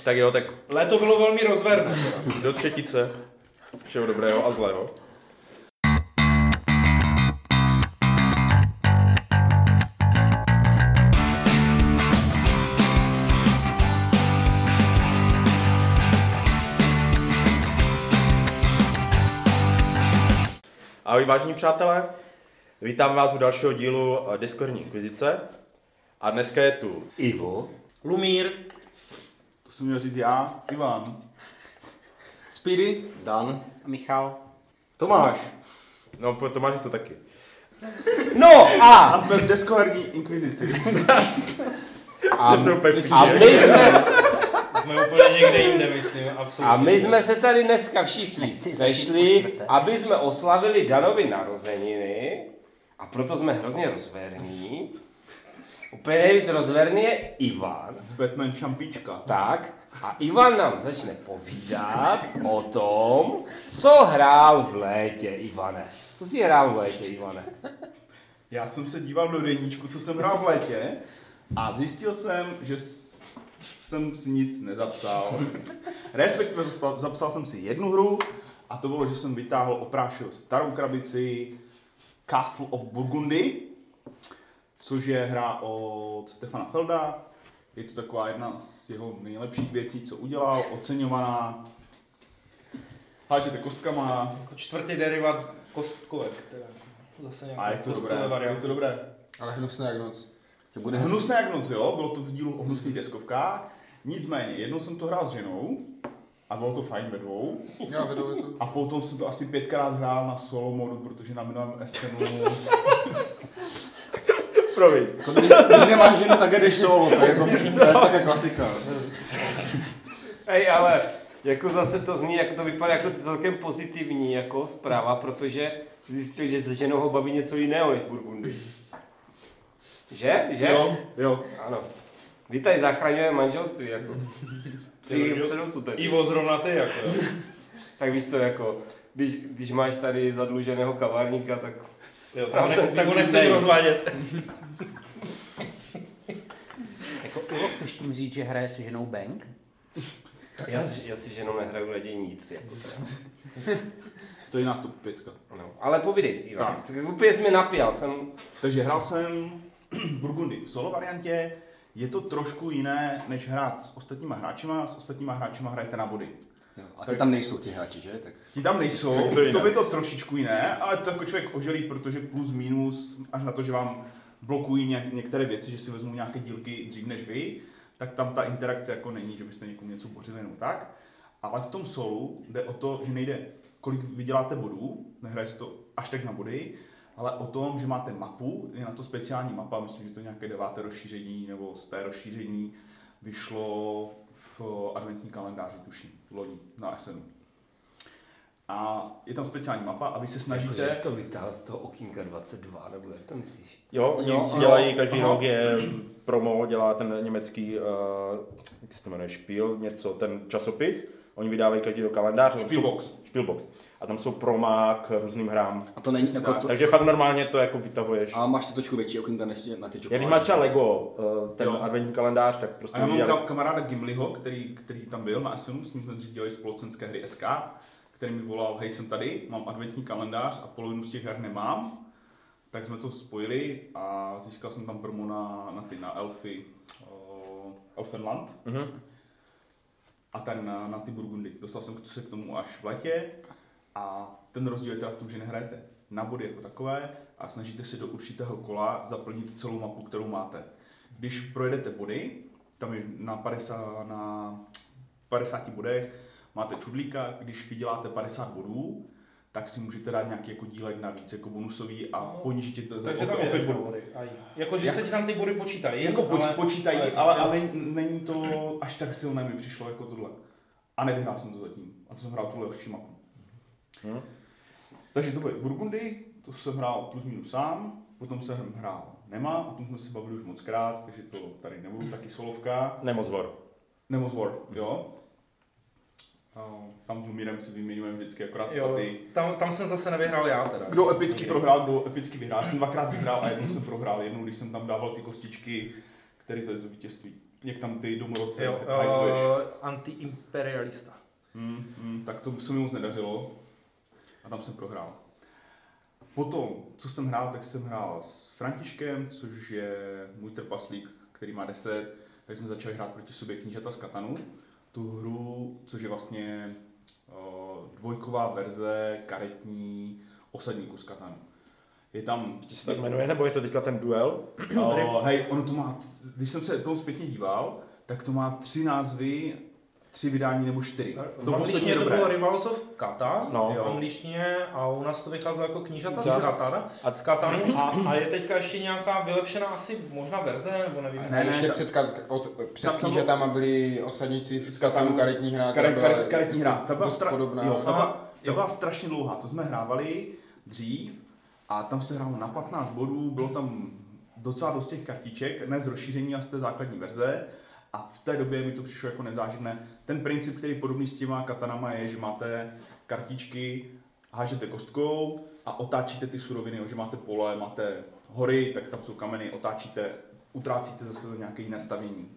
Tak jo, tak Léto bylo velmi rozverné. do třetice. Všeho dobrého a zlého. Ahoj vážení přátelé, vítám vás u dalšího dílu Discordní inkvizice a dneska je tu Ivo, Lumír, To jsem měl říct já, Ivan. Speedy, Dan, Michal. Tomáš. No Tomáš je tu taky. No A jsme v deskoherní inkvizici. A jsme úplně my Jsme úplně někde jinde, myslím, absolutně. a my jsme se tady dneska všichni sešli, aby jsme oslavili Danovi narozeniny a proto jsme hrozně rozverní. Úplně nejvíc rozverný je Ivan. Z Batman šampíčka. Tak, a Ivan nám začne povídat o tom, co hrál v létě, Ivane. Co jsi hrál v létě, Ivane? Já jsem se díval do deníčku, co jsem hrál v létě a zjistil jsem, že jsem si nic nezapsal. Respektive zapsal jsem si jednu hru a to bylo, že jsem vytáhl, oprášil starou krabici Castle of Burgundy, což je hra od Stefana Felda. Je to taková jedna z jeho nejlepších věcí, co udělal, oceňovaná. Hážete kostkama. Jako čtvrtý derivát kostkovek, teda. Zase nějaké A je to kostkové dobré, varianty. je to dobré. Ale hnusné jak noc. To bude Hnusné jak noc, jo, bylo to v dílu o hnusných deskovkách. Nicméně, jednou jsem to hrál s ženou a bylo to fajn ve dvou. Já vedu to. A potom jsem to asi 5krát hrál na solo modu, protože na minulém SNu... Promiň. Když nemáš ženu, tak jdeš solo, to je také klasika. Hej, ale jako zase to zní, jako to vypadá jako celkem pozitivní jako zpráva, protože zjistil, že se ženou ho baví něco jiného než Burgundy. Že? Jo. Ano. Vy tady zachraňuje manželství, jako. Předosutek. Ivo zrovna ty, jako. Tak víš co, jako, když máš tady zadluženého kavárníka, tak... Jo, tak ho nechci rozvádět. Jako Ivo, chceš tím říct, že hraje se ženou Bank? Já si ženou nehraju raději nic, jako teda. To je na top 5. No, ale povídej, Ivan. Úplně jsi mi napíjal, jsem... Takže hrál jsem Burgundy v solo variantě. Je to trošku jiné, než hrát s ostatníma hráčima. S ostatníma hráčima hrajete na body. Jo, a ty tam nejsou ti hráči, že? Tak. Ti tam nejsou, Je to jiné. to by to trošičku jiné, ale to jako člověk oželí, protože plus minus, až na to, že vám blokují některé věci, že si vezmou nějaké dílky dřív než vy, tak tam ta interakce jako není, že byste někomu něco bořili jenom tak. Ale v tom solu jde o to, že nejde, kolik vyděláte bodů, nehraje se to až tak na body, ale o tom, že máte mapu, je na to speciální mapa, myslím, že to nějaké 9. rozšíření nebo 100. rozšíření vyšlo v adventní kalendáři, tuším, loni na SNu. A je tam speciální mapa a vy se snažíte... Jako, že jsi to vytáhl z toho okýnka 22, nebo jak to myslíš? Jo, oni dělají každý rok je promo, dělá ten německý, jak se to jmenuje, Špíl, něco, ten časopis. Oni vydávají každý rok kalendář. Spielbox. A tam jsou proma k různým hrám. A to není jako to... Takže fakt normálně to jako vytahuješ. A máš to trošku větší okýnka než na ty čokolády. Když máš třeba Lego, ten Jo. adventní kalendář, tak prostě... A já mám kamaráda Gimliho, který tam byl na SNu, s ním jsme dřív dělali spoločenské hry SK, který mi volal, hej, jsem tady, mám adventní kalendář a polovinu z těch her nemám. Tak jsme to spojili a získal jsem tam promo na elfy, Elfenland. Mhm. A ten na ty Burgundy. Dostal jsem se k tomu až v letě a ten rozdíl je teda v tom, že nehrajete na body jako takové a snažíte se do určitého kola zaplnit celou mapu, kterou máte. Když projedete body, tam je na 50 bodech máte čudlíka, když vyděláte 50 bodů, tak si můžete dát nějaký jako dílek navíc, jako bonusový a ponížíte to Takže tam jedeš na body. Jakože se ti tam ty body počítají. Jako počítají, ale není to až tak silné, mi přišlo jako tohle. A nevyhrál jsem to zatím. A to jsem hrál tu lehčí mapu. Takže to byly Burgundy, to jsem hrál plus minus sám, potom jsem hrál Nema, o tom jsme se bavili už moc krát, takže to tady nebudu, taky solovka. Nemozvor. Nemozvor, jo. Tam s Lumírem si vyměňujeme vždycky akorát Jo, staty. tam jsem zase nevyhrál já teda. Kdo epicky prohrál, kdo epicky vyhrál. Já jsem 2krát vyhrál a jednou jsem prohrál. Jednou, když jsem tam dával ty kostičky, které to je to vítězství. Jak tam ty domorodce Jo, hypuješ. antiimperialista. Tak to se mi moc nedařilo a tam jsem prohrál. Potom, co jsem hrál, tak jsem hrál s Františkem, což je můj trpaslík, který má 10, tak jsme začali hrát proti sobě Knížata z Katanu. Tu hru, což je vlastně dvojková verze karetní osadníků z Katanu. Je tam... Ještě se tak jmenuje, nebo je to teďka ten duel? Hej, ono to má, když jsem se tomu zpětně díval, tak to má 3 názvy, 3 vydání nebo 4. V angličtině to bylo Rivals of Catan, No. v angličtině a u nás to vycházelo jako Knížata z A- Katanu a je teďka ještě nějaká vylepšená asi možná verze, nebo nevím. Ne, ještě před knížatama byli osadníci z Katanu karetní hra. Karetní hra, ta byla, dost podobná. ta byla strašně dlouhá, to jsme hrávali dřív a tam se hrálo na 15 bodů, bylo tam docela dost těch kartiček, ne z rozšíření a z té základní verze. A v té době mi to přišlo jako nezáživné. Ten princip, který je podobný s těma katanama, je, že máte kartičky, hážete kostkou a otáčíte ty suroviny, že máte pole, máte hory, tak tam jsou kameny, otáčíte, utrácíte zase za nějaké jiné stavění.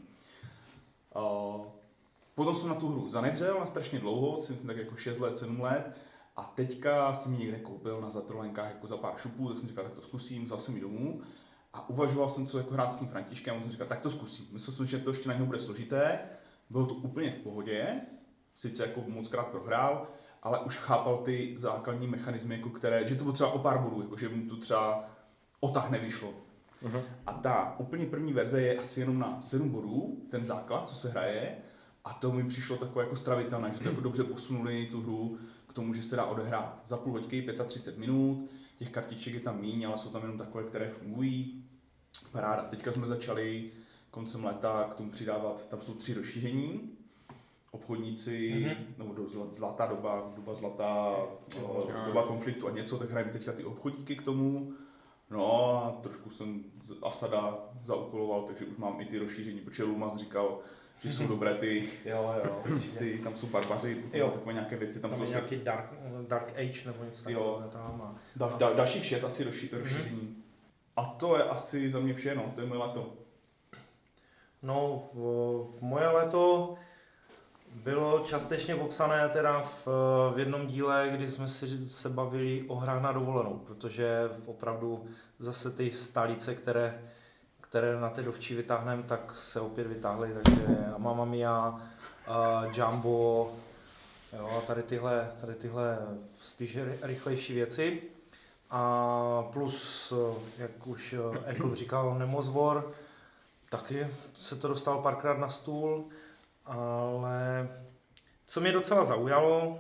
Potom jsem na tu hru zanevřel a strašně dlouho, jsem tak jako 6 let, 7 let. A teďka jsem ji někde koupil na zatrolenkách jako za pár šupů, tak jsem říkal, tak to zkusím, vzal jsem ji domů. A uvažoval jsem, co jako hrát s tím Františkem, a jsem říkal, tak to zkusím. Myslel jsem, že to ještě na něho bude složité, bylo to úplně v pohodě, sice jako mockrát prohrál, ale už chápal ty základní mechanismy, jako které, že to bylo třeba o pár bodů, jako že mu to třeba o tah nevyšlo. A ta úplně první verze je asi jenom na 7 bodů, ten základ, co se hraje, a to mi přišlo takové jako stravitelné, že to jako dobře posunuli tu hru k tomu, že se dá odehrát za půl hoďky, 35 minut, těch kartiček je tam míň, ale jsou tam jenom takové, které fungují. Paráda. Teďka jsme začali koncem léta k tomu přidávat, tam jsou 3 rozšíření. Obchodníci, nebo zlatá doba zlatá, doba konfliktu a něco, tak hrajeme teďka ty obchodníky k tomu. No a trošku jsem Asada zaúkoloval, takže už mám i ty rozšíření, protože Lumas říkal, že jsou dobré ty, tam jsou barbaři, takové nějaké věci. Tam jsou nějaký Dark Age nebo něco takového tam. Dalších 6 asi rozšíření. A to je asi za mě vše, no, to je moje léto. No, v moje léto bylo částečně popsané teda v jednom díle, kdy jsme se bavili o hrách na dovolenou, protože opravdu zase ty stálice, které na té dovčí vytáhneme, tak se opět vytáhly, takže Mamma Mia, Jumbo, jo, a tady tyhle spíš rychlejší věci. A plus, jak už Ekl říkal, Nemo's War, taky se to dostalo párkrát na stůl, ale co mě docela zaujalo,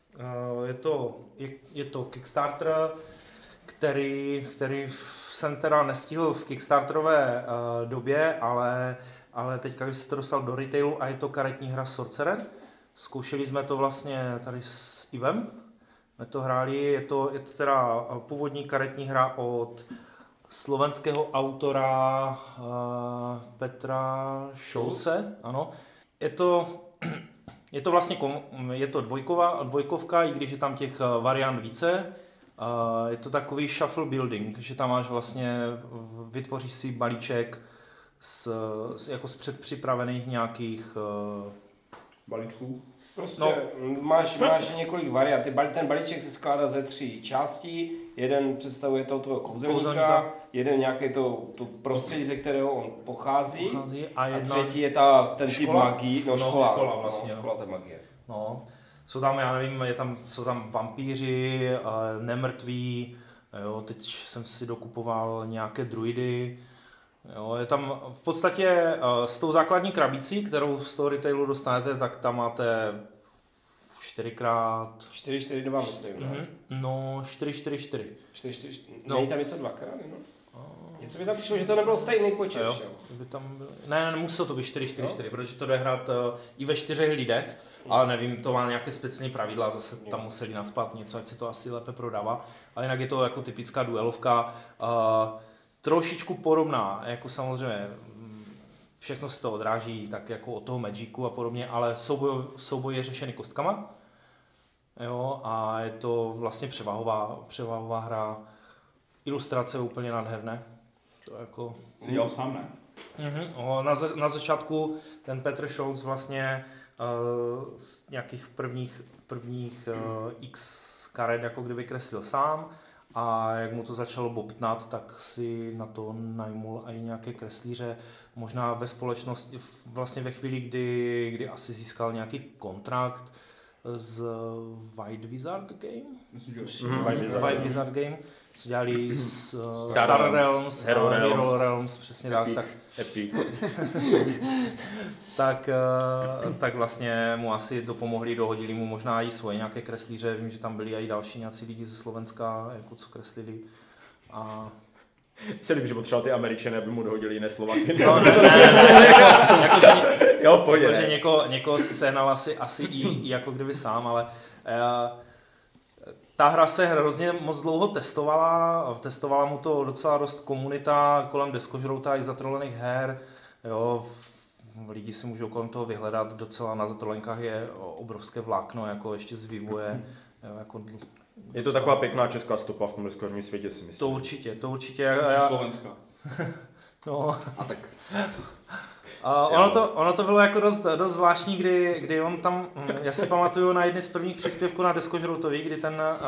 je to Kickstarter, který jsem teda nestihl v Kickstarterové době, ale teďka, když se to dostal do retailu a je to karetní hra Sorcerer. Zkoušeli jsme to vlastně tady s Ivem, jsme to hráli, je to teda původní karetní hra od slovenského autora Petra Šolce, ano. Je to vlastně dvojkovka, i když je tam těch variant více. Je to takový shuffle building, že tam máš vlastně, vytvoříš si balíček jako z předpřipravených nějakých balíčků. Prostě máš několik variant. Ten balíček se skládá ze 3 částí. Jeden představuje toho kouzelníka, jeden nějaké to prostředí, ze kterého on pochází a třetí je ten typ magii, škola vlastně. Škola té magie. No, jsou tam, já nevím, jsou tam vampíři, nemrtví, jo, teď jsem si dokupoval nějaké druidy. Jo, je tam v podstatě s tou základní krabicí, kterou z toho retailu dostanete, tak tam máte 4x... 4x2 myslím, ne? No, 4x4. 4x4. Není tam něco dvakrát, no? Něco by tam přišlo, že to nebylo stejný počet, jo? Ne, nemuselo to být 4x4, protože to jde hrát i ve 4 lidech, ale nevím, to má nějaké speciální pravidla, zase tam museli nacpat něco, ať se to asi lépe prodává, ale jinak je to jako typická duelovka. Trošičku podobná, jako samozřejmě všechno se to odráží tak jako od toho Magicu a podobně, ale souboj je řešený kostkama. Jo, a je to vlastně převahová hra. Ilustrace úplně nádherné. To jako... Jsi dělal sám, ne? Na začátku ten Petr Scholz vlastně z nějakých prvních x karet jako kdyby kreslil sám a jak mu to začalo bobtnat, tak si na to najmul i nějaké kreslíře, možná ve společnosti, vlastně ve chvíli, kdy asi získal nějaký kontrakt z White Wizard Game. Myslím, že White Wizard Game, co dělali s Star Realms, Hero Realms, přesně tak. Epic. tak vlastně mu asi dopomohli, dohodili mu možná i svoje nějaké kreslíře, vím, že tam byli i další nějací lidi ze Slovenska, jako co kreslili. A Se líbí, že potřeboval ty Američany, aby mu dohodili jiné Slovaky. Jo, v pohodě. Protože někoho si sehnal asi i jako kdyby sám, ale ta hra se hrozně moc dlouho testovala mu to docela dost komunita kolem deskožrouta i zatrolených her, jo, lidi si můžou kolem toho vyhledat, docela na zatrolenkách je obrovské vlákno, jako ještě z vývoje, jo, jako je to taková pěkná česká stopa v tom deskožním světě, si myslím. To určitě. Slovenska. No. A tak... Ono to bylo jako dost zvláštní, kdy on tam, já si pamatuju na jedny z prvních příspěvků na Deskožroutovi, kdy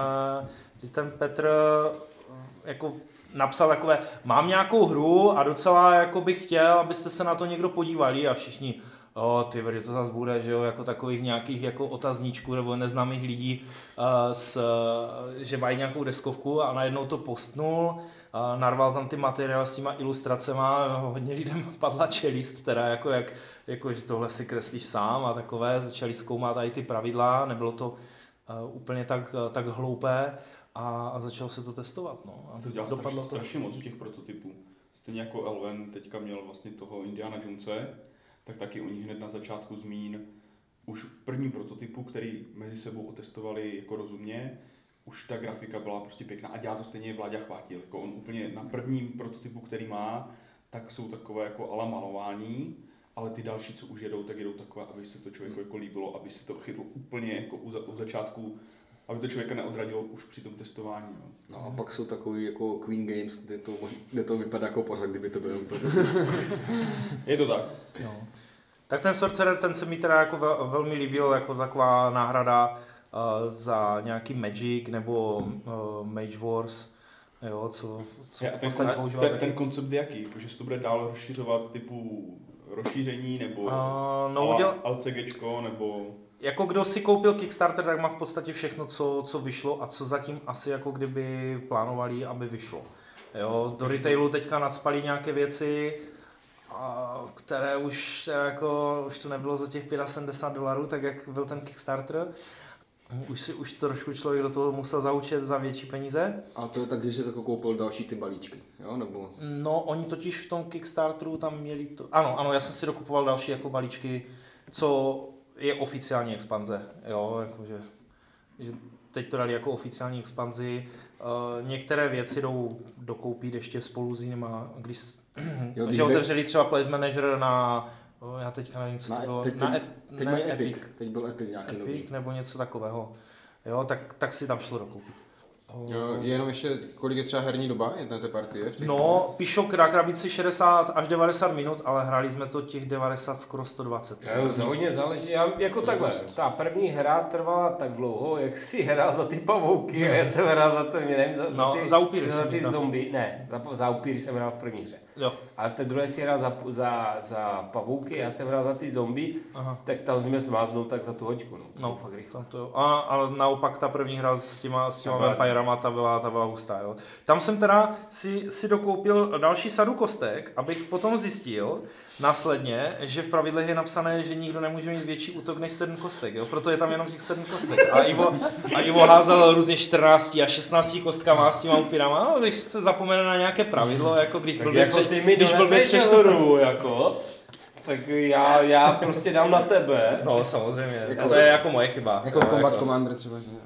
ten Petr jako napsal takové, mám nějakou hru a docela jako bych chtěl, abyste se na to někdo podívali a všichni, ty vedy, to zase bude, že jo, jako takových nějakých jako otazníčků nebo neznámých lidí, že mají nějakou deskovku a najednou to postnul, narval tam ty materiály s těma ilustracema, hodně lidem padla čelist, teda jako že tohle si kreslíš sám a takové, začali zkoumat i ty pravidla, nebylo to úplně tak hloupé a začalo se to testovat. No. A to dělá strašně moc u těch prototypů. Stejně jako Elven teďka měl vlastně toho Indiana Jonese, tak taky oni hned na začátku zmín už v prvním prototypu, který mezi sebou otestovali jako rozumně, už ta grafika byla prostě pěkná a dělá to stejně Vláďa Chvátil. Jako on úplně na prvním prototypu, který má, tak jsou takové jako ala malování, ale ty další, co už jedou, tak jedou takové, aby se to člověku jako líbilo, aby si to chytlo úplně jako u začátku, aby to člověka neodradilo už při tom testování. No a pak jsou takový jako Queen Games, kde to vypadá jako pořád, kdyby to bylo úplně. Je to tak. No. Tak ten Sorcerer, ten se mi teda jako velmi líbil, jako taková náhrada za nějaký Magic nebo Mage Wars, jo, co v podstatě používal ten koncept jaký? Že se to bude dál rozšiřovat typu rozšíření nebo LCGčko nebo... Jako kdo si koupil Kickstarter, tak má v podstatě všechno, co vyšlo a co zatím asi jako kdyby plánovali, aby vyšlo. Jo, do retailu teďka nacpali nějaké věci, které už to nebylo za těch $75, tak jak byl ten Kickstarter. Už trošku člověk do toho musel zaučit za větší peníze. A to je tak, že jsi jako koupil další ty balíčky, jo? Nebo... No, oni totiž v tom Kickstarteru tam měli to... Ano, já jsem si dokupoval další jako balíčky, co je oficiální expanze, jo, jakože... Že teď to dali jako oficiální expanzi. Některé věci jdou dokoupit ještě spolu s jinýma, když otevřeli třeba Plate Manager na... Já teďka nevím, co to bylo. Teď mají Epic. Teď byl Epic nějaký Epic nový. nebo něco takového. Jo, tak si tam šlo dokoupit. Je jenom ještě, kolik je třeba herní doba jedné té partie? No, píšou na krabici 60 až 90 minut, ale hráli jsme to těch 90 skoro 120. Jo, hodně záleží. Jako takhle, ta první hra trvala tak dlouho, jak si hrál za ty pavouky a já jsem hrál za to, nevím, za upíry. Za ty zombie, ne, za upíry jsem hrál v první hře. Jo. A v té druhé si hrál za pavouky, já jsem hrál za ty zombie, tak tam jsme zmáznul tak za tu hoďku. No, fakt rychle. Ale naopak ta první hra s těma vampirama, ta byla hustá. Jo. Tam jsem teda si dokoupil další sadu kostek, abych potom zjistil následně, že v pravidlech je napsané, že nikdo nemůže mít větší útok než 7 kostek. Jo. Proto je tam jenom těch 7 kostek. A Ivo házel různě 14 a 16 kostkama s těma upírama. No, když se zapomene na nějaké pravidlo, jako když byl přečtoru, jako, tak já prostě dám na tebe. No, samozřejmě. To je jako moje chyba. Jako Combat Commander třeba, že?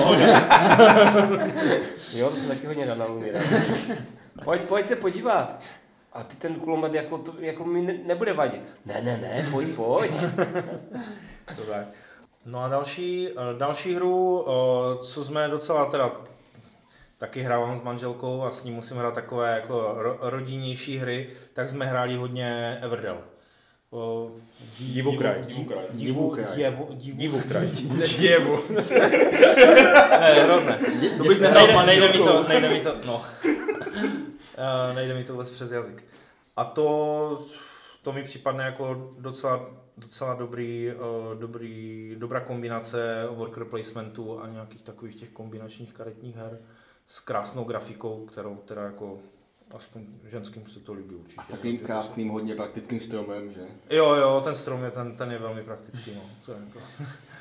Jo, to jsem taky hodně dal na umírat. Pojď se podívat. A ty ten kulomet jako mi nebude vadit. Ne, pojď. No a další hru, co jsme docela teda taky hrávám s manželkou a s ní musím hrát takové jako rodinnější hry, tak jsme hráli hodně Everdell. Divokraj. Divokraj. Divu. Ne, hrozné. To bys nehrál nejde mi to vůbec přes jazyk. A to mi připadne jako docela dobrá kombinace worker placementu a nějakých takových těch kombinačních karetních her s krásnou grafikou, kterou teda jako aspoň ženským se to líbí určitě. A takovým krásným, hodně praktickým stromem, že? Jo, ten strom ten je velmi praktický, no. To je jako...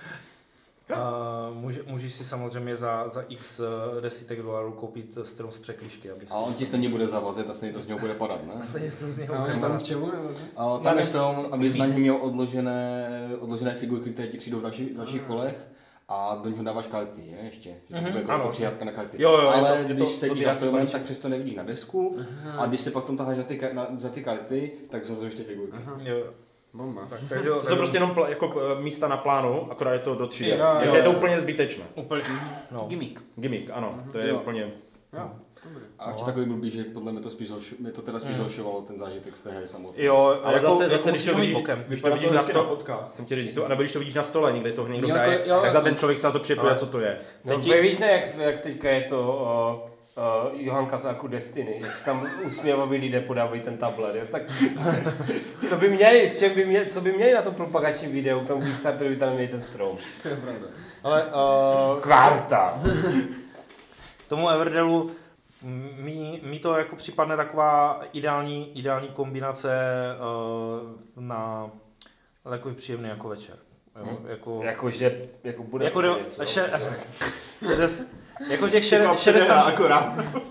Můžeš si samozřejmě za x desítek dolarů koupit strom z překližky, aby si... A on ti stejně bude zavazet a stejně to z něho bude padat, ne? Stejně to z něho A bude on tam padat. k čemu? A tam je strom, aby na něm měl odložené figurky, které ti přijdou v dalších kolech. A do něho dáváš karty, je, ještě. Že to bude jako přijátka na karty. Jo, ale je to když sedíš za stromem, balíček. tak přesto nevidíš na desku. A když se pak tom taháš za ty karty, tak zazuješ ty figurky. Jo. Bomba. Takže jo, To jsou prostě jenom jako místa na plánu, akorát je to do 3D. Jo, Takže je to úplně zbytečné. úplně, no. Gimmick. Ano, to je Jo. úplně... Jo. A ještě takový blbý, že podle mě to teda spíš zhoršovalo ten zážitek z té hry samotné. Jo, Ale jako, zase, jako když to musíš mít vidíš, bokem. když to vidíš na stole, fotkách. jsem ti říct, nebo když to vidíš na stole, někde to někdo Jo, hraje, jo, tak za to- ten člověk se na to připojuje, co to je. No, víš ne, jak teďka je to Johanka z Arku Destiny, jak se tam usměvaví lidé podávají ten tablet, jo? Tak co by měli na tom propagačním videu, k tomu Kickstarteru, by tam měli ten strom. To je pravda. Ale Karta! tomu Everdellu mi to jako připadne taková ideální kombinace na takový příjemný jako večer. Jo, Jako bude jako to něco. jako těch 60 60 akorát.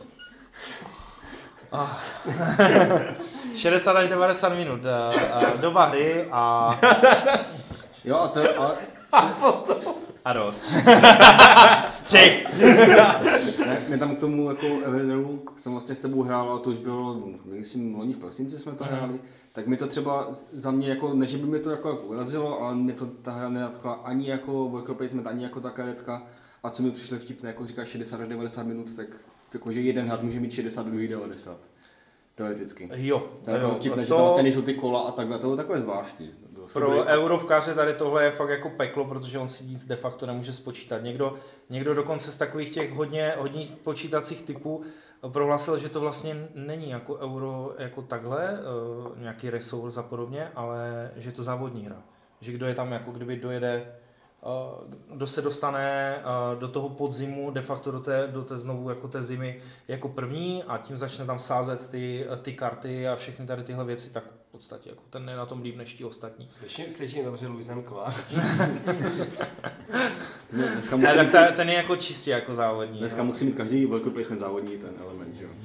60 až 90 minut doba hry a Jo, a to je... a dost. Střih. Ne, tam k tomu jako Everdellu jsem vlastně s tebou hrál, ale to už bylo, myslím, loni v prosinci jsme to hráli, tak mi to třeba za mě jako, ne že by mi to jako urazilo, ale mě to ta hra nenatkla ani jako worker placement, ani jako ta karetka. A co mi přišlo vtipné, jako říkáš 60 až 90 minut, tak jakože jeden had může mít 60, druhý 90. Teoreticky. Jo. To je jako vtipné, že tam vlastně nejsou ty kola a takhle, to je takové zvláštní. Pro eurovkáře tady tohle je fakt jako peklo, protože on si nic de facto nemůže spočítat. Někdo dokonce z takových těch hodně počítacích typů prohlásil, že to vlastně není jako euro jako takhle, nějaký resource a podobně, ale že je to závodní hra. Že kdo je tam jako kdyby dojede, kdo se dostane do toho podzimu, de facto do té znovu jako té zimy jako první a tím začne tam sázet ty karty a všechny tady tyhle věci, tak v podstatě jako ten je na tom líp než ti ostatní. Slyším dobře Luisen Clark. Ten je jako čistě jako závodní. Dneska musí mít každý worker placement závodní ten element, že jo.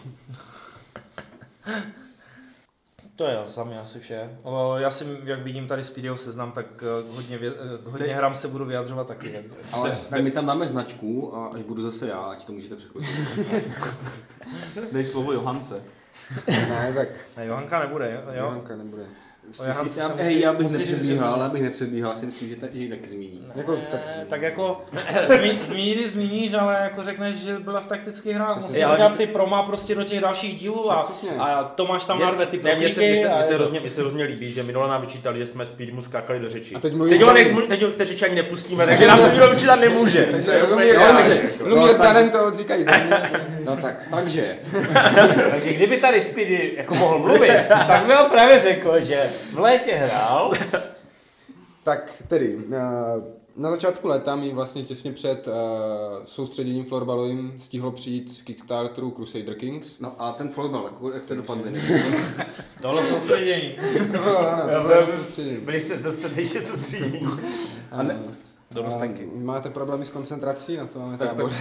To je za mě asi vše. Já si, jak vidím tady Speedyho seznam, tak hodně hrám se budu vyjadřovat taky. Ale tak my tam dáme značku a až budu zase já, ať to můžete přeskočit. Dej slovo Johance. Ne, tak Johanka nebude, jo? Johanka nebude. Já bych nepředbíhal, si myslím, že ji taky zmíní. Jako, tak jako zmíníš, ale jako řekneš, že byla v taktických hrách. Přesně. Musíš dát ty proma prostě do těch dalších dílů a Tomáš tam narve ty Mně promíky. se hrozně líbí, že minule nám vyčítali, že jsme Speedmu skákali do řeči. A teď Teď ty řeči ani nepustíme, takže nám to nikdo vyčítat nemůže. Takže Lumír s Danem to odříkají za mě. No takže. Takže kdyby tady Speedy jako mohl mluvit, tak by on právě řekl, že v létě hrál. Tak tedy, na začátku léta mi vlastně těsně před soustředěním florbalovým stihlo přijít z Kickstarteru Crusader Kings. No a ten florbal, jak jste dopadli? Tohle soustředění. Ano, to bylo soustředění. Byli jste dostatečně soustředění. Do dostanky. Máte problémy s koncentrací? Na to máme tábor.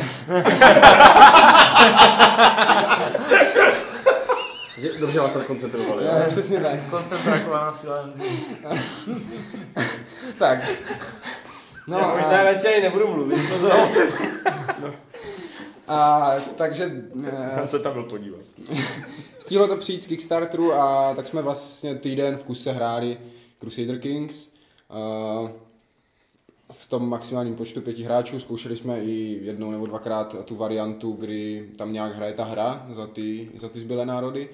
Dobře vás tam koncentrovali, jo? Přesně tak. Koncentrátovaná síla enzymů. Tak. No, Já možná radši nebudu mluvit. takže Já se tam byl podívat. stihlo to přijít z Kickstarteru a tak jsme vlastně týden v kuse hráli Crusader Kings. v tom maximálním počtu 5 hráčů. Zkoušeli jsme i jednou nebo dvakrát tu variantu, kdy tam nějak hraje ta hra za ty zbylé národy.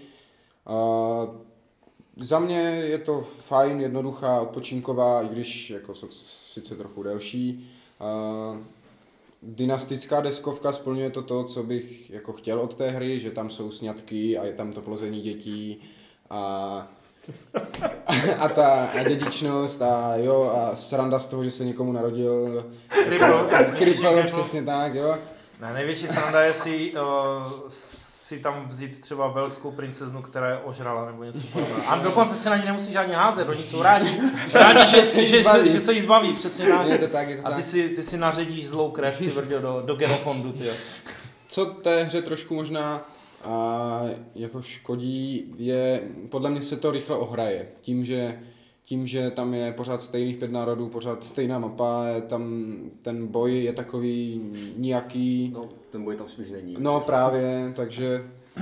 Za mě je to fajn, jednoduchá, odpočinková, i když jako sice trochu delší. Dynastická deskovka splňuje to, co bych jako chtěl od té hry, že tam jsou sňatky a je tam to plození dětí a dědičnost a sranda z toho, že se někomu narodil kripl, přesně tak, jo. Ne, největší sranda je si tam vzít třeba velskou princeznu, která je ožrala nebo něco podobného. A dokonce si na ní nemusíš žádně házet, oni jsou rádi že se jí zbaví, přesně tak. Je to tak. A ty si naředíš zlou krev, ty vrděl, do genofondu, ty jo. Co té hře trošku možná jako škodí, je, podle mě se to rychle ohraje. Tím, že tam je pořád stejných 5 národů, pořád stejná mapa, je tam ten boj je takový nijaký. No, ten boj tam spíš není. No právě, takže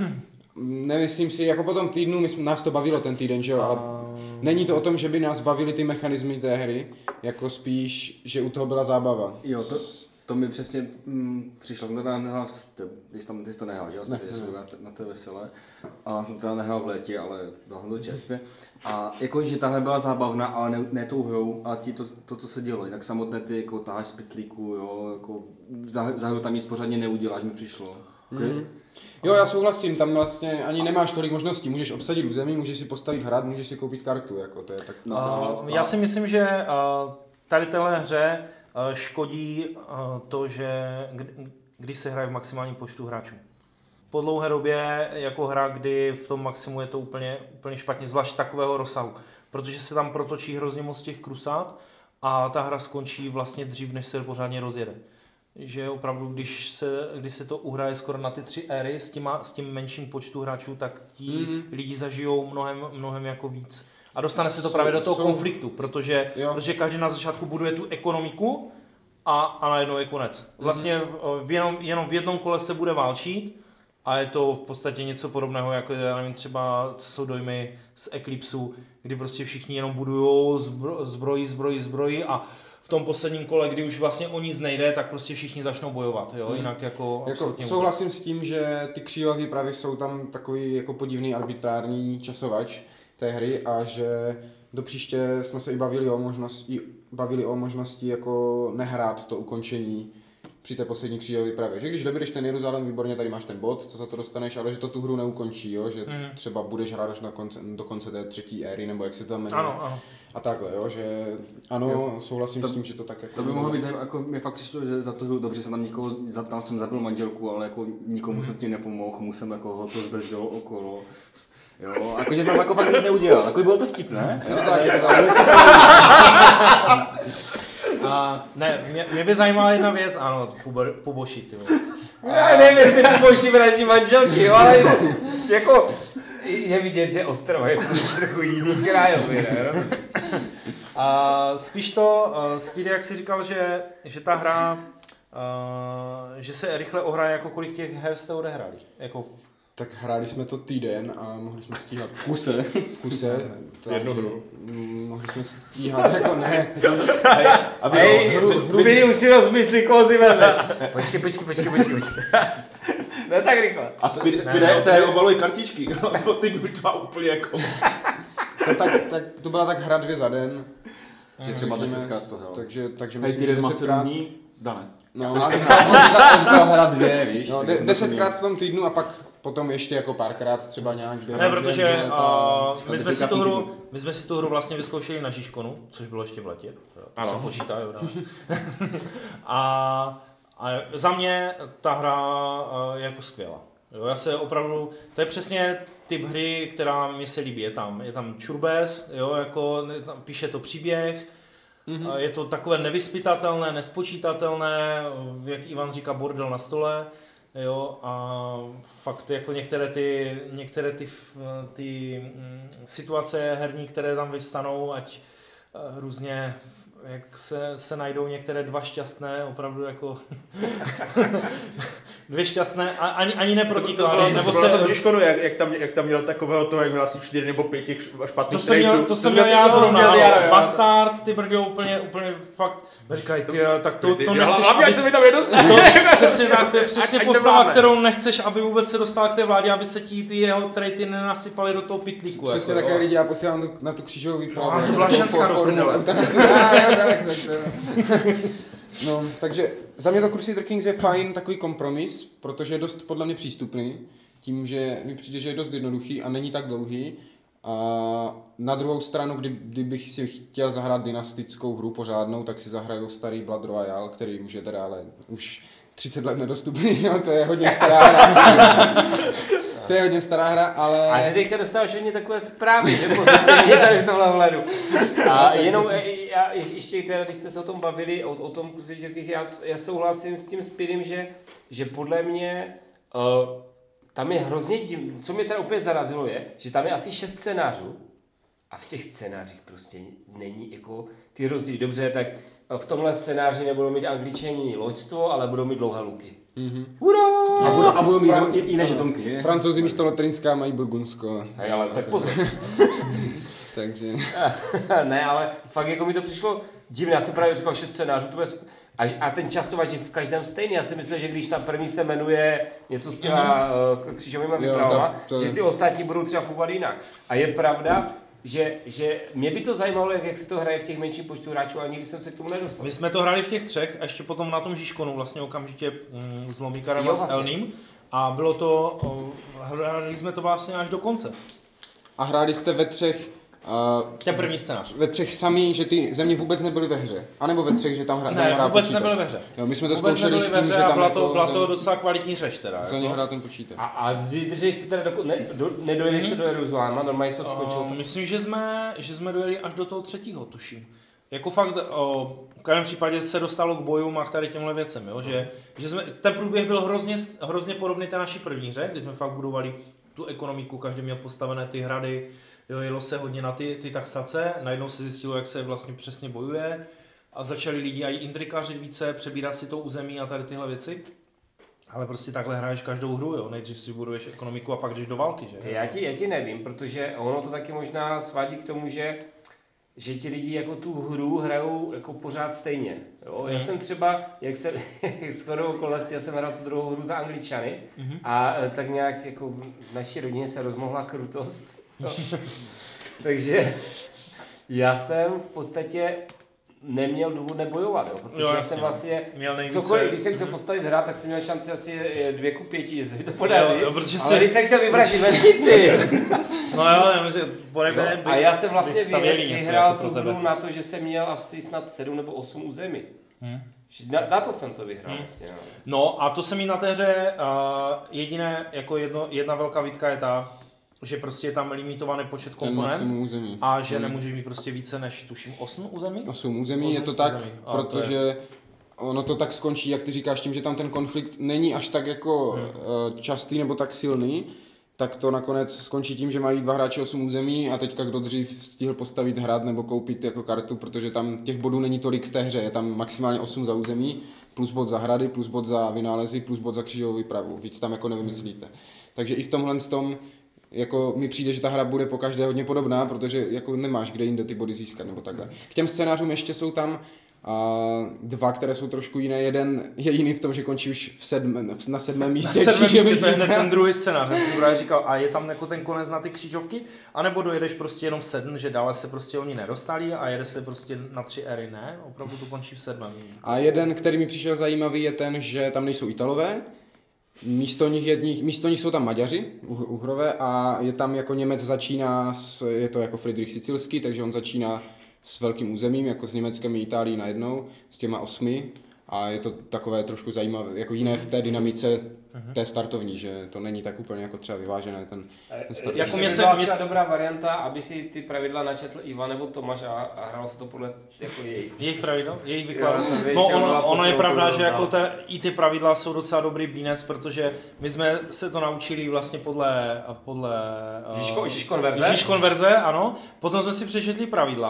nemyslím si, jako po tom týdnu, nás to bavilo ten týden, že jo, ale není to o tom, že by nás bavily ty mechanismy té hry, jako spíš, že u toho byla zábava. Jo, to mi přesně přišlo, jsem teda nehrál, ty jsi to nehrál, že jo, na té veselé, a jsem teda nehrál v létě, ale dal jsem to čerstvě. A jako, že tahle byla zábavná, ale ne tou hrou, ale to, co se dělo, jinak samotné ty jako taháš z pytlíku, jo, jako za hru tam nic pořádně neuděláš, mi přišlo. Okay? Jo, já souhlasím, tam vlastně ani nemáš tolik možností, můžeš obsadit území, můžeš si postavit hrad, můžeš si koupit kartu, jako to je tak. Já si myslím, že tady téhle hře škodí to, že když se hraje v maximálním počtu hráčů. Po dlouhé době jako hra, kdy v tom maximu je to úplně špatně, zvlášť takového rozsahu, protože se tam protočí hrozně moc těch krusád a ta hra skončí vlastně dřív, než se pořádně rozjede. Že opravdu, když se to uhraje skoro na ty 3 éry s tím menším počtu hráčů, tak ti lidi zažijou mnohem jako víc. A dostane se to právě do toho konfliktu, protože každý na začátku buduje tu ekonomiku a najednou je konec. Vlastně jenom v jednom kole se bude válčit a je to v podstatě něco podobného, jako já nevím, třeba co jsou dojmy z Eclipseu, kdy prostě všichni jenom budujou zbrojí a v tom posledním kole, kdy už vlastně o nic nejde, tak prostě všichni začnou bojovat, jo, jinak jako souhlasím s tím, že ty křížové výpravy jsou tam takový jako podivný arbitrární časovač té hry a že do příště jsme se i bavili o možnosti jako nehrát to ukončení při té poslední křížové výpravě. Že když doběreš ten Jeruzalém, výborně, tady máš ten bod, co za to dostaneš, ale že to tu hru neukončí, jo? Že třeba budeš hrát až do konce té 3. éry, nebo jak se tam jmenuje. Ano. A takhle, jo, že ano, jo. Souhlasím s tím, že to tak jako... To by mohlo být zajímavé, jako mě fakt přišlo, že za to hru dobře jsem tam jsem zabil manželku, ale jako nikomu jsem tím nepomohl, musím jako ho to zbrzdilo okolo. Jo, jakože tam jako pak nic neudělal, jako bylo to vtipné. Jo, ne, mě by zajímala jedna věc, ano, Puboši, ty vole. Já nevím, jestli Puboši vraždí manželky, jo, ale jako je vidět, že ostrov je trochu jiný krajový, ne? Spíš jak jsi říkal, že ta hra, že se rychle ohraje, jako kolik těch her jste odehráli, jako... Tak hráli jsme to týden a mohli jsme stíhat v kuse. Jednu hru. Mohli jsme stíhat, jako ne. Hej, Speedy už si rozmyslí, koho si vezmeš. Počkej. Ne tak rychle. A Speedy obalují kartičky, ty už to úplně jako... No tak to byla tak hra 2 za den. Že třeba 10krát z toho. Takže myslím, že 10krát... dní, Dane. No, on říkal hra 2, víš. No, 10krát v tom týdnu a pak potom ještě jako párkrát třeba nějak... Ne, protože my jsme si tu hru vlastně vyzkoušeli na Žižkonu, což bylo ještě v letě. To se počítá, jo. A za mě ta hra je jako skvělá. Jo, já se opravdu, to je přesně typ hry, která mi se líbí. Je tam čurbes, jo, jako píše to příběh, je to takové nevyzpytatelné, nespočítatelné, jak Ivan říká, bordel na stole. Jo, a fakt jako některé ty situace herní, které tam vyvstanou, ať různě, jak se najdou některé 2 šťastné, opravdu jako dvě šťastné, ani neprotiklady, nebo se... To Žižkonu, jak tam měl takového toho, jak měl asi 4 nebo 5 těch špatných traitů. To jsem měl já zrovna, Bastard, ty brdio, úplně fakt, říkají, tak to nechceš, aby se mi tam nedostali. Přesně tak, to je přesně postava, kterou nechceš, aby vůbec se dostala k té vládě, aby se ti ty jeho traity nenasypaly do toho pytlíku. Přesně také lidi, já posílám na tu křížovou výpravu. No, to byla ženská do prdele. No, takže za mě to Crusader Kings je fajn takový kompromis, protože je dost podle mě přístupný, tím, že mi přijde, že je dost jednoduchý a není tak dlouhý. A na druhou stranu, kdybych si chtěl zahrát dynastickou hru pořádnou, tak si zahraju starý Blood Royale, který už je teda ale už 30 let nedostupný, no, to je hodně stará hra. To je hodně stará hra, ale... A ty teďka dostáváš hodně takové zprávy, že pozitivně tady v tomhle ohledu. A jenom, já ještě teda, když jste se o tom bavili, o tom Crusader Kings, já souhlasím s tím Spirem, že podle mě tam je hrozně divný, co mě teda úplně zarazilo je, že tam je asi 6 scénářů a v těch scénářích prostě není jako ty rozdíly. Dobře, tak v tomhle scénáři nebudou mít Angličani loďstvo, ale budou mít dlouhé luky. Mm-hmm. A budou mít jiné žetonky. Francouzi místo Lotrinská mají Burgundsko. Hej, ale tak pozor. Takže... Ne, ale fakt jako mi to přišlo divné. Já jsem právě říkal 6 scénářů, to bude... A ten časovač je v každém stejný. Já si myslím, že když ta první se jmenuje něco s těma křížovými výpravama, že ty ostatní budou třeba fungovat jinak. A je pravda, že mě by to zajímalo, jak se to hraje v těch menších počtu hráčů, ale nikdy jsem se k tomu nedostal. My jsme to hráli v těch 3 a ještě potom na tom Žižkonu vlastně okamžitě s Lomíkarem s Elným. A bylo to, hráli jsme to vlastně až do konce. A hráli jste ve 3... Ten první scénář. Ve 3 sami, že ty země vůbec nebyly ve hře. A nebo ve 3, že tam hrá Ne, vůbec nebyly ve hře. Jo, my jsme to vůbec zkoušeli s tím, že tam byla to docela kvalitní řeč teda. Za ně hrál ten počítač. A vydrželi jste teda nedojeli jste do Jeruzaléma, normálně to skončilo? Myslím, že jsme dojeli až do toho 3. tuším. Jako fakt, v každém případě se dostalo k bojům a k tady těmhle věcem, jo? Že ten průběh byl hrozně podobný té naší první hře, kdy jsme fakt budovali tu ekonomiku, každý měl postavené ty hrady, jo, jelo se hodně na ty taxace, najednou se zjistilo, jak se vlastně přesně bojuje a začali lidi i intrikařit více, přebírat si to území a tady tyhle věci. Ale prostě takhle hraješ každou hru, jo. Nejdřív si buduješ ekonomiku a pak jdeš do války, že? Já ti nevím, protože ono to taky možná svádí k tomu, že ti lidi jako tu hru hrajou jako pořád stejně. Jo? Já jsem třeba, jak jsem shodou okolností, já jsem hrál tu druhou hru za Angličany a tak nějak jako v naší rodině se rozmohla krutost. Takže já jsem v podstatě neměl důvod nebojovat, jo? Protože já jsem vlastně cokoliv, když jsem chtěl postavit hrát, tak jsem měl šanci asi 2:5, že se mi to podaří. Ale když jsem chtěl vybrat vesnici. No jo, že a já jsem vlastně vyhrál tu hru na to, že jsem měl asi snad 7 nebo 8 území. Na to jsem to vyhrál vlastně. No a to se mi na té hře jedna velká výtka je ta, že prostě je tam limitovaný počet komponent a že nemůžeš mít prostě více než tuším 8 území? 8 území, je to tak, protože ono to tak skončí, jak ty říkáš, tím, že tam ten konflikt není až tak jako častý nebo tak silný, tak to nakonec skončí tím, že mají 2 hráči 8 území a teďka kdo dřív stihl postavit hrad nebo koupit jako kartu, protože tam těch bodů není tolik v té hře, je tam maximálně 8 za území, plus bod za hrady, plus bod za vynálezy, plus bod za křížovou výpravu, víc tam jako nevymyslíte. Takže i v tomhle tom jako mi přijde, že ta hra bude po každé hodně podobná, protože jako nemáš kde jinde ty body získat nebo takhle. K těm scénářům ještě jsou tam 2, které jsou trošku jiné. Jeden je jiný v tom, že končí už na 7. místě. Na 7. místě, to je hned ten druhý scénář. Já jsem právě říkal, a je tam jako ten konec na ty křížovky, anebo dojedeš prostě jenom 7, že dále se prostě oni nedostali a jede se prostě na 3 éry, ne? Opravdu to končí v 7. A jeden, který mi přišel zajímavý, je ten, že tam nejsou Italové, místo nich jsou tam Maďaři, Uhrové, a je tam jako Němec začíná, je to jako Friedrich Sicilský, takže on začíná s velkým územím, jako s Německem a Itálií najednou, s těma 8. A je to takové trošku zajímavé, jako jiné v té dynamice té startovní, že to není tak úplně jako třeba vyvážené ten startovní. Jako mě byla třeba dobrá varianta, aby si ty pravidla načetl Ivan nebo Tomáš a hrálo se to podle jako jejich pravidel, jejich výkladu. No ono je pravda, že jako i ty pravidla jsou docela dobrý bínec, protože my jsme se to naučili vlastně podle Žižkon verze, ano. Potom jsme si přečetli pravidla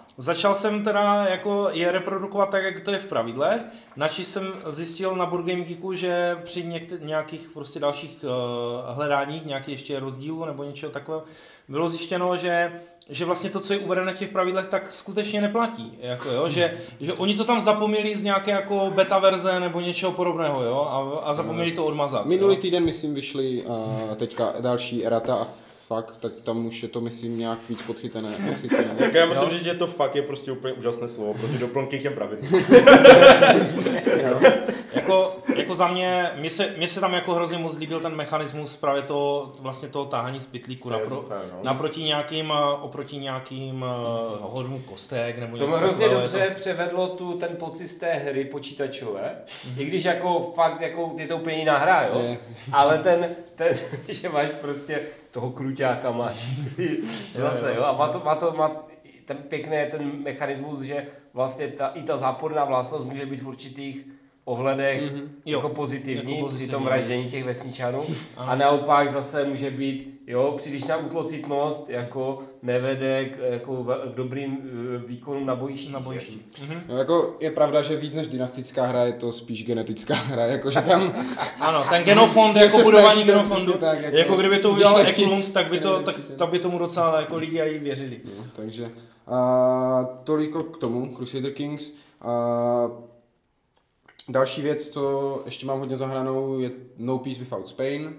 začal jsem teda jako je reprodukovat tak, jak to je v pravidlech. Načež jsem zjistil na Board Game Geeku, že při nějakých prostě dalších hledáních, nějakých ještě rozdílů nebo něčeho takového, bylo zjištěno, že vlastně to, co je uvedené v těch pravidlech, tak skutečně neplatí. Jako, jo? Že oni to tam zapomněli z nějaké jako beta verze nebo něčeho podobného, jo? A zapomněli to odmazat. Minulý jo? týden, myslím, vyšly teďka další errata a fakt, tak tam už je to, myslím, nějak víc podchycené. Tak já musím říct, že to fakt je prostě úplně úžasné slovo proti doplňky k těm pravidlům. Jako za mě se tam jako hrozně moc líbil ten mechanismus právě vlastně toho tahání z pytlíku oproti nějakým hodům kostek nebo něco. To hrozně dobře převedlo ten pocit z té hry počítačové, i když jako fakt jako je to úplně jiná hra, jo? Ale ten, že máš prostě toho kruťáka máš zase, jo? A má ten pěkný ten mechanismus, že vlastně i ta záporná vlastnost může být v určitých ohledech jako pozitivní při tom vraždění těch vesničanů a naopak zase může být, jo, přílišná útlocitnost jako nevede k dobrým výkonům na bojišti. No, jako je pravda, že víc než dynastická hra je to spíš genetická hra, jakože tam... Ano, ten genofond, jako budování genofondu, tak, jako kdyby to udělal Eklund, tak by tomu docela jako lidi i věřili. No, takže toliko k tomu, Crusader Kings. Další věc, co ještě mám hodně zahranou, je No Peace Without Spain.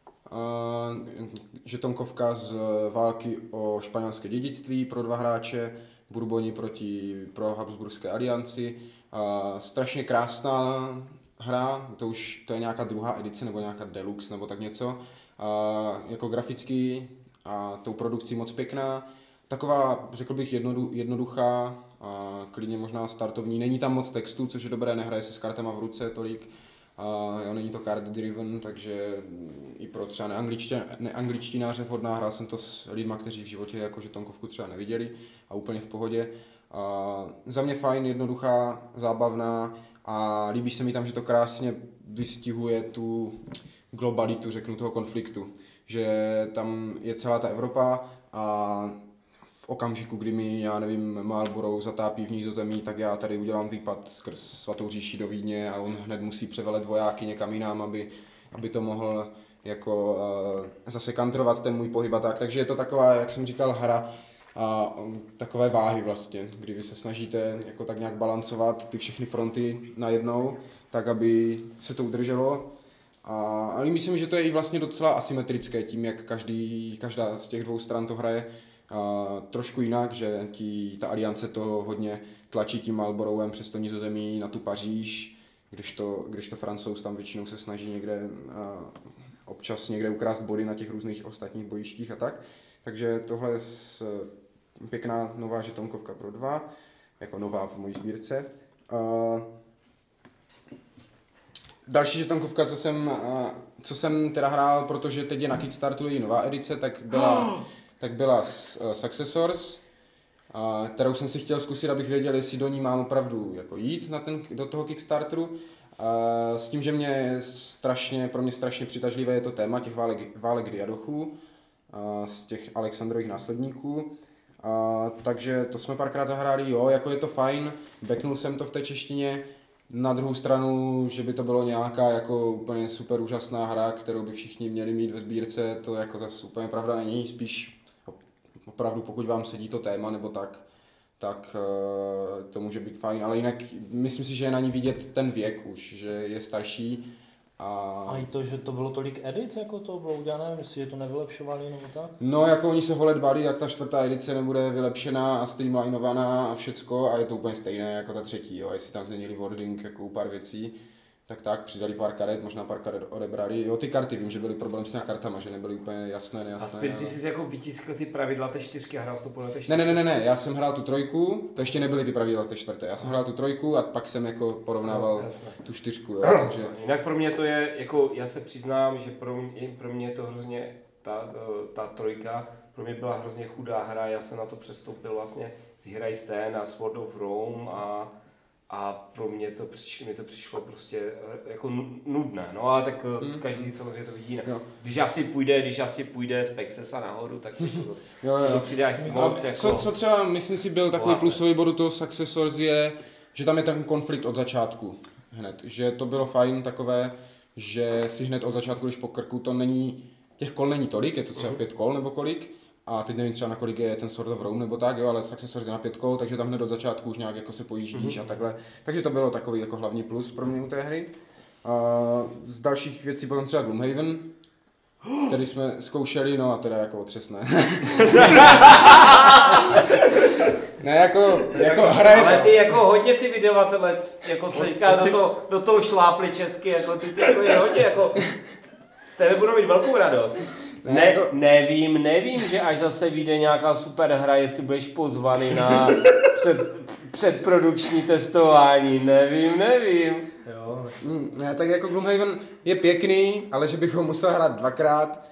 Žetonkovka z války o španělské dědictví pro 2 hráče, Bourboni pro Habsburské alianci. Strašně krásná hra, to je nějaká druhá edice nebo nějaká deluxe nebo tak něco. Jako graficky a tou produkcí moc pěkná. Taková, řekl bych, jednoduchá, a klidně možná startovní. Není tam moc textu, což je dobré, nehraje se s kartama v ruce tolik. Není to card driven, takže i pro třeba neangličtináře vhodná. Hrál jsem to s lidma, kteří v životě jako žetonkovku třeba neviděli a úplně v pohodě. Za mě fajn, jednoduchá, zábavná a líbí se mi tam, že to krásně vystihuje tu globalitu, řeknu, toho konfliktu. Že tam je celá ta Evropa a v okamžiku, kdy mi, já nevím, Marlborough zatápí v Nizozemí, tak já tady udělám výpad skrz Svatou říši do Vídně a on hned musí převelet vojáky někam jinam, aby to mohl jako zase kantrovat ten můj pohyb a tak. Takže je to taková, jak jsem říkal, hra a takové váhy vlastně, kdy vy se snažíte jako tak nějak balancovat ty všechny fronty najednou, tak aby se to udrželo. Ale myslím, že to je i vlastně docela asymetrické tím, jak každá z těch 2 stran to hraje trošku jinak, že ta aliance to hodně tlačí tím Marlboroughem přes to Nizozemí na tu Paříž, když to Francouz tam většinou se snaží občas někde ukrást body na těch různých ostatních bojištích a tak. Takže tohle je pěkná nová žetonkovka pro 2, jako nová v mojí sbírce. Další žetonkovka, co jsem teda hrál, protože teď je na Kickstarteru i nová edice, tak byla Successors, kterou jsem si chtěl zkusit, abych věděl, jestli do ní mám opravdu jako jít do toho Kickstarteru. S tím, že pro mě strašně přitažlivé je to téma těch válek diadochů, z těch Alexandrových následníků. Takže to jsme párkrát zahráli, jo, jako je to fajn, backnul jsem to v té češtině. Na druhou stranu, že by to bylo nějaká jako úplně super úžasná hra, kterou by všichni měli mít ve sbírce, to jako zase úplně pravda není, spíš opravdu pokud vám sedí to téma nebo tak to může být fajn, ale jinak myslím si, že je na ní vidět ten věk už, že je starší. A i to, že to bylo tolik edic, jako to bylo udělané, myslím, že to nevylepšovali nebo tak? No, jako oni se holet báli, jak ta 4. edice nebude vylepšená a streamlinovaná a všecko a je to úplně stejné jako ta 3. Jo, jestli tam změnili wording jako pár věcí, tak přidali pár karet, možná pár karet odebrali. Jo, ty karty, vím, že byly problém s těmi kartama, že nebyly úplně jasné, nejasné. A zpět ty jsi jako vytiskl ty pravidla té 4 a hrál jsi to podle té 4? Ne, já jsem hrál tu 3, to ještě nebyly ty pravidla té 4. Já jsem hrál tu 3 a pak jsem jako porovnával tu 4, jo, takže... Jinak pro mě to je, jako já se přiznám, že pro mě je to hrozně, ta 3 pro mě byla hrozně chudá hra, já jsem na to přestoupil vlastně z Heroes X a Sword of Rome a pro mě to přišlo prostě jako nudné, no ale tak každý samozřejmě to vidí. Ne? Když asi půjde z Pexesa nahoru, tak to zase to přijde až moc jako... Co třeba, myslím si, byl takový plusový bod toho Successors je, že tam je ten konflikt od začátku hned, že to bylo fajn takové, že si hned od začátku, když po krku to není, těch kol není tolik, je to třeba 5 kol nebo kolik, a teď nevím třeba na kolik je ten Sword of Rome nebo tak, jo, ale Successors je na 5 kol, takže tam hned od začátku už nějak jako se pojíždíš a takhle. Takže to bylo takový jako hlavní plus pro mě u té hry. Z dalších věcí potom třeba Gloomhaven, který jsme zkoušeli, no a teda jako otřesné. Ne, jako hraje... Ale ty jako hodně ty vydavatele, jako teďka do toho šlápli česky, jako ty jako je hodně, jako... Z tebe budou mít velkou radost. Nevím, že až zase vyjde nějaká super hra, jestli budeš pozvaný na předprodukční testování, nevím. Jo. Ne, tak jako Gloomhaven je pěkný, ale že bych ho musel hrát dvakrát,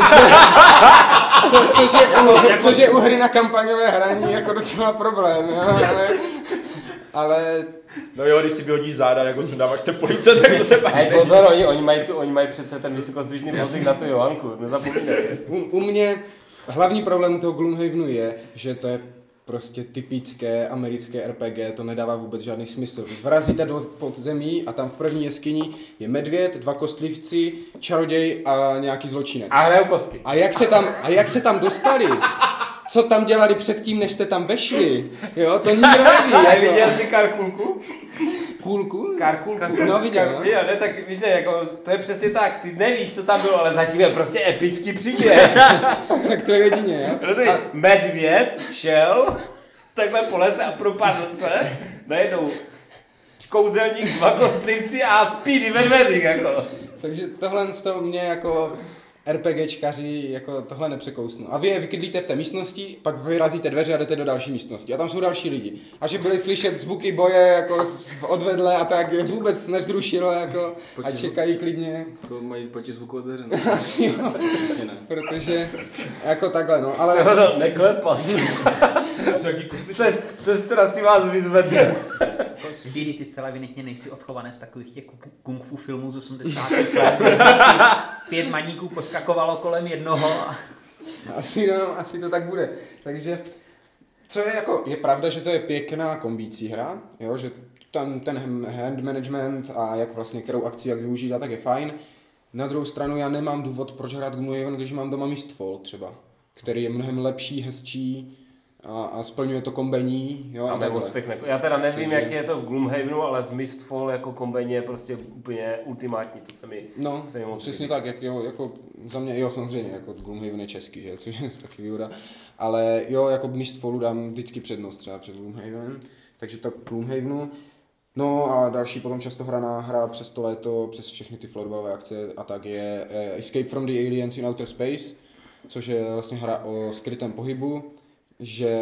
což je u hry na kampaňové hraní jako docela problém, jo, ale... No jo, když si vyhodíš záda, jako sundáváš té police, tak to se pak... Hej, pozor, oni mají přece ten vysokozdvižný vozík na tu Johanku, nezapomínej. U mě hlavní problém toho Gloomhavenu je, že to je prostě typické americké RPG, to nedává vůbec žádný smysl. Vrazíte do podzemí a tam v první jeskyni je medvěd, 2 kostlivci, čaroděj a nějaký zločinec. A hrajou kostky. A jak se tam dostali? Co tam dělali předtím, než jste tam vešli? Jo, to nikdo neví. A viděl jsi Karkulku? Kulku? Karkulku. No viděl. Viděl, ne, tak víš ne, jako, to je přesně tak, ty nevíš, co tam bylo, ale zatím je prostě epický příběh. Tak to je jedině, jo. Rozumíš, medvěd šel takhle po lese a propadl se, najednou kouzelník, 2 kostlivci a speedy ve dveřích, jako. Takže tohle z toho mě jako RPGčkaři jako tohle nepřekousnu. A vy je vykydlíte v té místnosti, pak vyrazíte dveře a jdete do další místnosti. A tam jsou další lidi. A že byli slyšet zvuky boje jako odvedle a tak je vůbec nevzrušilo jako a čekají klidně. Jako mají protizvukové dveře. Asi jo, protože jako takhle no, ale... To neklepat. Sestra si vás vyzvedne. Speedy, ty zcela evidentně nejsi odchované z takových těch kung fu filmů z 80. let. 5 maníků poskakovalo kolem jednoho. Asi to tak bude. Takže, co je jako, je pravda, že to je pěkná kombící hra, jo, že ten hand management a jak vlastně kterou akci jak využít a tak je fajn. Na druhou stranu já nemám důvod, proč hrát Gloomhaven, když mám doma Mistfall třeba, který je mnohem lepší, hezčí, a splňuje to kombení, jo, a takhle. Já teda nevím, jak je to v Gloomhavenu, ale z Mistfall jako kombení je prostě úplně ultimátní, to se mi moc přesně líbí. tak, jako za mě, jo, samozřejmě, jako Gloomhaven je český, že, což je taky výhoda, ale jo, jako Mistfallu dám vždycky přednost třeba před Gloomhavenem, takže tak Gloomhavenu. No a další potom často hra přes to léto, přes všechny ty florbalové akce a tak je Escape from the Aliens in Outer Space, což je vlastně hra o skrytém pohybu, že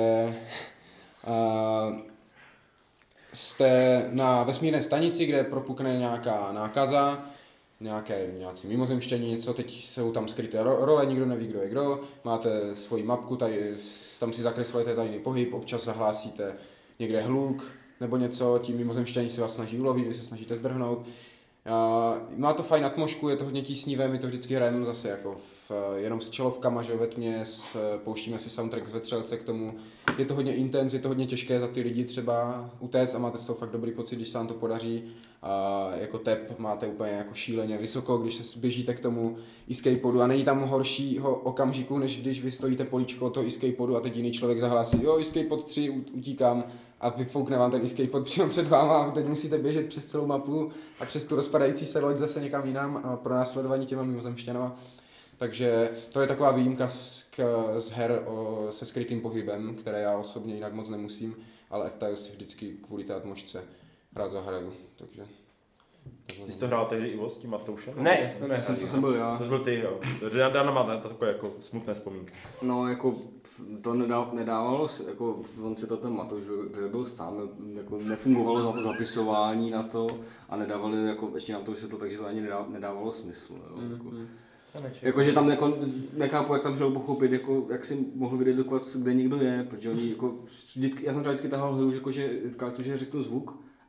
jste na vesmírné stanici, kde propukne nějaká nákaza, nějací mimozemštění, něco, teď jsou tam skryté role, nikdo neví, kdo je kdo, máte svoji mapku, tam si zakreslujete tajný pohyb, občas zahlásíte někde hluk nebo něco, tím mimozemštění se vás snaží ulovit, vy se snažíte zdrhnout. Má to fajn atmosféru, je to hodně tísnivé, my to vždycky hrajeme zase jako jenom s čelovkama, že ve tmě, pouštíme si soundtrack z vetřelce k tomu. Je to hodně intenz, je to hodně těžké za ty lidi třeba utéct a máte z toho fakt dobrý pocit, když se vám to podaří. Jako tep máte úplně jako šíleně vysoko, když se běžíte k tomu escape podu a není tam horšího okamžiku, než když vy stojíte políčko toho escape podu a teď jiný člověk zahlásí, jo, escape pod 3, utíkám. A vyfoukne vám ten escape pod přímo před váma a teď musíte běžet přes celou mapu a přes tu rozpadající se loď zase někam jinam a pro následování těma mimozemštěnama. Takže to je taková výjimka z her se skrytým pohybem, které já osobně jinak moc nemusím, ale FTL si vždycky kvůli té atmosféře rád zahraju. Takže... Ty jsi to hrál tehdy Ivo s tím Matoušem? Ne, To jsem byl já. To byl ty, jo. Takže Dana má takové jako smutné vzpomínky. No, jako to nedávalo, jako on si to ten Matouš byl sám, jako nefungovalo za to zapisování na to a nedávali, jako ještě nám to vysvětlo, takže to ani nedávalo smysl, jo, jako, že tam jako, nechápu, jak tam šel pochopit, jako, jak si mohl vydedukovat, kde někdo je, protože oni jako, vždycky, já jsem vždycky tahal hru, jako, že řeknu zvuk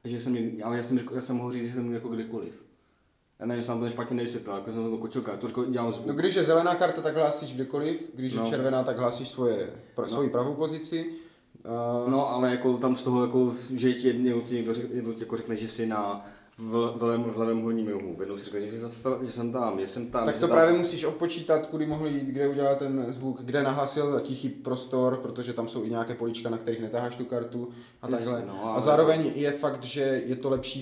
že jsem někdy, ale já jsem mohl říct, že jsem jako kdekoliv. Já nevím, že jsem to špatně nevysvětlil, jako jsem to kočil kartu, dělám zvuk. No když je zelená karta, tak hlásíš kdekoliv, když je červená, tak hlásíš svoji pravou pozici. No, ale jako tam z toho, jako, že jednou ti někdo jako řekne, že jsi v levém horním rohu. Jednou si řekne, že jsem tam. Tak to právě musíš odpočítat, kudy mohl jít, kde udělat ten zvuk, kde nahlasil tichý prostor, protože tam jsou i nějaké políčka, na kterých netáháš tu kartu a takhle. No, a zároveň je fakt, že je to lepší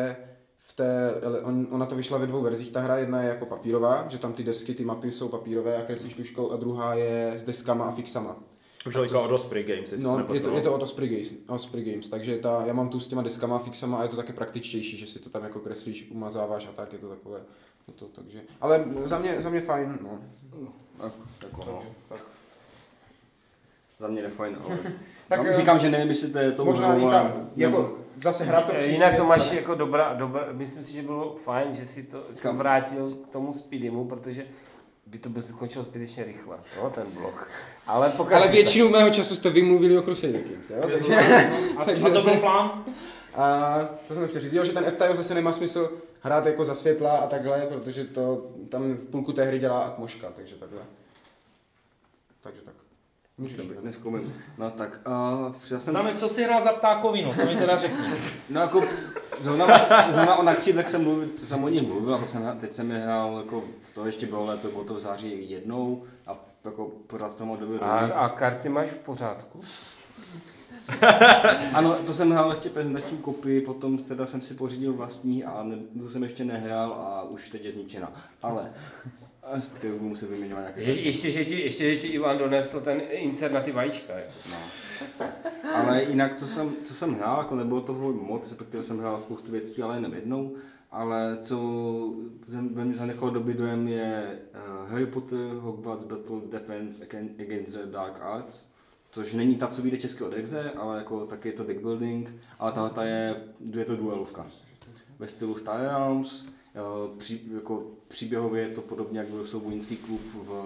ona to vyšla ve 2 verzích, ta hra, jedna je jako papírová, že tam ty desky, ty mapy jsou papírové a kreslíš tužkou, a druhá je s deskama a fixama. Už to od Osprey Games, no, je to od Osprey Games, takže já mám tu s těma deskama a fixama a je to také praktičtější, že si to tam jako kreslíš, umazáváš a tak, je to takové, takže, ale za mě fajn, no. Tak. Za mě nefajn, ale tak říkám, že nevím, jestli to je to možná i ta, jako zase hra to přísvět. Jinak to máš jako dobrá, myslím si, že bylo fajn, že si to vrátil k tomu Speedymu, protože by to skončilo zbytečně rychle, no, ten blok. Ale většinu mého času jste vymluvili o Crusader Kings, jo? A to byl plán? A to jsem chtěl říct, jo, že ten F-Tile zase nemá smysl hrát jako za světla a takhle, protože to tam v půlku té hry dělá atmoška, takže takhle. Takže tak. Nezkoumím. No tak, já jsem... Dane, co si hrál za ptákovinu, to mi teda řekni. No jako, zrovna o Nakčidlech jsem o nich mluvil, a teď jsem je hrál, jako, to ještě bylo léto, bylo to v září jednou a jako pořád to mám dobře. A karty máš v pořádku? Ano, to jsem hrál ještě prezentační kopii, potom teda jsem si pořídil vlastní a to jsem ještě nehrál a už teď je zničena. Ale respektive budu muset vyměňovat nějaké. Ještě, že ti Ivan donesl ten insert na ty vajíčka. Jako. No. Ale jinak, co jsem hrál, jako nebylo toho moc, respektive jsem hrál spoustu věcí, ale jenom jednou. Ale co ve mně zanechalo doby dojem je Harry Potter, Hogwarts Battle Defense Against the Dark Arts. Což není ta, co vyjde česky od Exe, ale jako taky je to deck building, ale tahle je to duelovka. Ve stylu Star Realms, jako příběhově je to podobně, jak byl soubojnický klub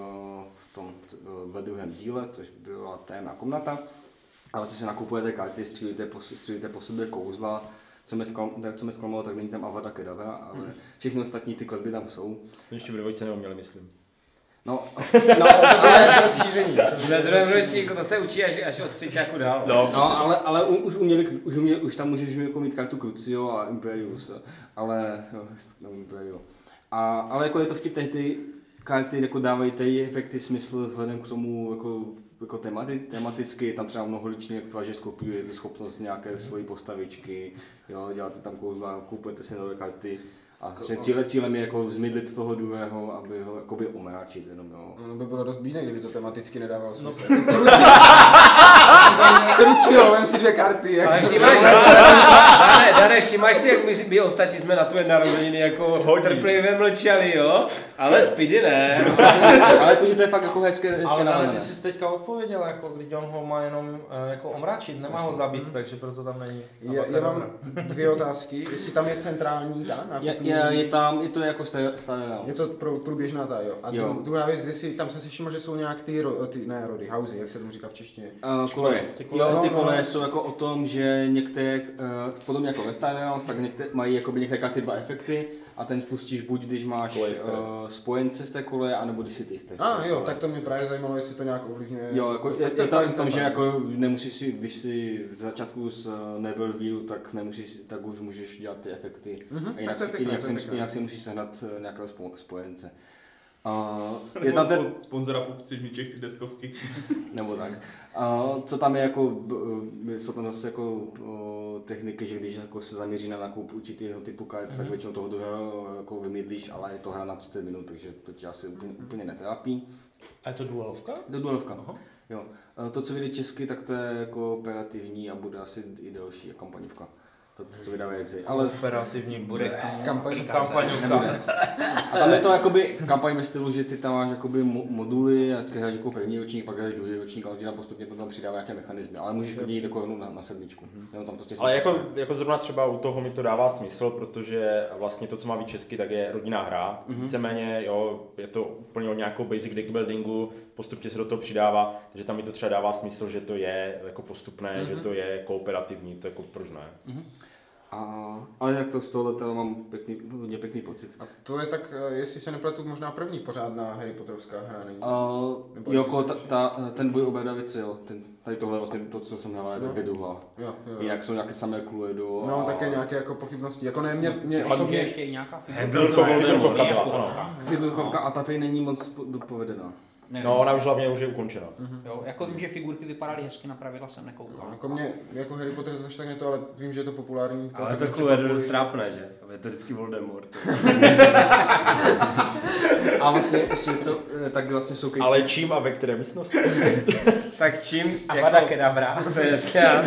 ve druhém díle, což byla téma komnata. Ale co si nakupujete karty, střílíte po sobě kouzla, co mě zklamalo, tak není tam Avada Kedavra, ale všechny ostatní ty kletby tam jsou. Ještě v dvojce neuměli, myslím. No, to je rozšíření. Ve druhém ročníku to se učí až od třetíku dál. No, ale už tam můžeš jako mít kartu Crucio a Imperius, ale Imperius. Ale jako je to vtip, ty karty jako dávají ty efekty smysl vzhledem k tomu jako tematicky, je tam třeba mnoho ličných, jak to, že skopírujete schopnost nějaké svojí postavičky, jo, děláte tam kouzla, kupujete si nové karty. A cílem je jako zmydlit toho druhého, aby ho jakoby omráčit jenom, jo. No by bylo dost bídné, kdyby to tematicky nedávalo smysl. Krucio, vem si 2 karty. Dane, všimáš si, jak my ostatní jsme na tvoje narozeniny jako trpělivě mlčeli, jo? Ale Speedy ne. Ale jakože to je fakt jako hezké ale ty jsi teďka odpověděl, jako když on ho má jenom jako omráčit, nemá ho zabít, takže proto tam není. Já mám 2 otázky, jestli tam je centrální ta nákupní. Je to jako staré. Je to průběžná ta, jo. A druhá věc, jestli tam jsem si všiml, že jsou nějak ty rody, housey, jak se tomu říká v češtině. Koleje. Ty koleje jsou jako o tom, že některé, podobně jako ve Star Wars, tak mají některé karty 2 efekty a ten pustíš buď, když máš spojence z té koleje, anebo když si ty jste. Jo, tak to mě právě zajímalo, jestli to nějak ovlivňuje. Jo, jako je to v tom, že jako nemusíš si, když si v začátku z Never View, tak už můžeš dělat ty efekty. Jinak si musíš sehnat nějakého spojence. Je tam ten sponzora, pokud chceš mít všechny deskovky. Nebo tak. Co tam je jako, jsou tam zase jako techniky, že když jako se zaměří na nákup určitého typu kart, tak většinou toho druhého jako vymydlíš, ale je to hra na 30 minut, takže to tě asi úplně netrápí. A je to duelovka? To je duelovka. Jo. To, co vyjde česky, tak to je jako operativní a bude asi i delší jako kampaňovka. To, co vydávají Exi. Ale operativní bude kampaňovka. A tam je to jakoby kampaň ve stylu, že ty tam máš jakoby moduly, a vždycky hráš jako první ročník, pak hráš druhý ročník, ale ti tam postupně to tam přidává nějaké mechanismy. Ale můžeš klidně jít do korunu na 7. Tam prostě ale jako zrovna třeba u toho mi to dává smysl, protože vlastně to, co má být česky, tak je rodinná hra. Víceméně, jo, je to úplně o nějakou basic deck buildingu, postupně se do toho přidává, takže tam mi to třeba dává smysl, že to je jako postupné, že to je kooperativní, to jako proč ne. Ale jak to z tohohle teda mám hodně pěkný pocit. A to je tak, jestli se nepletu, možná první pořádná Harry Potterovská hra, není? Jako ten boj o Bradavici, jo. Tady tohle vlastně to, co jsem hrál, je také druhá. Jo. Jinak jsou nějaké samé Cluedo. No, také nějaké jako pochybnosti. Jako ne, mě Osobně osobně... ještě i nějaká Figurkovka byla. Figurkovka a ta není moc dopovedená. No, ona už hlavně už je ukončena. Jo, jako vím, že figurky vypadaly hezky, na pravidla jsem nekoukal. Jako mě, jako Harry Potter zase tak to, ale vím, že je to populární. Ale to Cluedo je strápné, že? Je to vždycky Voldemort. A vlastně ještě něco, tak vlastně jsou kejci. Ale čím a ve které místnosti? Tak čím? A vada kedavra. To je tja.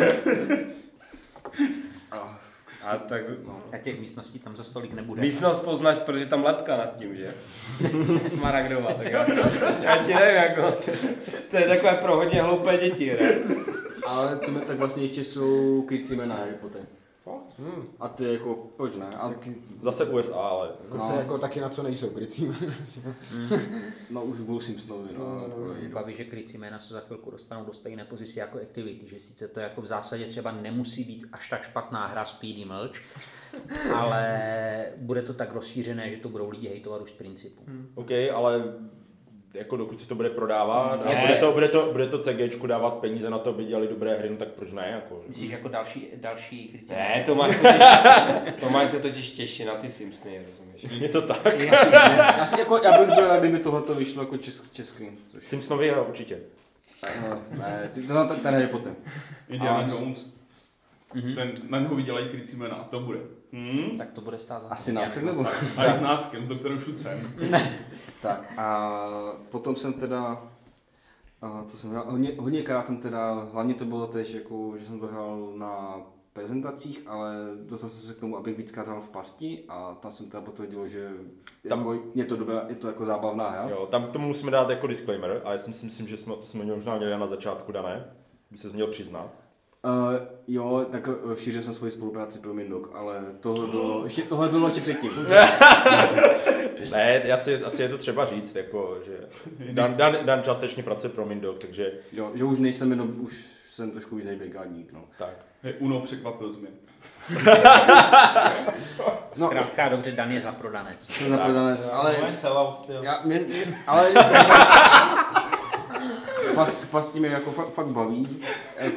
A tak, no. A těch místností tam za stolik nebude. Místnost poznáš, protože tam lepka nad tím, že? Smaragdová, tak já ti nevím, jako, to je takové pro hodně hloupé děti, ne? Ale co mi tak vlastně ještě jsou kejci jména Harry Potter. A ty jako, proč ne? A taky... Zase USA, ale... Zase jako taky na co nejsou krycí. No už budou Simpsonovi, no. Baví, že krycí jména se za chvilku dostanou do stejné pozici jako Activity, že sice to jako v zásadě třeba nemusí být až tak špatná hra Speedy Milch, ale bude to tak rozšířené, že to budou lidi hejtovat už z principu. OK, ale jako dokud se to bude prodávat a bude to CGčku dávat peníze na to, aby dělali dobré hry, no tak proč ne? Jako. Myslíš jako další krycí Ne, jména? Tomáš se totiž těší na ty Simpsony, rozumíš? Je to tak? Já bych byl rád, kdyby tohleto vyšlo jako český. Simpsonovi hra určitě. Ne, ten Harry Potter. Indiana Jones. Ten, na něho vydělají krycí jména a to bude. Tak to bude stát za Asi nácek nebo? A i s Náckem, s doktorem Šucem. Tak a potom jsem teda, co jsem hrál, hodněkrát jsem teda, hlavně to bylo tež jako, že jsem to hrál na prezentacích, ale dostal jsem se k tomu, abych víckrát hrál v pasti a tam jsem teda potvrdil, že jako, je to jako zábavná hra. Jo, tam k tomu musíme dát jako disclaimer, ale já si myslím, že jsme možná měli na začátku dané, by se měl přiznat. Jo, tak rozšířil jsem svoji spolupráci pro Mindok, ale tohle bylo ještě předtím. Ne, asi je to třeba říct, jako, že Dan částečně pracuje pro Mindok, takže... Jo, že už nejsem jenom, už jsem trošku víc než brigádník, no. Tak. Hej, Uno překvapil jsi mě. No. Zkrátka dobře, Dan je zaprodanec. Jsem zaprodanec, ale... Ale... Pastí mě jako fakt baví. Jako,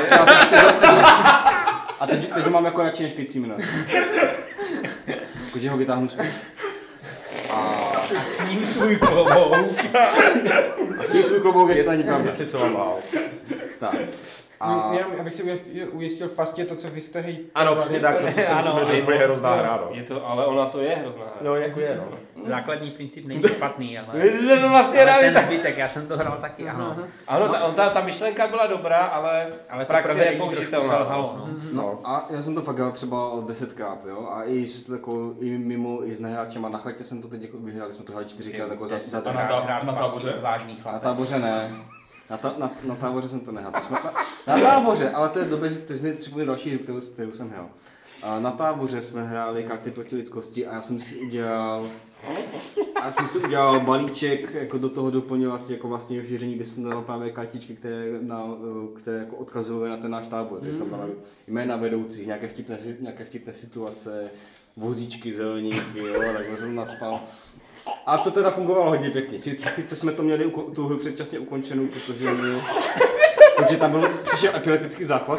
a teď mám jako radši než krycí jména. Protože ho vytáhnu spíš. A s ním svůj klobouk. A s tím svůj klobouk ještě není pravda. Jestli se vám lál. Tak. Jenom abych si ujistil v pastě to, co vy jste hejtali. Ano, přesně tak, to si myslím, že je úplně hrozná hra, no. Je to, ale ona to je hrozná hra. No, jako je, no. Základní princip není špatný, ale... My jsme to vlastně hrali ten zbytek, já jsem to hrál taky, ano. Ano, ta myšlenka byla dobrá, ale praxi je nepoužitelná. No a já jsem to fakt hrál třeba 10krát, jo, a i mimo, i s nehráčema, na chatě jsem to teď jako vyhráli, jsme to hráli 4krát jako za to. Na táboře? Vážný chlapec. Na táboře ne. Na táboře jsem to nehrál. Na táboře, ale to je dobré, že ty jsi mi připomněl další hru, kterou jsem hrál. Na táboře jsme hráli karty proti lidskosti a já jsem si udělal balíček jako do toho doplňovací jako vlastně rozšíření, kde jsem dal právě kartičky, které jako odkazují na ten náš tábor. Takže tam dali jména vedoucích, nějaké vtipné situace, vozíčky, zeleníky, jo, takhle jsem nacpal. A to teda fungovalo hodně pěkně. Sice jsme to měli tu hru předčasně ukončenou, protože tam přišel epileptický záchvat.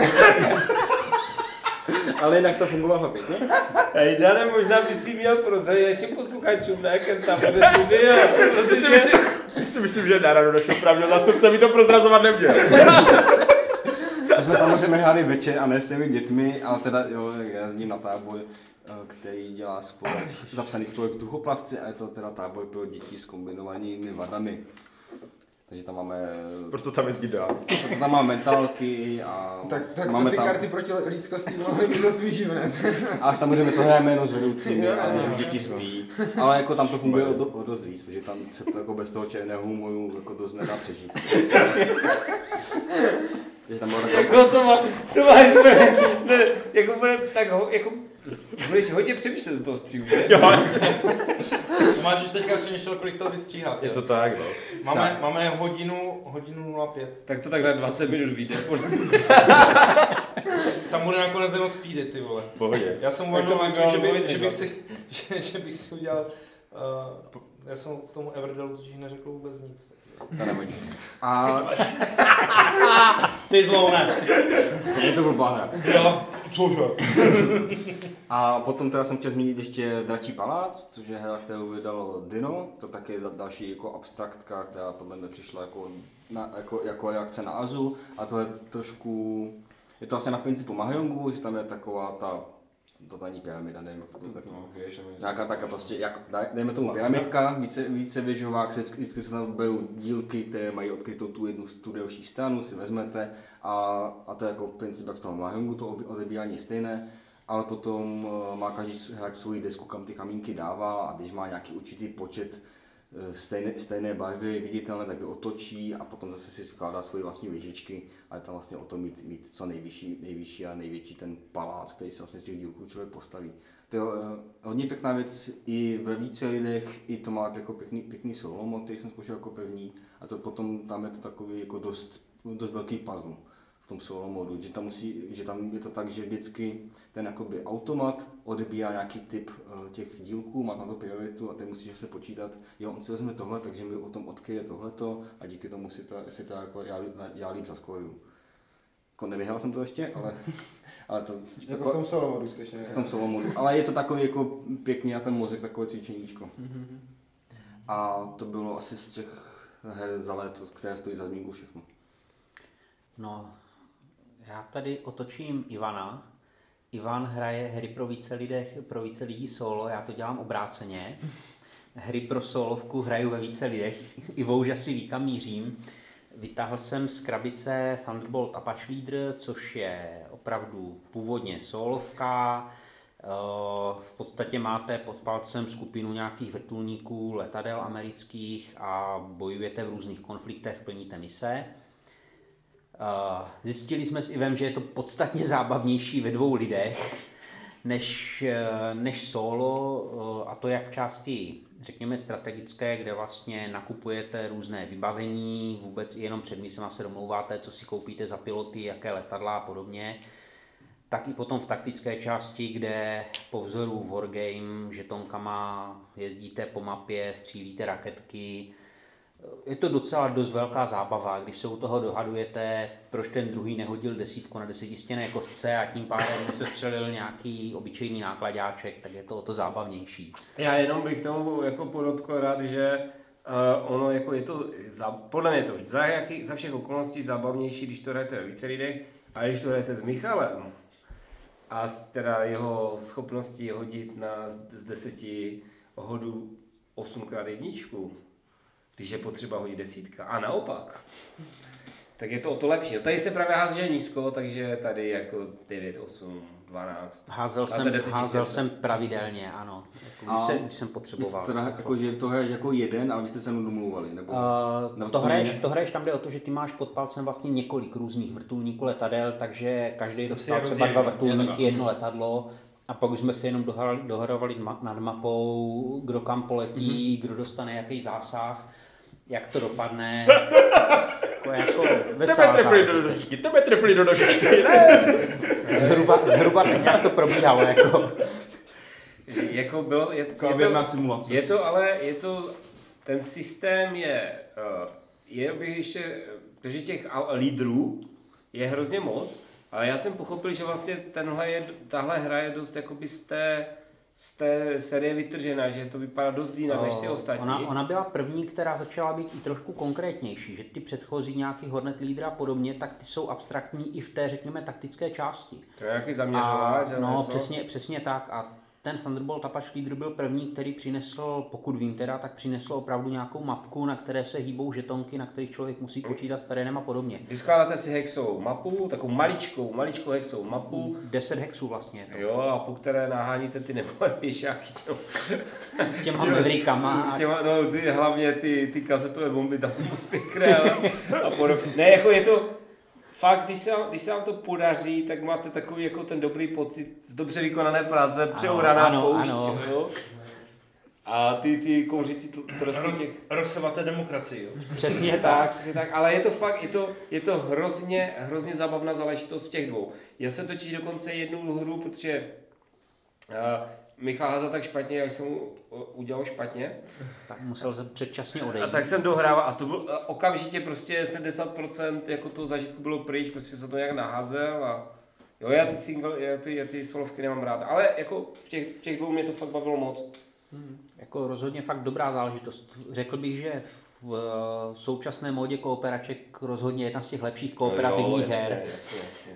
Ale jinak to fungovalo pěkně. Hej, Dane, možná by si měl prozradit našim posluchačům, na jakém táboře jsi byl. Já si myslím, že Dara do našeho právního zástupce by to prozrazovat neměl. To jsme samozřejmě hráli večer a ne s těmi dětmi, ale teda jo, jezdím na tábor, který dělá zapsaný spolek Vzduchoplavci a je to teda tábor pro děti s kombinovanými vadami. Takže tam máme... Proč to tam jezdí dál? Tam máme mentálky a... Tak máme ty tam... karty proti lidskosti mohly být dost výživné. A samozřejmě to hrajeme jenom s vedoucími a děti spí. Ale jako tam to funguje o dost víc, protože tam se to jako bez toho černého humoru jako dost nedá přežít. Tam jako to máš jako bude tak jako Budeš hodně přemýšlet do toho stříhu. Máš teďka přemýšlel, kolik to vystříhat. Je to tak, no. Máme hodinu 05. Tak to tak na 20 minut vyjde. Tam bude nakonec jenom speedy, ty vole. V pohodě. Já jsem uvažoval, že bych si udělal... já jsem k tomu Everdelu totiž neřekl vůbec nic. To nevadí. A Ty zlou, ne. stejně to blbá hra. Jo, cože? A potom teda jsem chtěl zmínit ještě Dračí palác, což je hra, kterou vydalo Dino. To taky je další jako abstraktka, která podle mě přišla jako reakce na Azul. A to je trošku, je to vlastně na principu Mahjongu, že tam je taková ta totální pyramida, nevím jak to tak. Nějaká taká prostě, dejme tomu pyramidka, více věžovák, vždycky se tam berou dílky, které mají odkrytou tu jednu tu delší stranu, si vezmete a to je jako princip jak z toho Mahjongu, to odebírání je stejné, ale potom má každý hráč svoji desku, kam ty kamínky dává a když má nějaký určitý počet stejné barvy viditelné, tak je otočí a potom zase si skládá svoje vlastní věžičky a je tam vlastně o to mít co nejvyšší a největší ten palác, který se vlastně z těch dílků člověk postaví. To je hodně pěkná věc i ve více lidech, i to má jako pěkný solo mod, který jsem zkoušel jako první a to potom tam je to takový jako dost velký puzzle v tom solo modu, že tam je to tak, že vždycky ten jakoby automat odebírá nějaký typ těch dílků, má na to prioritu a ty musíš se počítat, jo, on si vezme tohle, takže mi o tom odkryje tohleto a díky tomu si to jako já líp zaskóruju. Nevyhrál jsem to ještě, ale to... Jako v tom solo modu skutečně. V tom solo modu, ale je to takový jako pěkný a ten mozek takové cvičeníčko. A to bylo asi z těch her za léto, které stojí za zmínku všechno. No, já tady otočím Ivana. Ivan hraje hry pro více lidí solo, já to dělám obráceně. Hry pro solovku hraju ve více lidech. Ivo už asi ví, kam mířím. Vytáhl jsem z krabice Thunderbolt Apache Leader, což je opravdu původně solovka. V podstatě máte pod palcem skupinu nějakých vrtulníků, letadel amerických a bojujete v různých konfliktech, plníte mise. Zjistili jsme s Ivem, že je to podstatně zábavnější ve dvou lidech než solo, a to jak v části, řekněme, strategické, kde vlastně nakupujete různé vybavení, vůbec i jenom před misema se domlouváte, co si koupíte za piloty, jaké letadla a podobně, tak i potom v taktické části, kde po vzoru Wargame žetonkama jezdíte po mapě, střílíte raketky. Je to docela dost velká zábava, když se u toho dohadujete, proč ten druhý nehodil 10 na 10stěnné kostce a tím pádem se střelil nějaký obyčejný nákladáček, tak je to o to zábavnější. Já jenom bych tomu jako podotkl rád, že ono jako je to, podle mě to za všech okolností zábavnější, když to hrajete ve více lidech a když to hrajete s Michalem a teda jeho schopností hodit z 10 hodů 8x1, když je potřeba hodit 10 a naopak, tak je to o to lepší. Tady se právě hází nízko, takže tady jako 9, 8, 12. Házel jsem pravidelně, ano, když jsem potřeboval. Teda jako, že to hraješ jako jeden, ale vy jste se mnou domluvali, nebo? To hraješ tam, jde o to, že ty máš pod palcem vlastně několik různých vrtulníků, letadel, takže každý dostal třeba 2 vrtulníky, 1 letadlo. A pak už jsme se jenom dohadovali nad mapou, kdo kam poletí, kdo dostane jaký zásah, jak to dopadne. Jako veselá záležitost. Tebe trefili do nožičky, ne? Zhruba tak nějak to probíhalo. Jako bylo, simulace. Je to, ten systém bych ještě, protože těch lídrů je hrozně moc, ale já jsem pochopil, že vlastně tahle hra je dost jakoby z té série vytržená, že to vypadá dost jinak než ty ostatní. Ona byla první, která začala být i trošku konkrétnější, že ty předchozí nějaký Hornet Leader a podobně, tak ty jsou abstraktní i v té, řekněme, taktické části. To je nějaký zaměřováč. No, přesně tak. A ten Thunderbolt Apache Leader byl první, který přinesl, pokud vím teda, tak přinesl opravdu nějakou mapku, na které se hýbou žetonky, na kterých člověk musí počítat s terénem a podobně. Vyskládáte si hexovou mapu, takovou maličkou hexovou mapu. 10 hexů vlastně je to. Jo, a po které naháníte ty nebové pěšáky těma mevrikama. Hlavně ty kazetové bomby, tam jsou moc pěkné a podobně. Ne, jako je to fakt, když se vám to podaří, tak máte takový jako ten dobrý pocit z dobře vykonané práce, přeoraná poušť, jo? A ty kouřící trosky těch... Rozsevaté demokracii, jo. Přesně tak, ale je to fakt, je to hrozně zábavná záležitost v těch dvou. Já jsem totiž dokonce jednu hru, protože Michal házal tak špatně, jak jsem mu udělal špatně. Tak musel jsem předčasně odejít. A tak jsem dohrával a to byl okamžitě prostě 70% jako toho zažitku bylo pryč, prostě jsem to nějak naházel a jo, já ty solovky nemám rád, ale jako v těch dvou mě to fakt bavilo moc. Jako rozhodně fakt dobrá záležitost. Řekl bych, že v současné módě kooperaček rozhodně jedna z těch lepších kooperativních her. Jasně.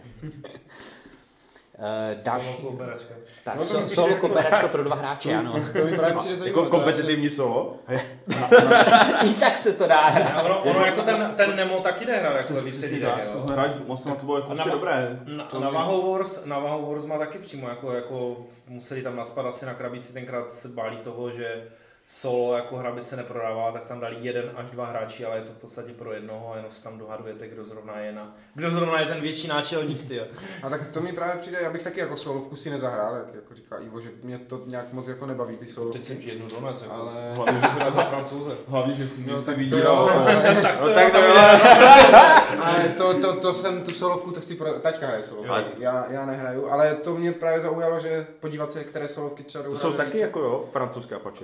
Solo kooperačka. Tak, solo kooperačka pro 2 hráče, ano. To mi právě přijde zajímavé. Jako kompetitivní solo? I tak se to dá hrát. Ono jako ten Nemo taky jde hrát jako více lidí, jo. To jsme hráli, vlastně to bylo jako prostě dobré. Na Vaho Wars má taky přímo, jako museli tam naspat asi na krabici, tenkrát se báli toho, že solo jako hra by se neprodává, tak tam dali 1 až 2 hráči, ale je to v podstatě pro jednoho a jenom se tam dohadujete, kdo zrovna je ten větší náčelník, tyjo. A tak to mi právě přijde, já bych taky jako solovku si nezahrál, jako říká Ivo, že mě to nějak moc jako nebaví ty solovky. Teď jsem ti jednu dones, jako. Ale... Hlavně, že hra za Francouze. Hlavně, že si No, se tak vydíral. Tak to jo. Ale to jsem tu solovku, to chci pro... Taťka hraje solovky, já nehraju, ale to mě právě zaujalo, že podívat se, které solovky třeba jdou. To jsou taky jako jo, francouzské Apache.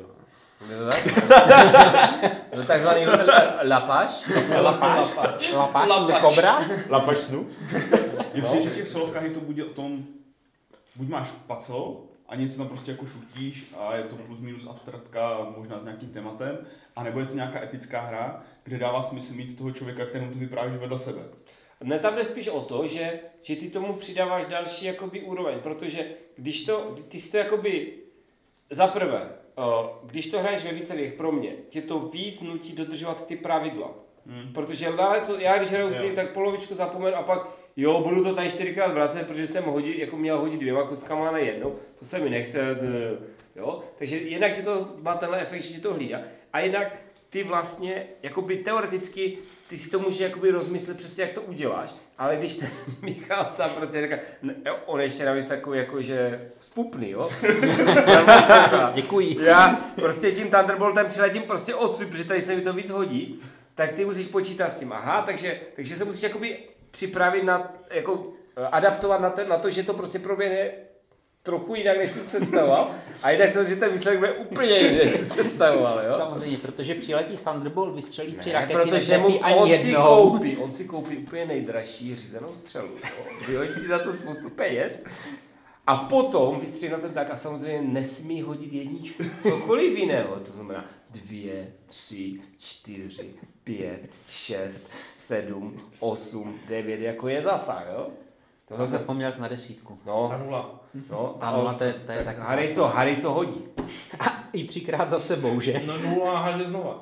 To je takzvaný lapáš. Lapáš le Cobra. Lapaš snu? Je přijde, že v těch solovkách je to buď o tom, buď máš pacel a něco tam prostě jako šuchtíš a je to plus minus abstraktka, možná s nějakým tématem, anebo je to nějaká etická hra, kde dává smysl mít toho člověka, kterému to vyprávíš vedle sebe. Ne, tam jde spíš o to, že ty tomu přidáváš další jakoby úroveň, protože ty si to jakoby zaprvé, když to hraješ ve více lidech, pro mě, tě to víc nutí dodržovat ty pravidla. Protože já když hraju si, tak polovičku zapomenu a pak budu to tady 4krát vracet, protože jsem měl hodit 2 kostkama na jednou, to se mi nechce, jo. Takže jednak ti to má tenhle efekt, že ti to hlídá. A jinak ty vlastně, jakoby teoreticky, ty si to můžeš jakoby rozmyslet přesně, jak to uděláš, ale když ten Michal tam prostě říká, on ještě navíc takový jakože spupný, jo. Děkuji. Já prostě tím Thunderboltem přiletím prostě odsud, protože tady se mi to víc hodí, tak ty musíš počítat s tím, takže se musíš jakoby připravit adaptovat na to, že to prostě proběhne trochu jinak, než jsi představoval, a jinak jsem, že ten výsledek bude úplně jiný, než jsi představoval, jo? Samozřejmě, protože přiletí Thunderbolt, vystřelí 3 rakety, protože on si koupí úplně nejdražší řízenou střelu, vyhodí si za to spoustu peněz a potom vystřelí na ten tak a samozřejmě nesmí hodit jedničku, cokoliv jiného, to znamená 2, 3, 4, 5, 6, 7, 8, 9, jako je zasah, jo? To zase zapomněl na 10. No. Ta 0. No, ta 0 to je tak Harry co hodí. A i 3krát za sebou, že? No 0 a haže znova.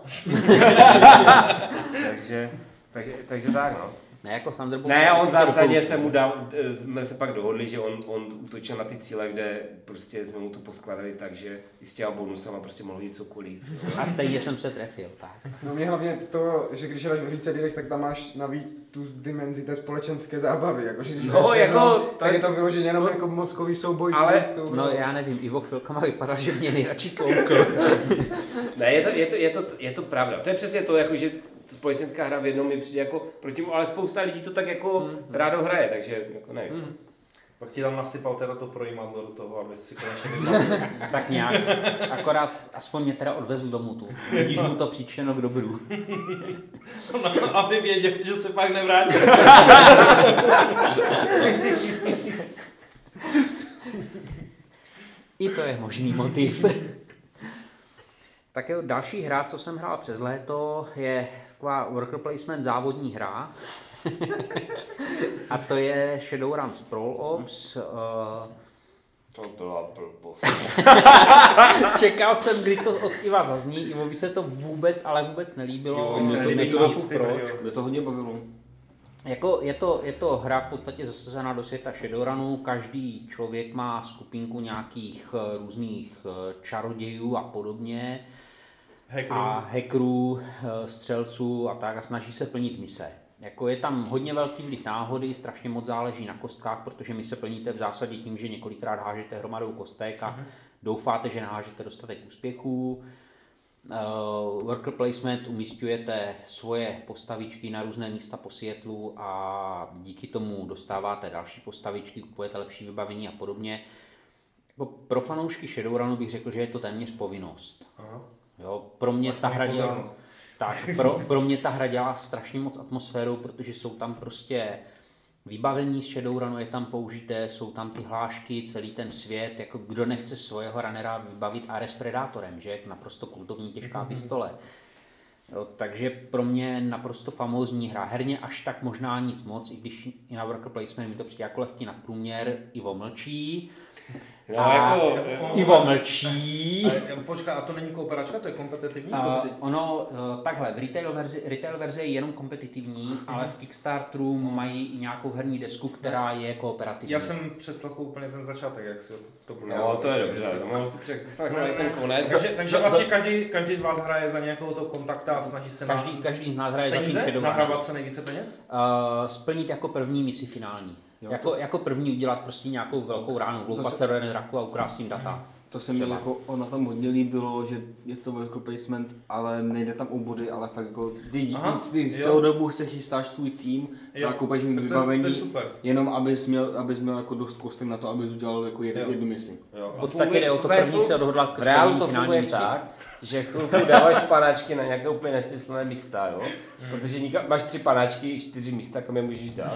takže tak, no. Ne, jako Thunderbolt. Ne, on zásadně jsme se pak dohodli, že on útočil na ty cíle, kde prostě jsme mu to poskladali tak, že i s těma bonusama prostě mohl jít cokoliv. A stejně jsem se trefil, tak. No mě hlavně to, že když hraješ ve více lidech, tak tam máš navíc tu dimenzi té společenské zábavy, jakože když tak je to vyloženě jenom jako mozkový souboj. Ale, no já nevím, Ivo chvilkama vypadal, že mě nejradši tloukl. Ne, je to pravda. To je přesně to, jako, že společenská hra v jednom mi přijde jako proti, ale spousta lidí to tak jako rádo hraje, takže jako nevím. Pak ti tam nasypal teda to projímadlo do toho, aby si konečně vypadl. Tak nějak, akorát aspoň mě teda odvezl domů tu. Vidíš mu to příčeno k dobru. No, aby věděl, že se pak nevrátí. I to je možný motiv. Tak jo, další hra, co jsem hrál přes léto, je taková worker placement závodní hra. A to je Shadowrun Sprawl Ops. To byla blbost. Čekal jsem, kdy to od Iva zazní. Ivovi se to vůbec, ale vůbec nelíbilo. Mě to hodně bavilo. Jako je to hra v podstatě zasazená do světa Shadowrunu. Každý člověk má skupinku nějakých různých čarodějů a podobně. Hackerů, střelců a tak a snaží se plnit mise. Jako je tam hodně velký vliv náhody, strašně moc záleží na kostkách, protože my se plníte v zásadě tím, že několikrát hážete hromadou kostek a doufáte, že nahážete dostatek úspěchů. Worker placement umísťujete svoje postavičky na různé místa po Seattlu a díky tomu dostáváte další postavičky, kupujete lepší vybavení a podobně. Jako pro fanoušky Shadowrunu bych řekl, že je to téměř povinnost. Jo, pro mě ta hra dělá... Tak, pro mě ta hra dělá strašně moc atmosféru, protože jsou tam prostě vybavení z Shadowrunu, je tam použité, jsou tam ty hlášky, celý ten svět, jako kdo nechce svého runnera vybavit Ares Predátorem, že? Naprosto kultovní těžká pistole. Jo, takže pro mě naprosto famózní hra. Herně až tak možná nic moc, i když i na worker placement mi to přijde jako lehký nadprůměr, Ivo mlčí. No, jako, Ivo mlčí. Počkej, a to není kooperačka, to je kompetitivní? Takhle, v retail verzi je jenom kompetitivní, ale v Kickstarteru mají i nějakou herní desku, která je kooperativní. Já jsem přeslechl úplně ten začátek, jak si to bylo. No, to je dobře, to mohu si přeslechnout ten konec. Takže vlastně každý z vás hraje za nějakého toho kontakta a snaží se Každý z nás hraje za tím Shadowrun. nahrávat co nejvíce peněz? Splnit jako první misi finální. Jako první udělat prostě nějakou velkou ránu, vloupat se do draku a ukrást jim data. To se mi jako ono tam hodně líbilo, že je to worker placement, ale nejde tam o body, ale fakt jako ty celou dobu se chystáš svůj tým, nakoupaš mi vybavení, jenom abys měl jako dost kostek na to, abys udělal jako jednu misi. V podstatě jde o to první se odhodlat k reálu to funguje tak, že chvilku dáváš panáčky na nějaké úplně nesmyslné místa, jo? Protože máš 3 panáčky, 4 místa, kam je můžeš dát.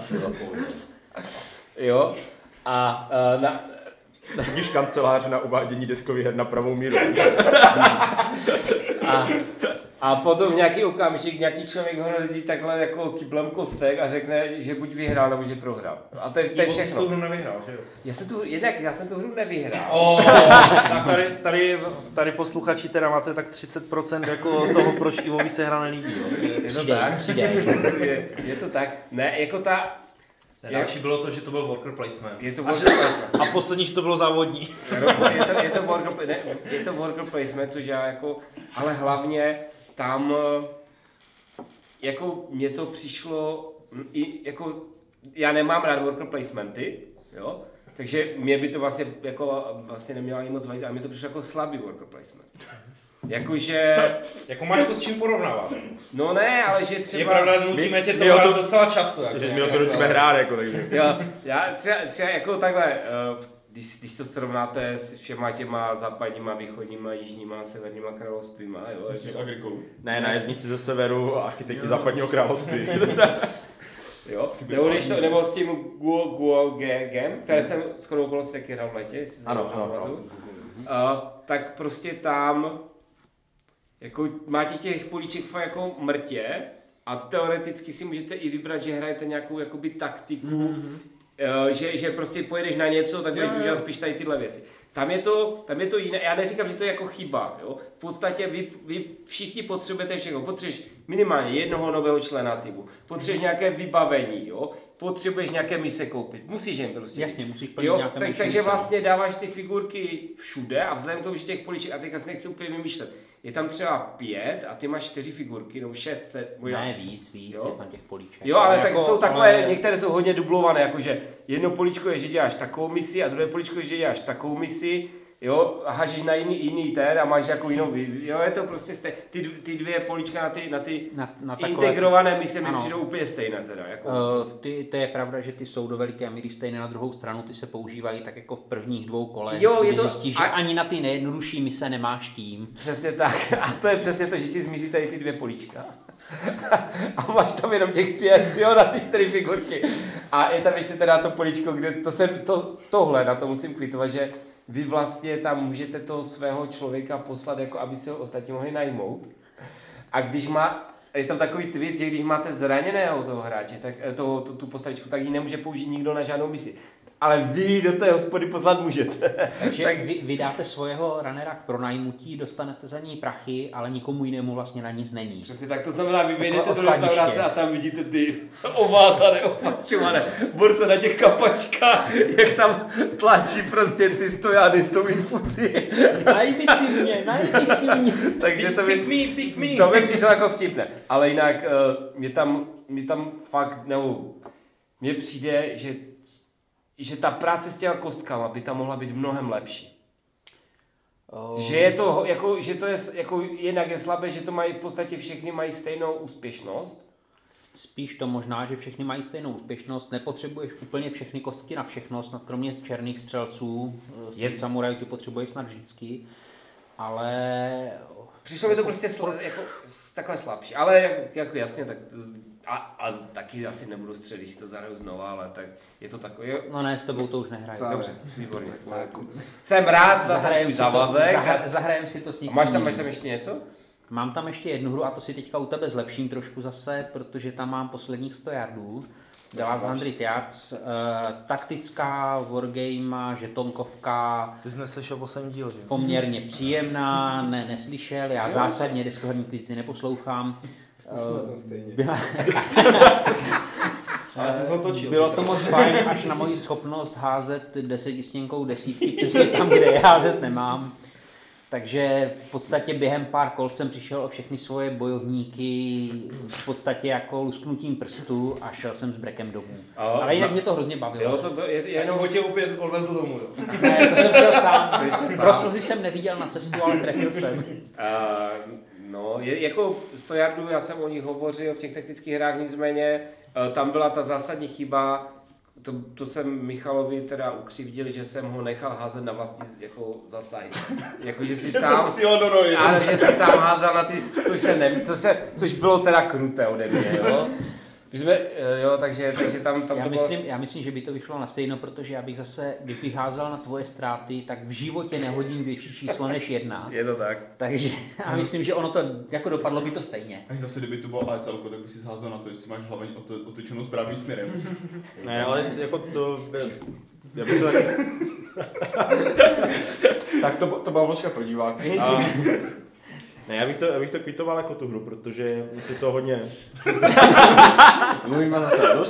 Jo? A Vidíš kancelář na uvádění deskových her na pravou míru. a potom nějaký okamžik, nějaký člověk ho hodí takhle jako kyblem kostek a řekne, že buď vyhrál nebo že prohrál. A to je všechno. Jsi tu hru nevyhrál, že jo? Já jsem tu hru nevyhrál. Tak tady posluchači teda máte tak 30% jako toho, proč Ivovi se hra nelíbí, jo? Je to tak. Ne, jako ta... Další bylo to, že to byl worker placement. Je to worker placement. A poslední, že to bylo závodní. Je to worker placement, což já jako, ale hlavně tam, jako mně to přišlo, jako já nemám rád worker placementy, jo, takže mě by to vlastně nemělo ani moc vadit, ale mě to přišlo jako slabý worker placement. Jakože... Jako máš to s čím porovnávat? No ne, ale že třeba... Je pravda, nutíme tě to hrát docela často. Jako, že my to nutíme hrát, jako takže. Jo, já třeba jako takhle, když to srovnáte s všema těma západníma, východníma, jižníma, severníma královstvíma, jo. Ne, nájezdníci ze severu a architekti západního království. Jo, nebo s tím Guogem, které jsem skoro okolností taky hrál v létě, jestli se ano. Tak prostě tam jako máte těch políček fakt jako mrtě a teoreticky si můžete i vybrat, že hrajete nějakou jakoby taktiku, že prostě pojedeš na něco, tak budeš udělat spíš tady tyhle věci. Tam je to jiné, já neříkám, že to je jako chyba, jo. V podstatě vy všichni potřebujete všechno, potřebuješ minimálně jednoho nového člena týmu, potřebuješ nějaké vybavení, jo, potřebuješ nějaké mise koupit, musíš jen prostě. Jasně, musíš plnit nějaké mise. Takže vlastně dáváš ty figurky všude a vzhledem k tomu, že těch políček, a teďka si nechci úplně vymýšlet, je tam třeba 5 a ty máš 4 figurky, nebo 6, 7, ne, víc, jo? Je tam těch políček. Jo, ale tak jsou takové, některé jsou hodně dublované, jakože jedno políčko je, že děláš takovou misi a druhé políčko je, že děláš takovou misi, jo, a hážeš na jiný ten a máš jako jinou, jo, je to prostě ty dvě políčka na ty integrované mise mi přijdou úplně stejné teda. Jako. To je pravda, že ty jsou do veliké míry stejné, na druhou stranu ty se používají tak jako v prvních 2 kolech, kdy zjistíš, že ani na ty nejjednodušší mise nemáš tým. Přesně tak, a to je přesně to, že ti zmizí tady ty 2 políčka. A máš tam jenom těch 5, jo, na ty 4 figurky. A je tam ještě teda to políčko, kde tohle, na to musím kvitovat, že vy vlastně tam můžete toho svého člověka poslat, jako aby si ho ostatní mohli najmout. A když je tam takový twist, že když máte zraněného toho hráče, tak tu postavičku, tak ji nemůže použít nikdo na žádnou misi. ale vy do té hospody poslat můžete. Takže vy dáte svého runnera k pronajmutí, dostanete za něj prachy, ale nikomu jinému vlastně na nic není. Přesně tak, to znamená, vy vyjdete do odkladiště. restaurace a tam vidíte ty ovázané, opačované borce na těch kapačkách, jak tam tlačí prostě ty stojány s tou infuzí. Najmi si mě. Takže to Pick me. to mi přišlo jako vtipné. Ale jinak mě tam fakt, nebo mně přijde, že ta práce s těma kostkama by tam mohla být mnohem lepší. Že je to jako, že to je jako jednak je slabé, že to mají v podstatě všechny mají stejnou úspěšnost. Spíš to možná, že všechny mají stejnou úspěšnost, nepotřebuješ úplně všechny kostky na všechno, snad kromě černých střelců, samurajů ty potřebuješ snad vždycky, ale... Přišlo mi to prostě jako takové slabší, ale jako jasně, tak a taky asi nebudu střelit, když to zahraju znova, ale tak je to takové... No ne, s tebou to už nehraju. Dobře, výborně. Jsem rád za ten závazek. Zahrajem si to s někým. Máš tam ještě něco? Mám tam ještě jednu hru a to si teďka u tebe zlepším trošku zase, protože tam mám posledních 100 yardů. 100 yards, taktická wargame, žetonkovka. Ty jsi neslyšel poslední díl, že? Poměrně příjemná, neslyšel, já zásadně deskoherní kvízy neposlouchám. Bylo to moc fajn, až na moji schopnost házet 10 stěnkou desítky přesně tam, kde je házet nemám. Takže v podstatě během pár kol jsem přišel o všechny svoje bojovníky v podstatě jako lusknutím prstu a šel jsem s brekem domů. Ale jinak mě to hrozně bavilo. Jo, to Jenom ho tě opět odvezl domů, jo? Ne, to jsem šel sám. Proslzy jsem neviděl na cestu, ale trefil jsem. No, jako 100 yardů, já jsem o nich hovořil v těch taktických hrách, nicméně tam byla ta zásadní chyba, to jsem Michalovi teda ukřivdil, že jsem ho nechal házet na vlastní jako zasahy. Jako, že si sám, ale že si sám házel na ty, což bylo teda kruté ode mě, jo. Takže tam já myslím, že by to vyšlo na stejno, protože já bych zase, když bych házel na tvoje ztráty, tak v životě nehodím větší číslo než 1. Je to tak. Takže já myslím, že ono to jako dopadlo by to stejně. A zase, kdyby to bylo ASL, tak by si házel na to, jestli máš hlavně otočenou správným směrem. Ne, ale jako to... Já bych to Tak to byla vložka pro diváky. Ne, já bych to kvitoval jako tu hru, protože si to hodně... Mluvíme zase dost.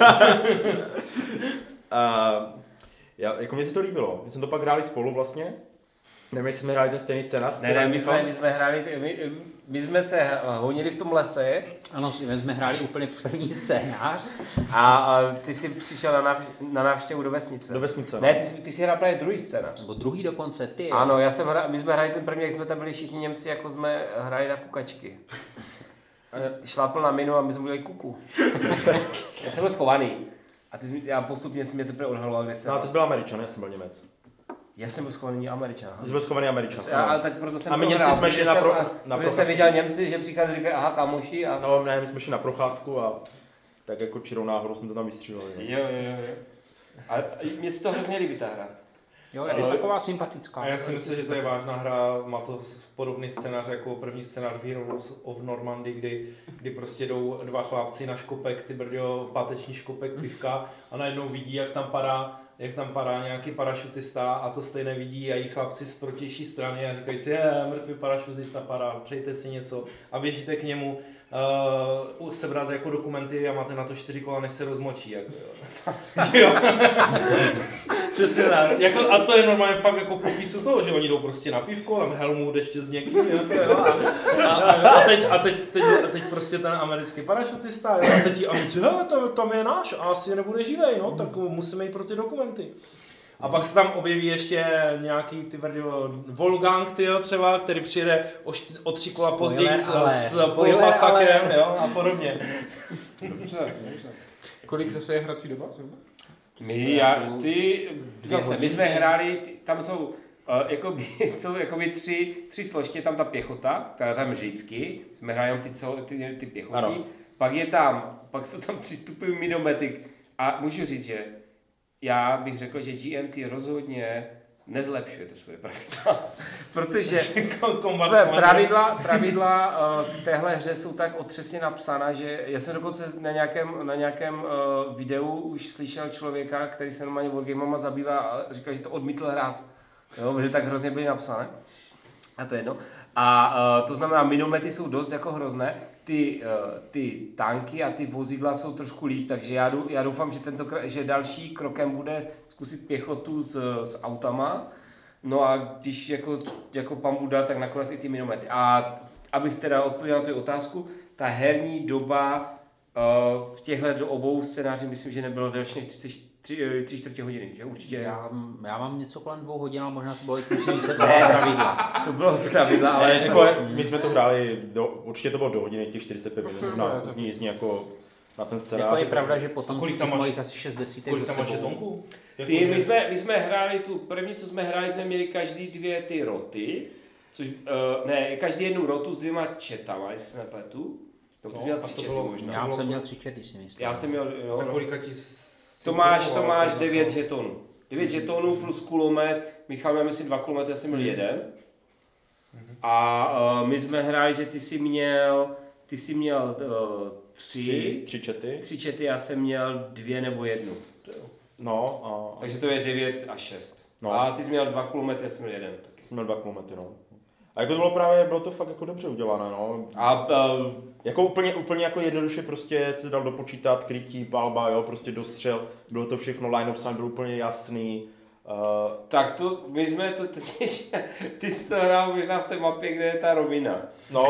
Jako mně se to líbilo. My jsme to pak hráli spolu vlastně. Nevím, jestli jsme hráli ten stejný scénář. Ne, my jsme hráli, my jsme se honili v tom lese. Ano, my jsme hráli úplně první scénář. A ty jsi přišel na návštěvu do vesnice. Do vesnice, no. Ne, ty jsi hrál právě druhý scénář. Nebo druhý dokonce, ty. Ano, my jsme hráli ten první, jak jsme tam byli všichni Němci, jako jsme hráli na kukačky. Šlápl na minu a my jsme byli kuku. Já jsem byl schovaný. A postupně si mě teprve odhaloval, kde jsem. No, ty jsi byl Američan, já jsem byl Němec. Já jsem byl schovaný Američan. Ty jsi byl schovaný Američan. Ale tak proto jsem a my Němci jsme šli protože jsem viděl Němci, že přichází a říkají, aha, kamoši. A... No, ne, my jsme šli na procházku a tak jako čirou náhodou jsme to tam vystříleli. Jo. A mně se to hrozně líbí ta hra. Jo, je to taková sympatická. A já si myslím, že to je vážná hra, má to podobný scénář jako první scénář v Heroes of Normandy, kdy prostě jdou dva chlapci na škopek, ty brďo, páteční škopek pivka a najednou vidí, jak tam padá nějaký parašutista a to stejné vidí a jí chlapci z protější strany a říkají si, mrtvý parašutista padá, přejte si něco a běžíte k němu sebrat jako dokumenty a máte na to 4 kola, než se rozmočí. Jako, jo. Přesně tak. Jako, a to je normálně fakt jako popisu toho, že oni jdou prostě na pivko, tam helmu, ještě s někým, jo, a teď prostě ten americký parašutista, jo, a teď ti amici, tam je náš a asi nebude živej, no, tak musíme jít pro ty dokumenty. A pak se tam objeví ještě nějaký Wolfgang, třeba, který přijede o 3 kola později s polpasakem, jo, a podobně. Dobře. Kolik zase je hrací doba? My jsme hráli, tam jsou jakoby tři složky, tam ta pěchota, která tam vždycky, jsme hráli ty pěchotní, pak jsou tam přístupy minomety a můžu říct, že já bych řekl, že GMT rozhodně nezlepšuje to svoje pravidla. Protože pravidla k téhle hře jsou tak otřesně napsána, že já jsem dokonce na nějakém videu už slyšel člověka, který se normálně wargamama zabývá a říkal, že to odmítl hrát. Jo, že tak hrozně byly napsané. A to je jedno. A to znamená, minomety jsou dost jako hrozné, ty tanky a ty vozidla jsou trošku líp, takže já doufám, že další krokem bude zkusit pěchotu s autama, no a když jako pan Buda, tak nakonec i ty minomety. A abych teda odpověděl na tu otázku, ta herní doba v těchto obou scénářích myslím, že nebylo delší než 3/4 hodiny, že určitě. Já mám něco kolem 2 hodin, ale možná to bylo i musím se pravidla. To bylo pravidla, ale jako, my jsme to hráli, určitě to bylo do hodiny, těch 45 minut, zní jako na ten scénář. Jako je pravda, že potom těch mojich asi 6 desítek kolik tam máš žetonků? My jsme hráli tu první, co jsme hráli, jsme měli každý 2 ty roty, což, každý jednu rotu s 2 četama, jestli se nepletu. To měl 3 čety možná. Já jsem měl 3 čety, si myslím. Já jsem měl, Za kolika ti... Tomáš 9 žetonů. 9 žetonů plus kulomet, Michal měl myslím 2 kulomety, já jsem měl 1. A my jsme hráli, že ty jsi měl 3 čety. 3 čety, já jsem měl 2 nebo 1. No. Takže to je 9 a 6. No. A ty jsi měl 2 kulomety, já jsem měl 1. Jsem měl 2 kulomety, no. A jako bylo to fakt jako dobře udělané, no. A jako úplně jako jednoduše prostě se dal dopočítat krytí, palba, jo, prostě dostřel, bylo to všechno, line of sight byl úplně jasný. Tak to, my jsme to totiž, ty jsi to hrál možná v té mapě, kde je ta rovina. No.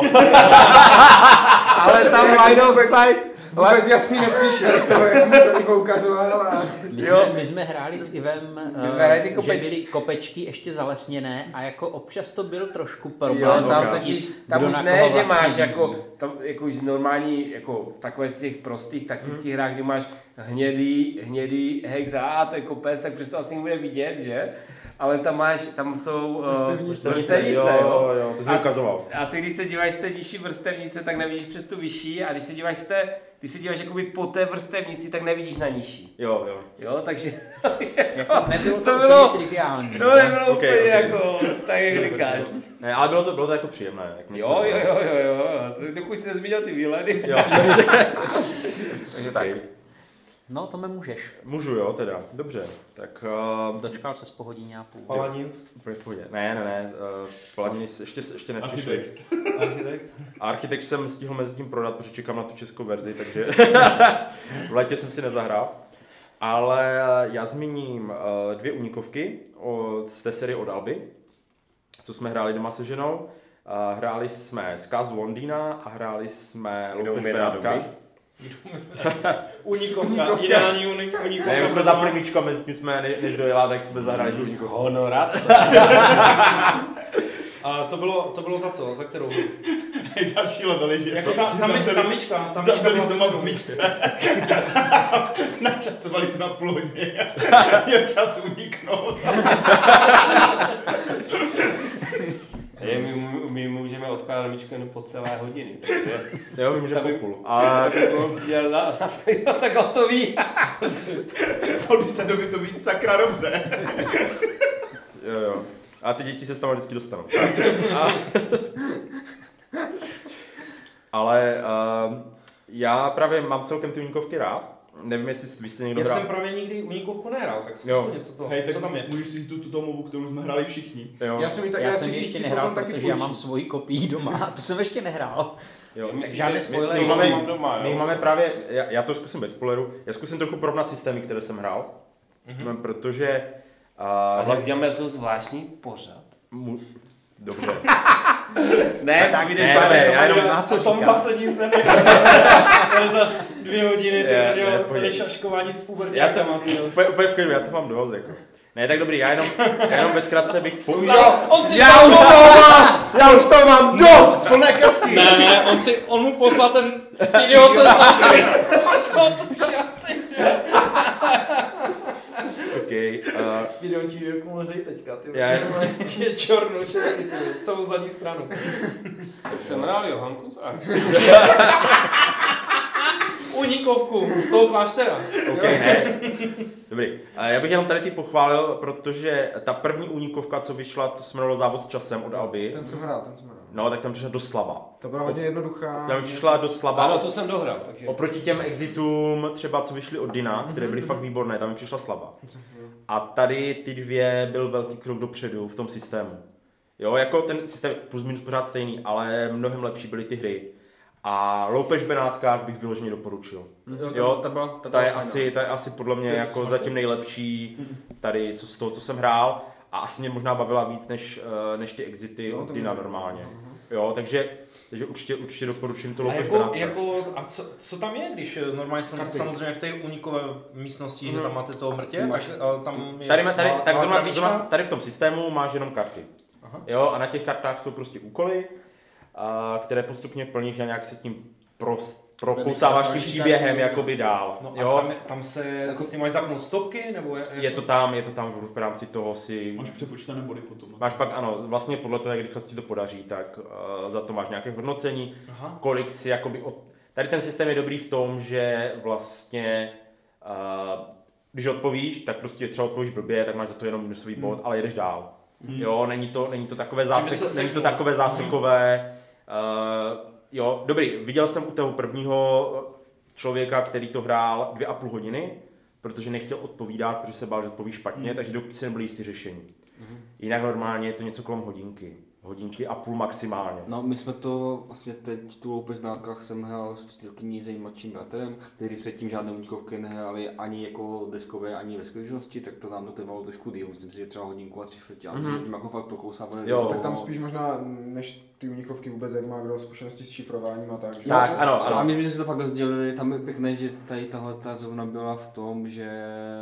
Ale tam line of sight. Vůbec jasný nepřišel z toho, jak jsme to Ivo ukazoval. My jsme hráli s Ivem, že byly kopečky ještě zalesněné a jako občas to byl trošku problém. Jo, tam už ne, že máš jako už normální, jako takové těch prostých taktických hrách, kdy máš hnědý hexa a to je kopec, tak přesto asi nebude vidět, že? Ale tam jsou vrstevnice, jo, to jsi mi ukazoval. A ty, když se díváš z té nižší vrstevnice, tak nevidíš přes tu vyšší, a když se díváš jakoby po té vrstevnici, tak nevidíš na nižší. Jo, takže nebylo to úplně triviální. To nebylo úplně jako, tak jak říkáš. Ne, ale bylo to jako příjemné. Jo, dokud jsi nezmínil ty výhledy. Jo. Takže tak. No, to můžeš. Můžu, jo, teda. Dobře. Tak... Dočkal se z pohodí a půl. Paladins? Úplně v pohodě. Ne. Paladins ještě nepřišli. Architekt jsem stihl mezi tím prodat, protože čekám na tu českou verzi, takže v létě jsem si nezahrál. Ale já zmíním 2 únikovky z té série od Alby, co jsme hráli doma se ženou. Hráli jsme Zkaz Londýna a hráli jsme Loupež Benátka. Unikovka, ideální unikovka. Ne, my jsme za prvíčko, než dojela, tak jsme zahrali tu unikovku. Honorat. A to bylo za co? Za kterou? Další levely, že? Jako ta myčka zavřeli doma v myčce. Načasovali to na půl hodiny. Je čas uniknout. My můžeme odkládat myčku jenom po celé hodiny. Jo, my můžeme po půl. A tak hotový. Od té doby to ví sakra dobře. Jo. A ty děti se z toho vždycky dostanou. Ale já právě mám celkem ty unikovky rád. Nevím, jestli vy jste někdo hrál. Já jsem právě nikdy unikovku nehrál, tak zkus to něco toho. Hej, co tam je? Můžeš si tu domovu, kterou jsme hráli všichni. Jo. Já jsem ještě nehrál, protože já mám svoji kopii doma a tu jsem ještě nehrál. Jo, tak žádné spoilery. My máme právě, já to zkusím bez spoileru, já zkusím trochu porovnat systémy, které jsem hrál, protože... vlastně děláme to zvláštní pořad. Dobře. Ne, tak já jenom na co tom zase nic neřekl. Ale za 2 hodiny to šaškování s puberťákama. Úplně v klidu, já to mám dost, jako. Ne, tak dobrý, já jenom ve zkratce bych... Já už to mám dost! Plné kecky! Ne, on mu poslal ten CDho seznam. Okay, Speedon ti vypnul hry teďka, ty je čornou všechny, celou zadní stranu. Tak jsem hrál Johanku z Arch. Uníkovku z toho kláštera. OK, ne. Dobrý. Já bych jenom tady ty pochválil, protože ta první únikovka, co vyšla, to se jmenovalo Závod s časem od Alby. Ten jsem hrál. No, tak tam přišla dost slabá. To byla hodně jednoduchá. Tam přišla dost slabá. Ano, tu jsem dohrál. Takže... Oproti těm exitům, třeba co vyšly od Dina, které byly fakt výborné, tam mi přišla slabá. A tady ty dvě byl velký krok dopředu v tom systému. Jo, jako ten systém plus minus pořád stejný, ale mnohem lepší byly ty hry. A loupež v Benátkách bych vyloženě doporučil. Jo, ta je asi podle mě jako zatím nejlepší tady co z toho, co jsem hrál. A asi mě možná bavila víc než ty exity od Dina normálně. Jo, takže určitě doporučím to loupež v Benátkách. A co tam je, když normálně jsem samozřejmě v té unikové místnosti, že tam máte toho mrtě, tak tam je... Tady v tom systému máš jenom karty. Jo, a na těch kartách jsou prostě úkoly, které postupně plníš a nějak se tím prokousáváš tím příběhem jakoby dál. No jo? A tam se jako, s tím máš zapnout stopky, nebo je to tam v rámci toho si... Máš přepočítané body potom. Máš pak, ano, vlastně podle toho, jak rychle ti to podaří, tak za to máš nějaké hodnocení, kolik si jakoby... Tady ten systém je dobrý v tom, že vlastně... když odpovíš, tak prostě třeba odpovíš blbě, tak máš za to jenom minusový bod, ale jedeš dál. Jo, není to takové zásekové. Jo, dobrý, viděl jsem u toho prvního člověka, který to hrál 2,5 hodiny, protože nechtěl odpovídat, protože se bál, že odpoví špatně, takže si nebyl jistý řešení. Jinak normálně je to něco kolem hodinky a půl maximálně. No, my jsme to vlastně teď tu loupež v Benátkách jsem hrál s přítelkyní s jejím mladším bratrem, kteří předtím žádné únikovky nehráli ani jako deskové, ani ve skutečnosti, tak to nám to trvalo trošku díl, myslím si, že třeba hodinku a 3/4, ale s tím jako fakt prokousávali. Tak tam spíš možná, než ty únikovky vůbec zajímá, kdo zkušenosti s šifrováním a tak. Že? Tak, ano. A myslím, že si to fakt rozdělili, tam je pěkné, že tady tahle zrovna byla v tom, že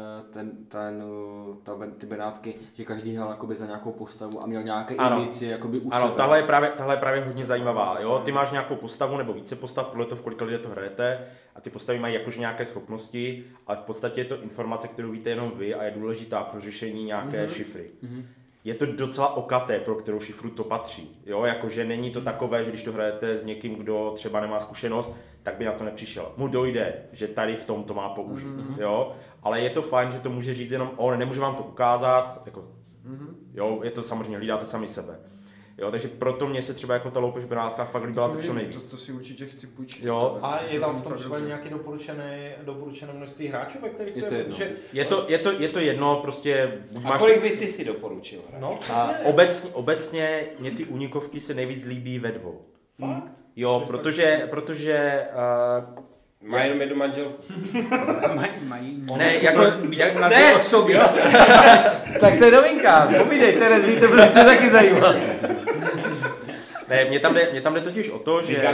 ty Benátky, že každý hrál jakoby za nějakou postavu a měl nějaké indicie jakoby u ano, sebe. tahle je právě hodně zajímavá. Jo? Ty máš nějakou postavu nebo více postav, podle toho, v kolika lidé to hrajete, a ty postavy mají jakože nějaké schopnosti, ale v podstatě je to informace, kterou víte jenom vy a je důležitá pro řešení nějaké šifry. Je to docela okaté, pro kterou šifru to patří. Jo? Jakože není to takové, že když to hrajete s někým, kdo třeba nemá zkušenost, tak by na to nepřišel. Mu dojde, že tady v tom to má použít. Jo? Ale je to fajn, že to může říct jenom on, nemůže vám to ukázat. Jako, jo? Je to samozřejmě, hlídáte sami sebe. Jo, takže proto mě se třeba jako ta loupež v Benátkách fakt líbila ze všeho nejvíc. To si určitě chci půjčit. Jo. A je tam v tom případě nějaké doporučené množství hráčů, ve kterých to je? Je to jedno, prostě... A kolik by ty si doporučil hrát? No, přesně. Obecně mě ty únikovky se nejvíc líbí ve dvou. Fakt? Jo, protože má jenom jednu manželku. Mají. Ne, jako... Ne, sobě. Tak to je novinka. Povídej, Terezi, to bude taky zajímat. Ne, mě tam jde totiž o to, že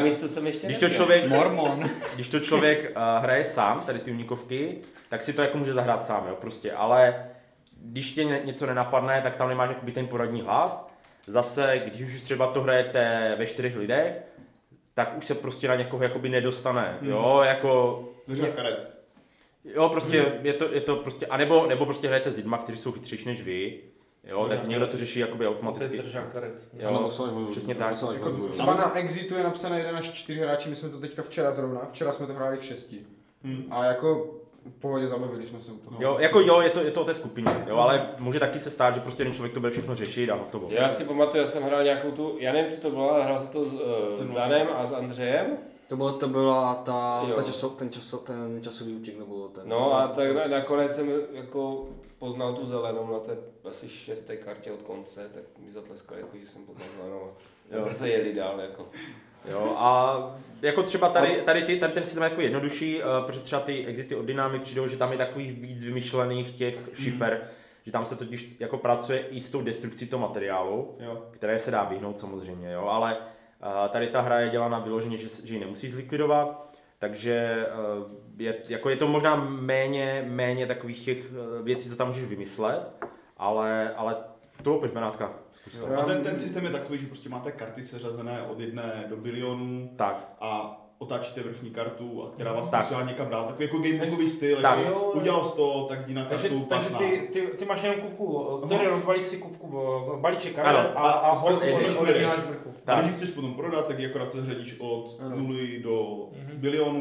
když to člověk hraje sám, tady ty únikovky, tak si to jako může zahrát sám, jo, prostě, ale když tě něco nenapadne, tak tam nemáš jakoby ten poradní hlas. Zase, když už třeba to hrajete ve 4 lidech, tak už se prostě na někoho jakoby nedostane, jo, jako... Jo, prostě je to prostě, nebo prostě hrajete s lidma, kteří jsou chytřejší než vy, jo, tak někdo to řeší jakoby automaticky. Jo, přesně tak. Třeba na Exitu je napsané 1 až 4 hráči, my jsme to teďka včera jsme to hráli v 6. A jako v pohodě zabavili jsme se u toho. Jo, je to o té skupině, jo, ale může taky se stát, že prostě jeden člověk to bude všechno řešit a hotovo. Já si pamatuju, já jsem hrál nějakou tu, já nevím, co to bylo, hrál jsem to s Danem a s Andřejem. To byla ten časový útěk, nebo ten... No a tak nakonec jsem jako poznal tu zelenou na té asi 6. kartě od konce, tak mi zatleskali, jako, že jsem poznal zelenou a zase jeli dál, jako. Jo, a jako třeba tady ten systém je jako jednodušší, protože třeba ty exity od Dina mi přijdou, že tam je takových víc vymyšlených těch šifer, že tam se totiž jako pracuje i s tou destrukcí toho materiálu, které se dá vyhnout samozřejmě, jo, ale tady ta hra je dělána vyloženě, že ji nemusí zlikvidovat, takže je to možná méně takových těch věcí, co tam můžeš vymyslet, ale to loupež v Benátkách zkuste. A ten systém je takový, že prostě máte karty seřazené od 1 do bilionů a otáčíte vrchní kartu, a která vás posílá někam dál. Takový jako gamebookový styl, jako udělal 100, tak jdi na kartu 15. Takže ty máš jenom kupku, který rozbalíš si kupku, balíček karet a hodně z vrchu. A když chceš potom prodat, tak ji akorát se řadíš od 0 do bilionu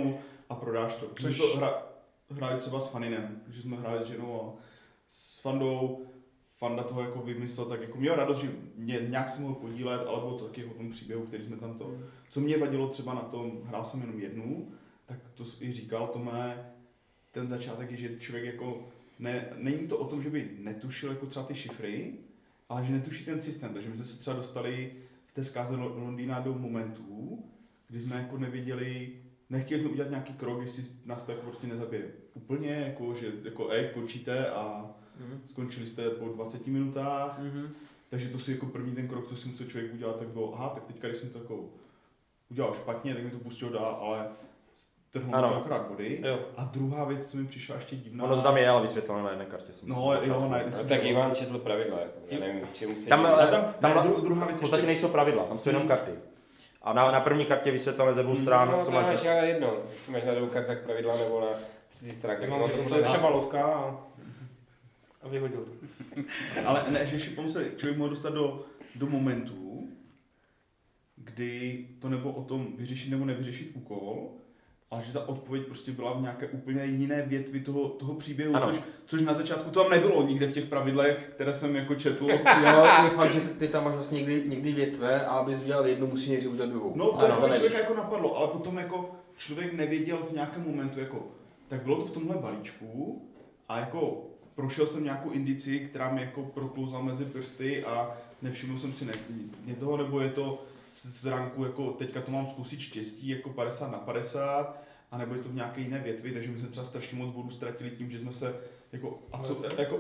a prodáš to. Což to hráli třeba s Faninem, že jsme hráli s ženou a s Fandou. Fanda toho jako vymyslel, tak jako měl radost, že nějak se mohl podílet, ale bylo to taky o tom příběhu, který jsme tam to. Co mě vadilo třeba na tom, hrál jsem jenom jednu, tak to i říkal Tomé, ten začátek je, že člověk jako, není to o tom, že by netušil jako třeba ty šifry, ale že netuší ten systém, takže my jsme se třeba dostali v té zkáze Londýna do momentů, kdy jsme jako nevěděli, nechtěli jsme udělat nějaký krok, jestli nás to jako prostě nezabije úplně, jako že jako končíte a skončili jste po 20 minutách, takže to si jako první ten krok, co si musel člověk udělat, tak bylo, aha, tak teďka, když jsem to jako udělal špatně, tak mi to pustil dál, ale trhlo to akorát body. Jo. A druhá věc, co mi přišla ještě divná. Ono to tam je, ale vysvětleno na jedné kartě. No, jo, na jedné. Tak Ivan četl pravidla, já nevím, čemu se druhá věc v podstatě nejsou pravidla, tam jsou jenom karty. A na první kartě vysvětlené ze dvou stran, no, co máš. No, jedno, jestli máš na dvou kartách pravidla nebo na třetí stránkách. To je přebalovka a vyhodil to. Ale ne, že se člověk mohl dostat do momentu, kdy to nebylo o tom vyřešit nebo nevyřešit úkol, ale že ta odpověď prostě byla v nějaké úplně jiné větvi toho příběhu, což na začátku to tam nebylo nikde v těch pravidlech, které jsem jako četl. Jo, je fakt, že ty tam máš vlastně někdy větve a abys udělal jednu, musíš nejdřív udělat druhou. No to člověka jako napadlo, ale potom jako člověk nevěděl v nějakém momentu, jako, tak bylo to v tomhle balíčku a jako prošel jsem nějakou indici, která mi jako proklouzla mezi prsty a nevšiml jsem si toho, nebo je to z ranku, jako teďka to mám zkusit štěstí, jako 50/50, anebo je to v nějaké jiné větvi, takže my jsme třeba strašně moc bodů ztratili tím, že jsme se, jako, a co,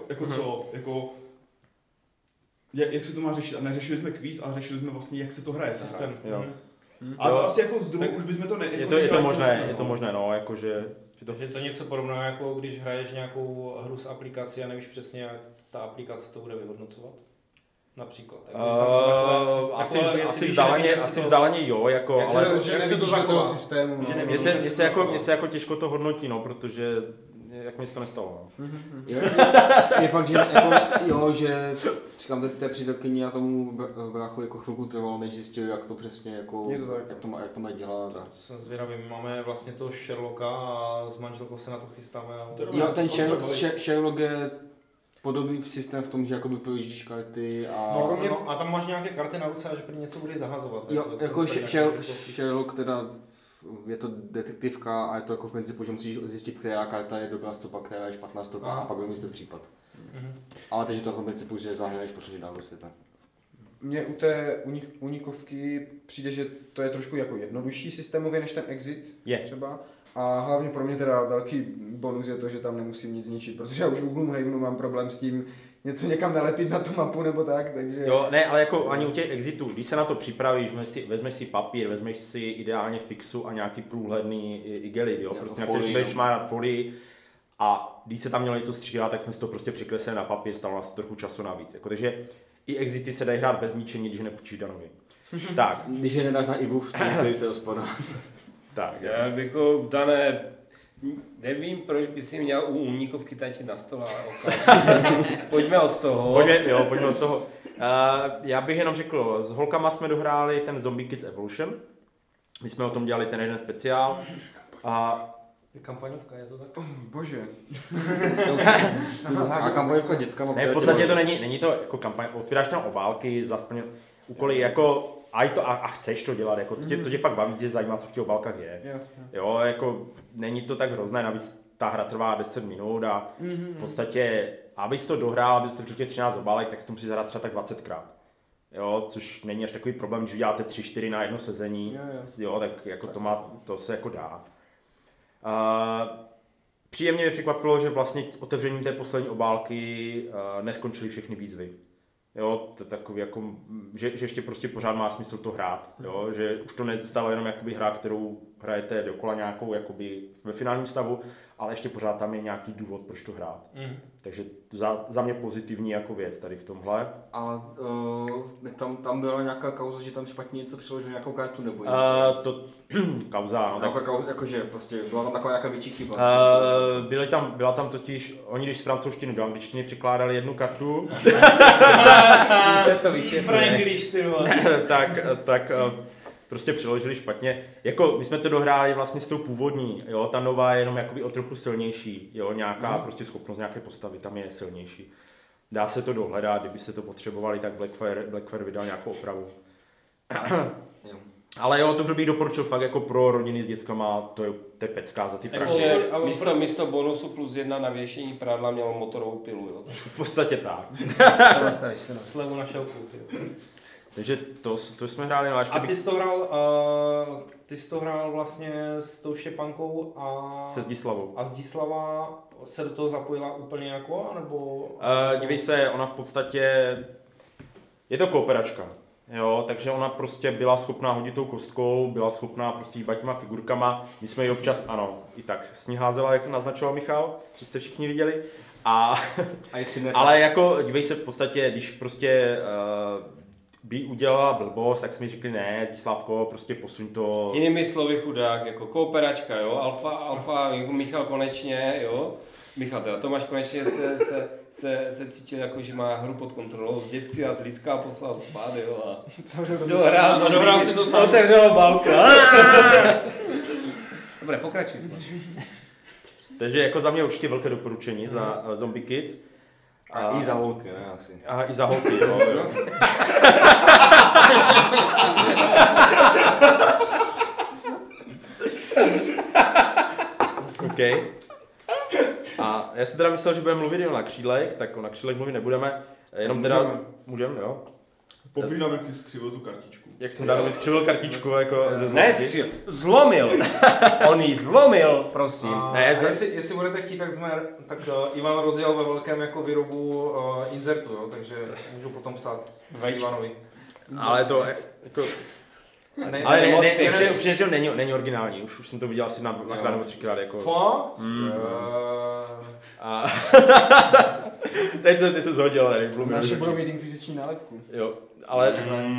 jak se to má řešit, a neřešili jsme kvíz, ale řešili jsme vlastně, jak se to hraje. Systém, jo. A to asi jako z druhou, už bychom to je to možné, no, jakože... Takže to něco podobného, jako když hraješ nějakou hru s aplikací a nevíš přesně, jak ta aplikace to bude vyhodnocovat? Například. Asi vzdáleně jo, jako, jak se to zachová systému. Mně se jako těžko to hodnotí, no, protože jak mi se to nestalo. No. Je fakt, že jako, jo, že říkám, té přítelkyni a tomu bráchu jako chvilku trvalo, než zjistil, jak to přesně jako, jak to má dělat. A... Jsem zvědavý, máme vlastně toho Sherlocka a s manželkou se na to chystáme. Jo, ten Sherlock je podobný systém v tom, že jakoby projíždíš karty a... a tam máš nějaké karty na ruce a že prý něco budeš zahazovat. Jo, jako Sherlock teda je to detektivka a je to jako v principu, že musíš zjistit, která karta je dobrá stopa, která je špatná stopa a pak vymyslet případ. Ale takže to v principu, že zahraješ, protože dál do světa. Mně u té unikovky přijde, že to je trošku jako jednodušší systémově než ten Exit třeba. A hlavně pro mě teda velký bonus je to, že tam nemusím nic ničit, protože já už u Gloomhavenu mám problém s tím něco někam nalepit na tu mapu nebo tak, takže... Jo, ne, ale jako ani u těch exitů, když se na to připravíš, vezmeš si papír, vezmeš si ideálně fixu a nějaký průhledný igelit, jo, prostě na který si budeš márat folii a když se tam mělo něco stříhat, tak jsme si to prostě přikreslili na papír, stalo nás to trochu času navíc, jako, takže i exity se dají hrát bez ničení, když nepůjčíš Danovi. Tak. Když je nedáš na Ivu, který se rozpadá. Tak. Já bych jako, Dané, nevím, proč by si měl u únikovky tančit na stole, ale pojďme od toho. Pojďme od toho. Já bych jenom řekl, s holkama jsme dohráli ten Zombie Kids Evolution. My jsme o tom dělali ten jeden speciál. Kampaňovka, je to tak? Bože. A kampaňovka dětskama. Ne, v podstatě to není to jako kampaň, otvíráš tam obálky, zasplněn úkoly jako a chceš to dělat, jako to tě fakt baví, tě zajímá, co v těch obálkách je. Jo, jako není to tak hrozné, navíc ta hra trvá 10 minut a v podstatě, abys to dohrál, abys to přečetl 13 obálek, tak si to musíš zahrát třeba tak 20krát. Jo, což není až takový problém, když uděláte 3-4 na jedno sezení, jo, tak jako to se jako dá. Příjemně mě překvapilo, že vlastně otevřením té poslední obálky neskončily všechny výzvy. Jo, to takový jako, že ještě prostě pořád má smysl to hrát, jo, že už to nezůstalo jenom jakoby hra, kterou hrajete dokola nějakou jakoby ve finálním stavu, ale ještě pořád tam je nějaký důvod, proč to hrát. Takže za mě pozitivní jako věc tady v tomhle. A tam byla nějaká kauza, že tam špatně něco přiložil nějakou kartu nebo něco? Kauza, no. Jakože prostě byla tam taková nějaká větší chyba. Byla tam totiž, oni když z francouzštiny do angličtiny překládali jednu kartu. prostě přeložili špatně. Jako my jsme to dohráli vlastně s tou původní, jo, ta nová je jenom jakoby o trochu silnější, jo, nějaká prostě schopnost nějaké postavy tam je silnější. Dá se to dohledat, kdybyste to potřebovali, tak Blackfire vydal nějakou opravu. Ale jo, tu hru bych doporučil fakt jako pro rodiny s dětskama, to je pecká za ty prachy. Místo bonusu +1 na věšení prádla mělo motorovou pilu, jo. V podstatě tak. Slevu na šelku, Takže to jsme hráli, no a ještě a ty jsi to hrál vlastně s tou Štěpánkou a... se Zdislavou. A Zdislava se do toho zapojila úplně jako, nebo... Dívej se, ona v podstatě, je to kooperačka, jo, takže ona prostě byla schopná hodit tou kostkou, byla schopná prostě hýbat těma figurkama, my jsme ji občas, ano, i tak s ní házela, jak naznačoval Michal, co jste všichni viděli, ale jako, dívej se v podstatě, když prostě by udělala blbost, tak jsme řekli ne, Zdislavko, prostě posuň to. Jinými slovy chudák, jako kooperačka, jo, alfa, jako Michal konečně, jo, Michal teda Tomáš konečně se cítil jako, že má hru pod kontrolou, vždycky nás líská poslal spát, jo, a dohrál si to sám. Otevřel balku. Dobré, pokračuj. Takže jako za mě určitě velké doporučení za Zombie Kids. A i za holky, ne, asi. A i za holky, jo. OK. A já si teda myslel, že budeme mluvit jen na křídlech, tak o na křídlech mluvit nebudeme. Jenom teda... Můžeme, jo. Popiš nám, jak jsi skřivil tu kartičku. Jak jsem Danovi skřivil kartičku jako ze zlosti. Ne, skřivil, zlomil. On ji zlomil, prosím. Ne, jestli budete chtít, tak Ivan rozjel ve velkém jako výrobu inzertu, jo, takže můžu potom psát Ivanovi. Ale to jako... Upřímně není originální, už jsem to viděl asi na 2x nebo 3x jako... Fakt? A teď se zhodil, tady v Blumi. Naši budou mít fyziční nálepku. Jo, ale...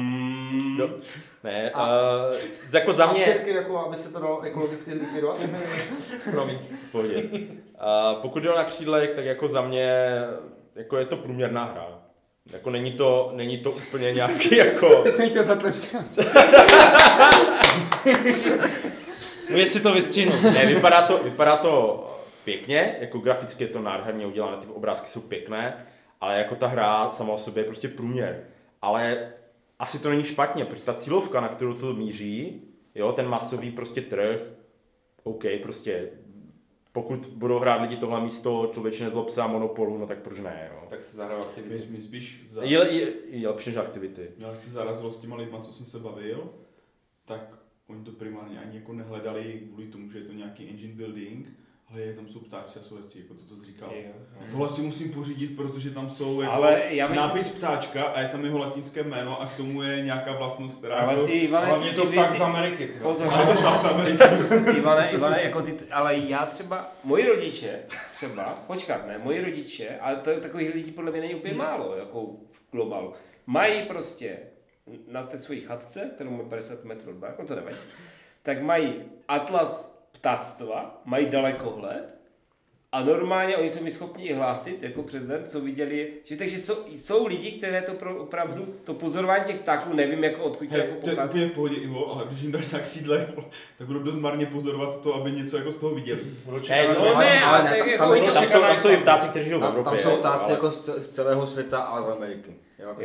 Ne, jako za mě... Sirky, jako aby se to dalo ekologicky zlikvidovat? Promiň. Pohodě. Pokud jde na křídlech, tak jako za mě jako je to průměrná hra. Jako není to úplně nějaký jako... Teď jsem chtěl zatleskat. Jestli to vystříhnu. Ne, vypadá to pěkně, jako graficky je to nádherně udělané, ty obrázky jsou pěkné, ale jako ta hra sama o sobě je prostě průměr. Ale asi to není špatně, protože ta cílovka, na kterou to míří, jo, ten masový prostě trh, OK, prostě pokud budou hrát lidi tohle místo Člověče nezlob se a Monopolu, no tak proč ne, jo. Tak se zahrál aktivity. My spíš Je lepší než aktivity. Mě to zarazilo s těma lidma, co jsem se bavil, tak oni to primárně ani jako nehledali kvůli tomu, že je to nějaký engine building, ale tam jsou ptáci a jsou hezcí, jako to, co jsi říkal. Tohle si musím pořídit, protože tam jsou jako nápis ptáčka a je tam jeho latinské jméno a k tomu je nějaká vlastnost, která... Ale ty, Ivane, hlavně to pták z Ameriky. Pozor, to pták z Ameriky. Ivane, jako ty, ale já třeba, moji rodiče, moji rodiče, ale to takových lidí podle mě není úplně málo, jako v globálu, mají prostě na té své chatce, kterou má 50 metrů od baráku, to nevadí, tak mají atlas ptáctva, mají dalekohled a normálně oni jsou mi schopni i hlásit, jako přes den, co viděli, že takže jsou lidi, které to opravdu, to pozorování těch ptáků, nevím jako odkud to jako pochází. To je úplně v pohodě, Ivo, ale když jim dáš tak sídle, tak budou dost marně pozorovat to, aby něco jako z toho viděli. Tam jsou i ptáci, kteří žijou v Evropě. Tam jsou ptáci jako z celého světa a z Ameriky.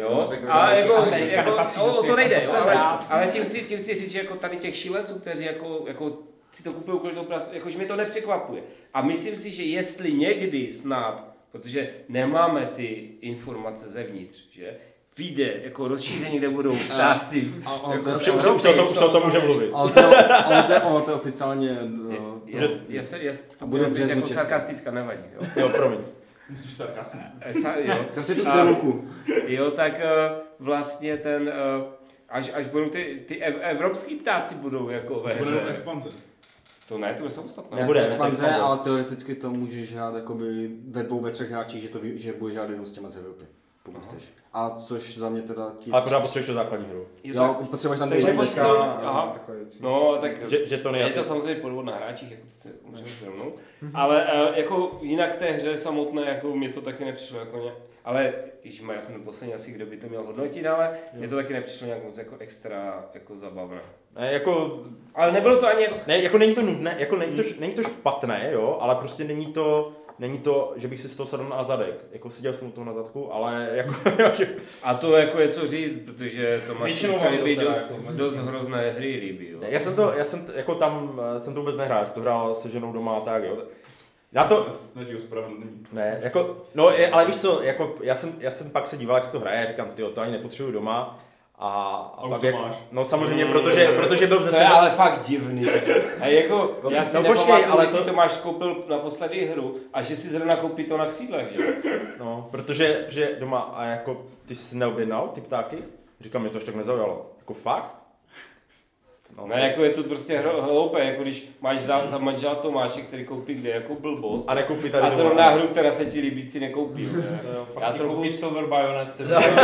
To nejde, ale tím chci říct, že jako tady těch šílenců, kteří jako si to kupují kvůli tomu prastu, jakože mě to nepřekvapuje. A myslím si, že jestli někdy snad, protože nemáme ty informace zevnitř, že vyjde jako rozšíření, kde budou ptáci. Už o tom může mluvit. Ono to oficiálně... Bude jako sarkastická, nevadí. Jo, promiň. Musíš sarkasmu. To si tu celku. Jo, tak vlastně ten... Až budou ty evropský ptáci budou jako ve hře. Bude expanze. To ne, to je samostatné. Nebude expanze, ale teoreticky to můžeš hrát jakoby ve 2, ve 3 hráčích, že budeš hrát jenom s těma z Evropy, pokud chceš. A což za mě teda... Ale pořád potřebuješ to základní hru. Jo, potřebuješ tam No, tak že to je to samozřejmě podvod na hráčích, jako to se můžeme zrovnou. Ale jako jinak té hře samotné, jako mě to taky nepřišlo jako ale já jsem poslední asi, kdo by to měl hodnotit, ale mně to taky nepřišlo nějak moc jako extra jako zabavné. Ne, jako... Ale nebylo to ani jako... Ne, jako není to nudné, jako není to špatné, jo, ale prostě není to, že bych si z toho sedl na zadek. Jako seděl jsem u toho na zadku, ale jako... A to jako je co říct, protože to máš být dost jako hrozné hry líbí, jo. Já jsem jako tam jsem to vůbec nehrál, jsem to hrál se ženou doma a tak, jo. Já to... Snaží ospravedlnit. Ne, jako, no, ale víš co, jako, já jsem pak se díval, jak se to hraje, a říkám, tyjo, to ani nepotřebuju doma. A už pak to jak, máš. no samozřejmě, protože byl To ze je ale fakt divný. A jako, já si nepamatuju, ale jestli to máš koupil naposledy hru a že si zrovna koupí to na křídlech, že? No, protože doma, a jako, ty jsi neobjednal ty ptáky? Říkám, mě to až tak nezaujalo. Jako fakt? No, ne, jako je to prostě hloupé, jako když máš za manžela Tomáše, který koupí kde jako blbost. A nekoupí tady a doma. zrovna hru, která se ti líbí, si nekoupí. Pak ti koupí Silver Bayonet.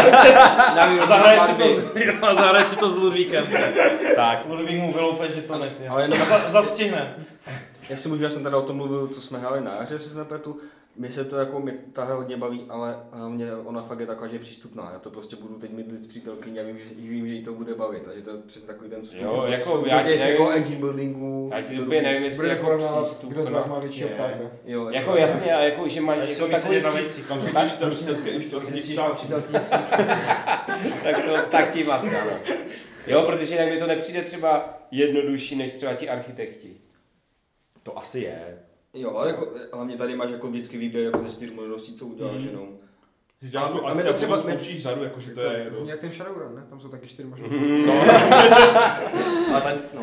Zahraje si to s Ludvíkem. Tak. Ludvík mu vyloupe žetonet. Ale Zastřihne. já si můžu, já jsem teda o tom mluvil, co jsme hráli na jaře, si se nepletu. Mně se to jako, mě ta hra hodně baví, ale hlavně ona fakt je taková, že je přístupná. Já to prostě budu teď mydlit s přítelkyní a vím, že jí to bude bavit. Takže to je přesně takový ten vstup. Jo, jako do já těch nevím, jako engine buildingu. já ti úplně nevím, jestli Bude jako porovnávat, přístup kdo z vás má je. většího ptáka. Jo, Jako jasně, a jako, že máš jako takový na věci. tak tím vlastně, ano. Jo, protože jinak mi to nepřijde třeba jednodušší, než třeba ti architekti. To asi je. Jo, ale jako, hlavně tady máš jako vždycky výběr jako ze 4 možností, co uděláš jenom. Že děláš tu a my akci to a třeba- potom spouštíš řadu, jakože to je... To zní jak ten Shadowrun, ne? Tam jsou taky 4 možnosti. Ale ten, no.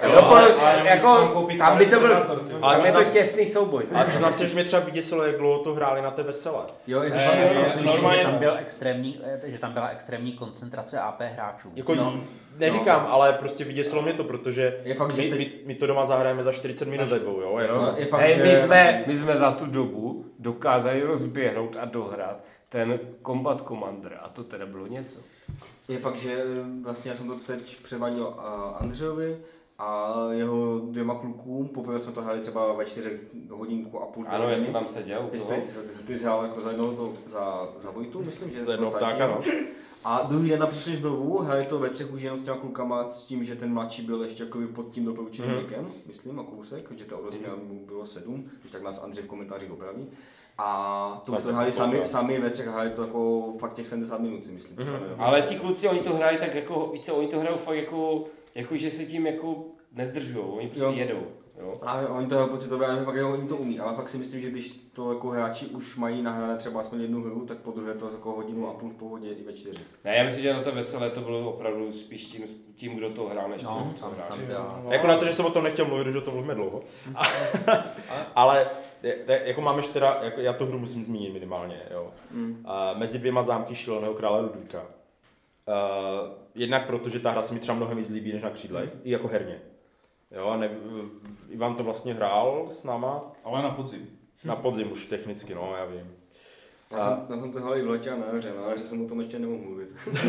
Tam by to byl, Ale tam je to přiznám- těsný souboj. Ale přiznám se, že mě třeba vyděsilo, jak dlouho to hráli na té vesele. Jo, je Myslím, normálně- že tam byla extrémní koncentrace AP hráčů. Jako neříkám, ale prostě vyděsilo mě to, protože Je fakt, že my to doma zahrajeme za 40 minut ve dvou, jo? Jako. No, je fakt, Hej, že... my jsme za tu dobu dokázali rozběhnout a dohrát ten Combat Commander a to teda bylo něco. Je fakt, že vlastně já jsem to teď převáděl Andřejovi a jeho 2 klukům. Poprvé jsme to hráli třeba ve 4 hodinku a půl. Ano, já jsem tam seděl. Ty jsi hrál jako za jednoho za Vojtu, myslím, že Za jednoho to stačí. ptáka, no. A druhý den tam přišli znovu, hráli to ve 3 už jenom s těma klukama s tím, že ten mladší byl ještě jakoby pod tím doporučeným věkem, myslím, a kousek, že to odrozměr mu bylo 7, když tak nás Andřej v komentářích opraví. A to už to hráli sami ve 3 hráli to jako fakt těch 70 minut, si myslím. Ale ti kluci, oni to hrají tak jako, víš co, oni to hrajou fakt jako že se tím jako nezdržujou, oni prostě jedou. Jo. A oni to pocitové, ale fakt oni to umí, ale fakt si myslím, že když to jako hráči už mají nahrané třeba aspoň 1 hru, tak po druhé to jako 1,5 hodiny v pohodě i ve 4. Ne, já myslím, že na to veselé to bylo opravdu spíš tím kdo to hrál, než No, co hrál. tam byla. Jako na to, že jsem o tom nechtěl mluvit, že o tom mluvíme dlouho. Ale jako máme teda, jako já tu hru musím zmínit minimálně, jo. Mezi 2 zámky šíleného krále Ludvíka. Jednak proto, že ta hra se mi třeba mnohem víc líbí než na křídlech, i jako herně. Jo, a Ivan to vlastně hrál s náma. Ale na podzim. Na podzim už technicky, no, já vím. Já jsem to hrál i v letě a na jaře jsem o tom ještě nemohl mluvit.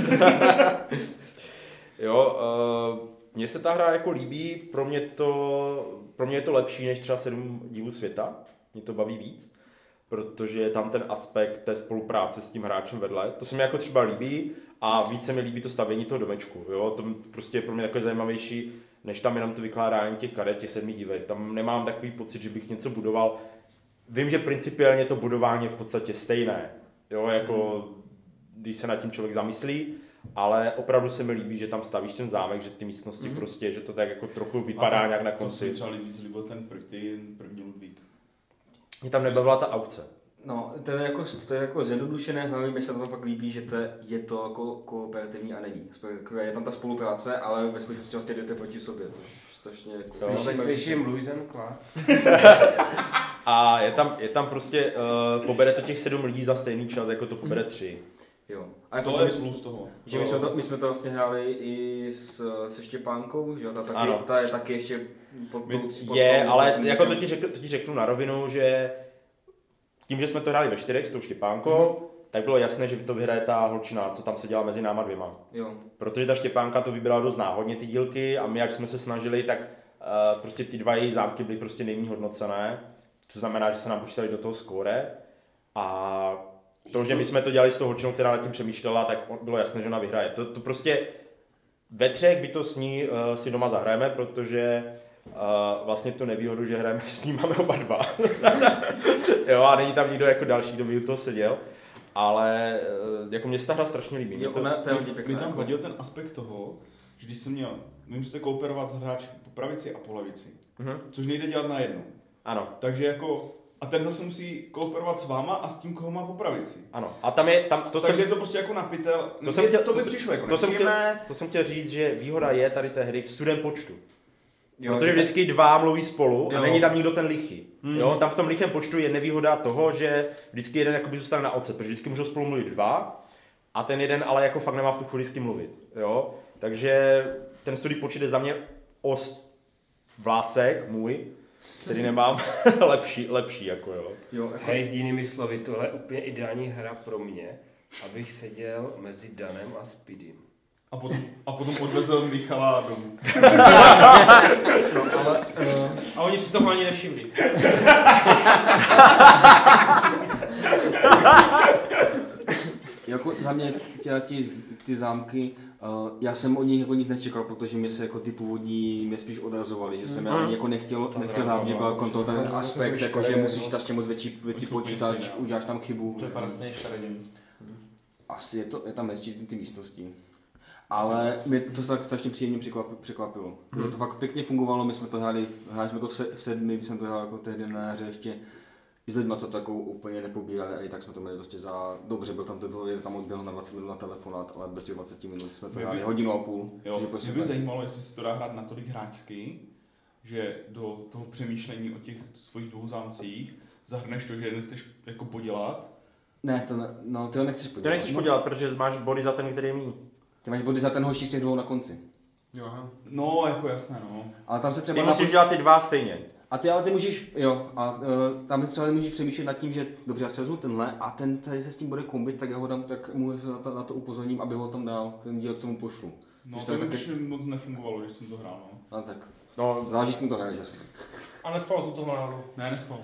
Jo, mně se ta hra jako líbí, pro mě je to lepší než třeba 7 divů světa, mě to baví víc, protože je tam ten aspekt té spolupráce s tím hráčem vedle, to se mi jako třeba líbí a více mi líbí to stavění toho domečku, jo, to prostě je pro mě takové zajímavější, než tam jenom to vykládání těch karet, těch 7 divek, tam nemám takový pocit, že bych něco budoval, vím, že principiálně to budování je v podstatě stejné, jo, jako když se nad tím člověk zamyslí, ale opravdu se mi líbí, že tam stavíš ten zámek, že ty místnosti prostě, že to tak jako trochu vypadá nějak na To konci. si třeba líbil ten první Ludvík. Mě tam nebavila ta aukce. No, to je jako zjednodušené, hlavně mi se to tam fakt líbí, že je to jako kooperativní a není. Je tam ta spolupráce, ale ve skutečnosti vlastně jdete proti sobě, což strašně jako... Slyším Louisen Clark. A je tam prostě, pobere to těch 7 lidí za stejný čas, jako to pobere 3. Jo. A To je plus toho. že my jsme to vlastně hráli i se Štěpánkou, že jo, ta je taky ještě pod Ale jako to ti řeknu na rovinu, že tím, že jsme to hráli ve 4 s tou Štěpánkou, tak bylo jasné, že to vyhraje ta holčina, co tam seděla mezi náma 2. Jo. Protože ta Štěpánka to vybrala dost náhodně ty dílky a my, jak jsme se snažili, tak prostě ty 2 její zámky byly prostě nejméně hodnocené. To znamená, že se nám počítali do toho skóre a To, že my jsme to dělali s tou holčinou, která nad tím přemýšlela, tak bylo jasné, že ona vyhraje. To prostě ve třech by to s ní si doma zahrajeme, protože vlastně tu nevýhodu, že hrajeme s ní, máme oba dva. Jo, a není tam nikdo jako další, kdo by u toho seděl. Ale jako mě se ta hra strašně líbí. Mě tam vadil ten aspekt toho, že když jsem měl, vy musíte kooperovat s hráči po pravici a po levici, což nejde dělat najednou. Ano. Takže jako, a ten zase musí kooperovat s váma a s tím, koho má po pravici. Ano. A tam je, takže je to prostě jako napitel, to jsem chtěl říct, že výhoda je tady té hry v studém počtu. Jo, protože vždycky dva mluví spolu a není tam nikdo ten lichý. Jo, tam v tom lichém počtu je nevýhoda toho, že vždycky jeden jakoby zůstane na oce, protože vždycky můžou spolu mluvit dva a ten jeden ale jako fakt nemá v tu chvíli s kým mluvit. Jo? Takže ten studý počet je za mě o vlásek můj, který nemám, lepší jako jo. Hej, jinými slovy, tohle je úplně ideální hra pro mě, abych seděl mezi Danem a Speedym. A potom odvezl Michala domů. A oni si toho ani nevšimli. Jako za mě ty zámky, já jsem od nich jako nic nečekal, protože mě se jako ty původní mě spíš odrazovaly, že jsem ani jako nechtěl hrát, že byl kontrol ten aspekt, jako že musíš strašně moc věcí počítat, uděláš tam chybu. To je parastně škaredím. Asi je tam hezčí ty místnosti. Ale mě to tak strašně příjemně překvapilo. To fakt pěkně fungovalo, my jsme to hráli jsme to v 7, když jsem to hrál jako tehdy na hře ještě s lidma, co to jako úplně nepobírali, a i tak jsme to měli prostě za dobře, byl tam tam odběhl na 20 minut na telefonát, ale bez těch 20 minut jsme to hráli hodinu a půl. Jo, mě by zajímalo, jestli se to dá hrát natolik hráčsky, že do toho přemýšlení o těch svých dvou zámcích zahrneš to, že jeden chceš jako podělat. Ne, ty ho nechceš podělat. Ty nechceš podělat, protože máš body za ten, který je míň. Ty máš body za ten horší z těch dvou na konci. Jo. No, jako jasné, no. Ale tam se třeba ty musíš dělat ty dva stejně. A ty můžeš, tam třeba můžeš přemýšlet nad tím, že dobře, já si vezmu tenhle a ten tady se s tím bude kombit, tak já ho dám, tak mu na to upozorním, aby ho tam dal, ten díl, co mu pošlu. No to by taky moc nefungovalo, když jsem to hrál, no. A tak, záleží, s kým to hraješ asi. A nespal jsem toho náhodou? Ne, nespal.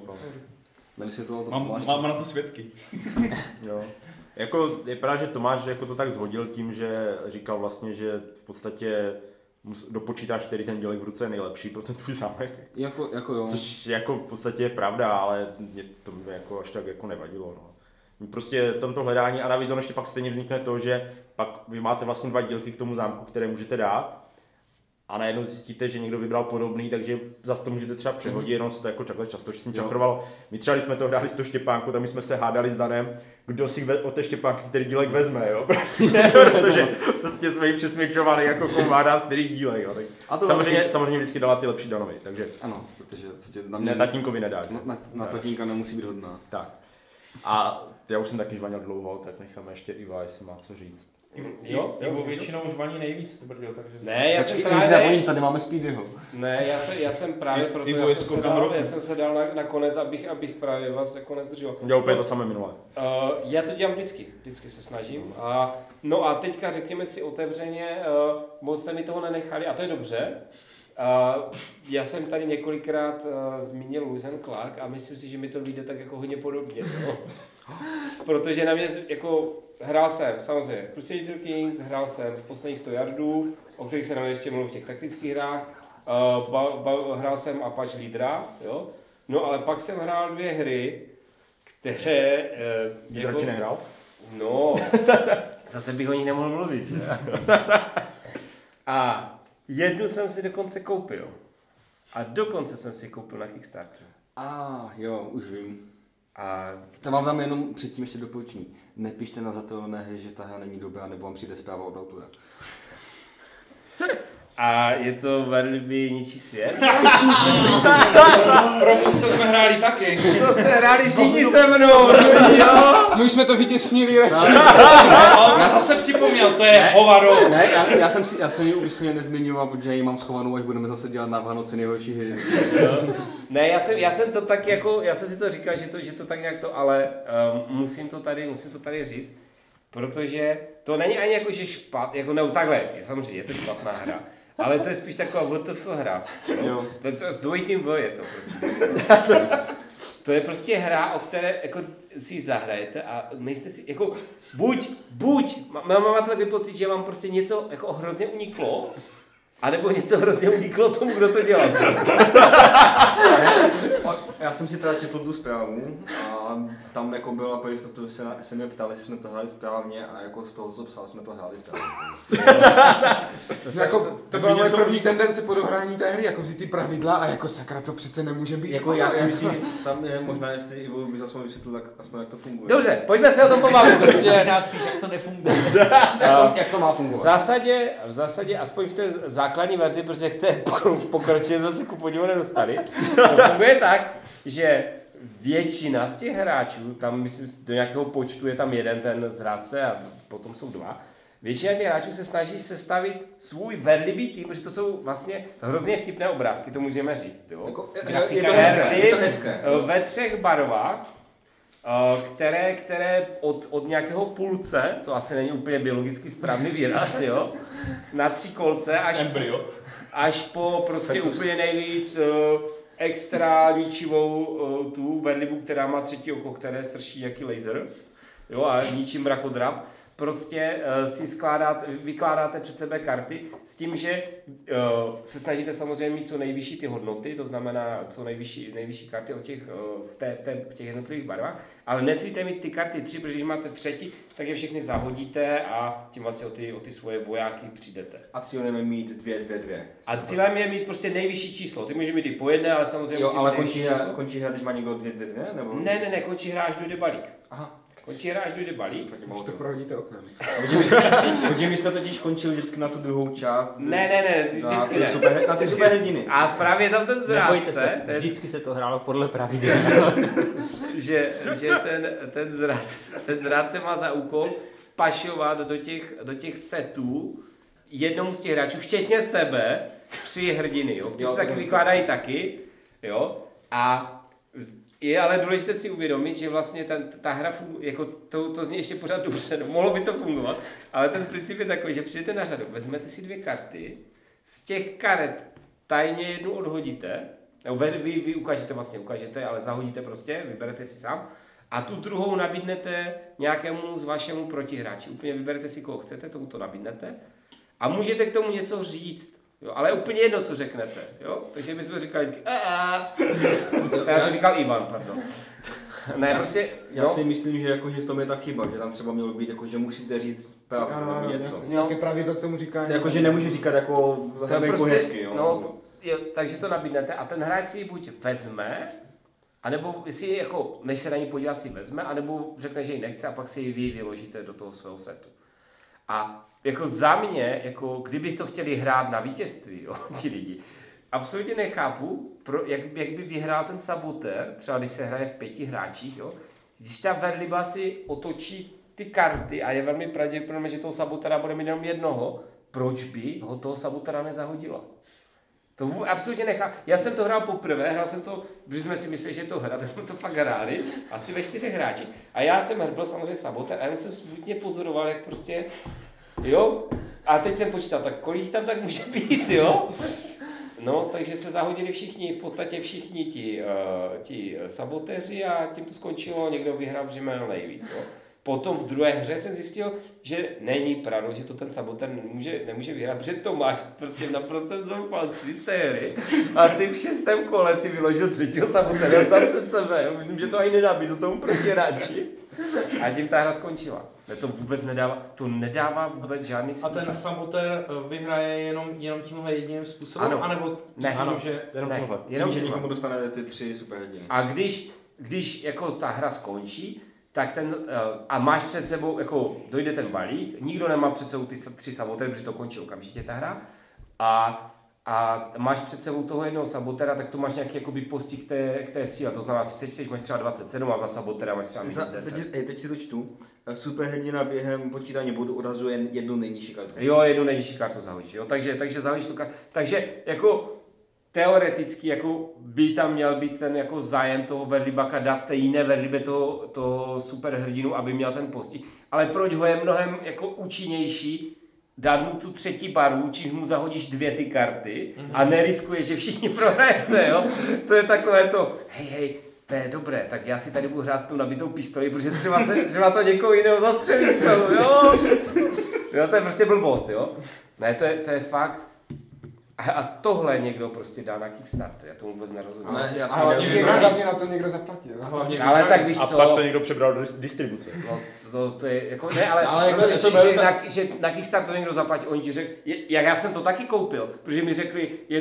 Mám na to svědky. Jo. Jako je pravda, že Tomáš jako to tak zhodil tím, že říkal vlastně, že v podstatě dopočítáš, který ten dělek v ruce je nejlepší pro ten tvůj zámek. Jako jo. Což jako v podstatě je pravda, ale mě to jako až tak jako nevadilo. No. Prostě tomto hledání a navíc on ještě pak stejně vznikne to, že pak vy máte vlastně dva dílky k tomu zámku, které můžete dát. A najednou zjistíte, že někdo vybral podobný, takže zase to můžete třeba přehodit, jenom se to jako takhle často s tím čachrovalo. My třeba, když jsme to hráli s tou Štěpánkou, tak my jsme se hádali s Danem, kdo si od té Štěpánky který dílek vezme, jo, prostě, protože prostě jsme ji přesvědčovali, jako komu má dát který dílek, jo, tak a to samozřejmě vždycky dala ty lepší Danovi, takže. Ano, protože ne, tatínkovi nedáš. Na tatínka nemusí být hodná. Tak. A já už jsem taky žvanil dlouho, tak necháme ještě Iva, jestli má co říct. Jo, většinou už vaní nejvíc, to brděl, takže... Ne, já jsem právě... tady máme Speedyho. Ne, já jsem právě proto, já jsem se dal na konec, abych právě vás jako nezdržel. Já úplně to samé minulé. Já to dělám vždycky se snažím. No a teďka řekněme si otevřeně, moc jste mi toho nenechali a to je dobře. Já jsem tady několikrát zmínil Lewis and Clark a myslím si, že mi to vyjde tak jako hodně podobně. No. Protože na mě jako hrál jsem samozřejmě Crusader Kings, hrál jsem v posledních 100 yardů, o kterých se nám ještě mluvil v těch taktických hrách, hrál jsem Apache Leadera, jo? No ale pak jsem hrál 2 hry, které... Jsi radši nehrál? No, zase bych o nich nemohl mluvit, že? A jednu jsem si dokonce koupil. A dokonce jsem si koupil na Kickstarteru. Jo, už vím. A to vám dám jenom předtím ještě doporučení. Nepište na zatelné hry, že ta hra není dobrá, nebo vám přijde zpráva od autora. A je to velmi ničí svět. To jsme hráli taky. To jste hráli všichni se mnou. My už jsme to vytěsnili radši. To zase připomněl, to je hovado. Ne, já jsem ji úmyslně nezmiňoval, protože ji mám schovanou, až budeme zase dělat na Vánoce nejhorší hry. Ne, já jsem to tak jako, já jsem si to říkal, že to tak nějak to, ale musím to tady říct. Protože to není ani jako, že jako ne, takhle, samozřejmě je to špatná hra, ale to je spíš taková WTF hra. Jo. To s dvojitým V je to prostě. To je prostě hra, o které jako si zahrajete a nejste si, jako buď máte takový pocit, že vám prostě něco jako hrozně uniklo, anebo něco hrozně uniklo tomu, kdo to dělal. Já jsem si teda četl tu zprávu a tam jako byla pro jistotu, se mě ptali, jestli jsme to hráli správně a jako z toho, co psal, jsme to hráli správně. To byla moje první tendence po dohrání té hry, jako vzít ty pravidla a jako sakra, to přece nemůže být. Jako já si myslím, že tam je možná, jestli Ivo by aspoň vysvětlil, tak aspoň jak to funguje. Dobře, pojďme se o tom pobavit, protože Nás spíš, jak to nefunguje. Jak to má v fungovat? zásadě, aspoň v té základní verzi, protože k té pokročilé jsme se ku podivu nedostali, to funguje tak, že většina z těch hráčů, tam myslím do nějakého počtu je tam jeden ten zrádce a potom jsou dva, většina těch hráčů se snaží sestavit svůj verlibý tým, protože to jsou vlastně hrozně vtipné obrázky, to můžeme říct. Jo? Jako, Grafika je to hezké. Ve 3 barvách, které od nějakého půlce, to asi není úplně biologicky správný výraz, jo, na 3 kolce až po prostě úplně nejvíc extra ničivou tu verlibu, která má 3. oko, které srší jaký laser, jo, a ničí mrakodrap. Prostě si vykládáte před sebe karty s tím, že se snažíte samozřejmě mít co nejvyšší ty hodnoty, to znamená co nejvyšší karty v těch jednotlivých barvách, ale nesmíte mít ty karty 3, protože když máte 3, tak je všechny zahodíte a tím vlastně o ty svoje vojáky přijdete. A cílem je mít 2. A cílem je mít prostě nejvyšší číslo. Ty můžeš mít i po jedné, ale samozřejmě jo, ale končí hra, když má někdo 2, nebo? Ne, končí hra, až dojde balík. Aha. Končí hra, až dojde balík. Už to prohodíte oknem. Protože my jsme totiž končili vždycky na tu druhou část. Ne, vždycky ne. Na ty superhrdiny. A právě tam ten zrádce, Vždycky se to hrálo podle pravidel. že ten zrádce má za úkol vpašovat do těch setů jednomu z těch hráčů, včetně sebe, 3 hrdiny, jo. Ty se taky vykládají taky, jo. A je ale důležité si uvědomit, že vlastně ta hra jako to zní ještě pořád dobře, no, mohlo by to fungovat, ale ten princip je takový, že přijdete na řadu, vezmete si 2 karty, z těch karet tajně jednu odhodíte, nebo vy ukážete, ale zahodíte prostě, vyberete si sám, a tu druhou nabídnete nějakému z vašemu protihráči. Úplně vyberete si, koho chcete, tomu to nabídnete a můžete k tomu něco říct. Jo, ale úplně jedno, co řeknete, jo? Takže my jsme říkali vždycky já to říkal Ivan, pardon. Ne, prostě, já si myslím, že v tom je ta chyba, že tam třeba mělo být, že musíte říct právě něco. Nějaké pravidlo k tomu říká. Že nemůže říkat jako prostě, hezky, jo. No, takže to nabídnete a ten hráč si ji buď vezme, anebo si ji jako, než se na ní podívá, si vezme, anebo řekne, že ji nechce a pak si ji vy vyložíte do toho svého setu. A jako za mě, jako kdybyste to chtěli hrát na vítězství, jo, ti lidi, absolutně nechápu, jak by vyhrál ten sabotér, třeba když se hraje v 5 hráčích, jo, když ta verliba si otočí ty karty a je velmi pravděpodobné, že toho sabotéra bude mít jenom jednoho, proč by ho toho sabotéra nezahodila? To absolutně nechápu. Já jsem to hrál poprvé, hrál jsem to, protože jsme si mysleli, že je to hra, tak jsme to fakt hráli, asi ve 4 hráči. A já jsem byl samozřejmě sabotér a jenom jsem smutně pozoroval, jak prostě, jo, a teď jsem počítal, tak kolik tam tak může být, jo? No, takže se zahodili všichni, v podstatě všichni ti sabotéři a tím to skončilo, někdo vyhrál, že měl nejvíc, jo? Potom v druhé hře jsem zjistil, že není pravda, že to ten sabotér nemůže vyhrát, protože to máš prostě v naprostém zoufalství z té hry. Asi v 6. kole si vyložil 3. sabotéra sám před sebe. Myslím, že to ani nenabídl tomu protihráči. A tím ta hra skončila. To vůbec nedává vůbec žádný smysl. A ten sabotér vyhraje jenom tímhle jediným způsobem? Ano. Anebo ne, ano, že... Jenom že někomu dostane ty 3 superhrdiny. A když jako ta hra skončí, tak a máš před sebou, jako dojde ten balík, nikdo nemá před sebou ty 3 sabotéry, protože to končí okamžitě ta hra, a máš před sebou toho jednoho sabotéra, tak to máš nějaký jakoby postih k té síle, to znamená, si sečteš, máš třeba 27 a za sabotéra máš třeba 10. Teď si to čtu. Superhrdina během počítání bodu odrazuje jednu nejnižší kartu. Jo, jednu nejnižší kartu zahodíš, jo, takže zahodíš tu kartu, takže jako teoreticky jako by tam měl být ten jako zájem toho verlibaka dát té jiné verlibe toho superhrdinu, aby měl ten postih. Ale proč ho je mnohem jako účinnější dát mu tu 3. barvu, čímž mu zahodíš 2 ty karty a neriskuješ, že všichni prohrajete, jo? To je takové to, hej, to je dobré, tak já si tady budu hrát s tou nabitou pistoli, protože třeba to někoho jiného zastřelí z toho, jo? Jo, to je prostě blbost, jo? Ne, to je fakt. A tohle někdo prostě dá na Kickstarter, já tomu vůbec nerozumím. A hlavně na to někdo zaplatil. Ale tak víš A co? pak to někdo přebral do distribuce. No, to je jako, ne, ale jako, že na Kickstarter to někdo zaplatí, oni ti řekl, jak já jsem to taky koupil, protože mi řekli, je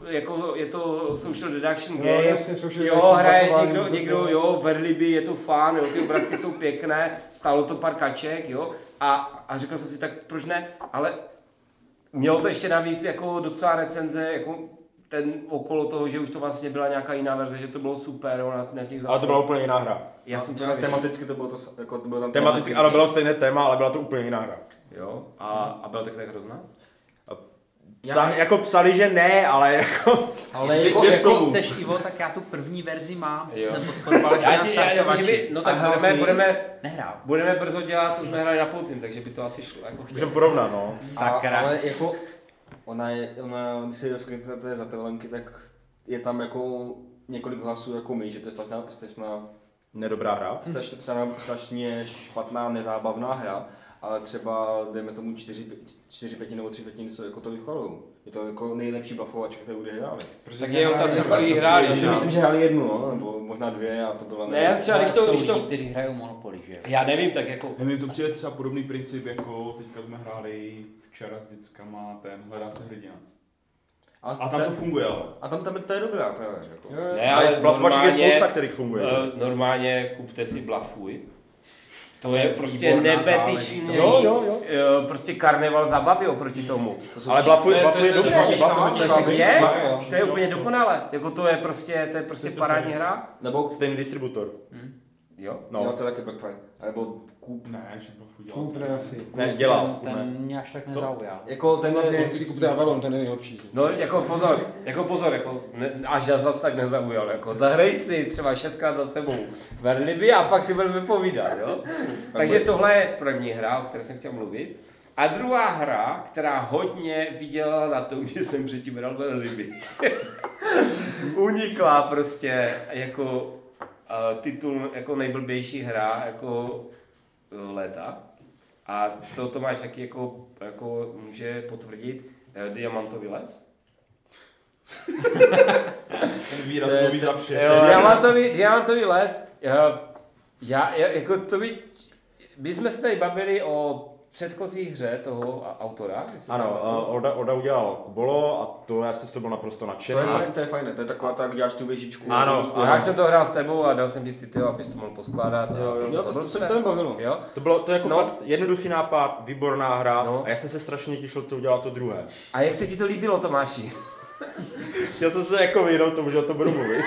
to social deduction game, jasně, social jo, deduction, hraješ pakování, někdo, jo, verliby, je to fun, jo, ty obrázky jsou pěkné, stálo to pár kaček, jo, a řekl jsem si, tak proč ne, ale mělo to ještě navíc jako docela recenze, jako ten okolo toho, že už to vlastně byla nějaká jiná verze, že to bylo super, jo, na těch Ale to byla úplně jiná hra. Já jsem to tematicky to bylo to, jako to bylo tam Tematicky, ale bylo stejné téma, ale byla to úplně jiná hra. Jo, a byla tak hrozná? Jako psali, že ne, ale jako... Ale jako chceš, Ivo, tak já tu první verzi mám, co jsem podporoval ještě na startovači. No tak budeme brzo dělat, co jsme hráli na podzim, takže by to asi šlo. Jako Můžeme porovnat, no. Sakra. Ale jako, ona, když si rozkliknete za ty linky, tak je tam jako několik hlasů jako my, že to je strašná Nedobrá hra. strašně špatná, nezábavná hra, ale třeba dejme tomu 4/5 nebo 3/5 jsou jako to vychvalují. Je to jako nejlepší blufovač, kterou kdy hráli. Tak je otázka, kolik hráli. Já si myslím, že hráli jednu, no, nebo možná dvě a to byla... Ne, třeba když to... Lidi, kteří hrajou Monopoly, že? Já nevím, tak jako... Mně to přijde třeba podobný princip, jako teďka jsme hráli včera s dětskama, ten Hledá se hrdina. A tam to funguje, ale. A tam to je dobrá právě. Jako. Ne, ale blufovaček je spousta, kterých funguje. Normálně kupte si Blufuj. To je prostě nebetičný, prostě karneval zabavy oproti tomu. Ale Blufuj je dobrý. To je úplně dokonalé. Jako to je prostě parádní hra. Nebo stejný distributor. Jo? No, to je taky Black Fine. Nebo Coop. Ne, že Blufuj dělá. Coop ne asi. Ne, dělal. Ten mě až tak nezaujal. Jako tenhle Si kupte Avalon, ten je nejlepší. No jako pozor, až zase tak nezaujal, jako zahrej si třeba 6krát za sebou Verliby a pak si budeme povídat, jo? Takže tohle je první hra, o které jsem chtěl mluvit. A druhá hra, která hodně vydělala na tom, že jsem předtím hrál Verliby. Unikla prostě jako titul jako nejblbější hra jako léta. A to Tomáš taky jako může potvrdit. Diamantový les. Ten výraz mluví za vše. Diamantový les. My jsme se tady bavili o předchozí hře toho autora. Ano, Oda udělal Kubolo a to já jsem z toho byl naprosto nadšený. To je fajné, to je taková tak, děláš tu věžičku. Ano. Já jsem to hrál s tebou a dal jsem ti ty abys to mohl poskládat. Jo, to mě bavilo. Jo? To je jako fakt jednoduchý nápad, výborná hra a já jsem se strašně těšil, co udělal to druhé. A jak se ti to líbilo, Tomáši? Chtěl jsem se jako vyhnout tomu, že o tom budu mluvit.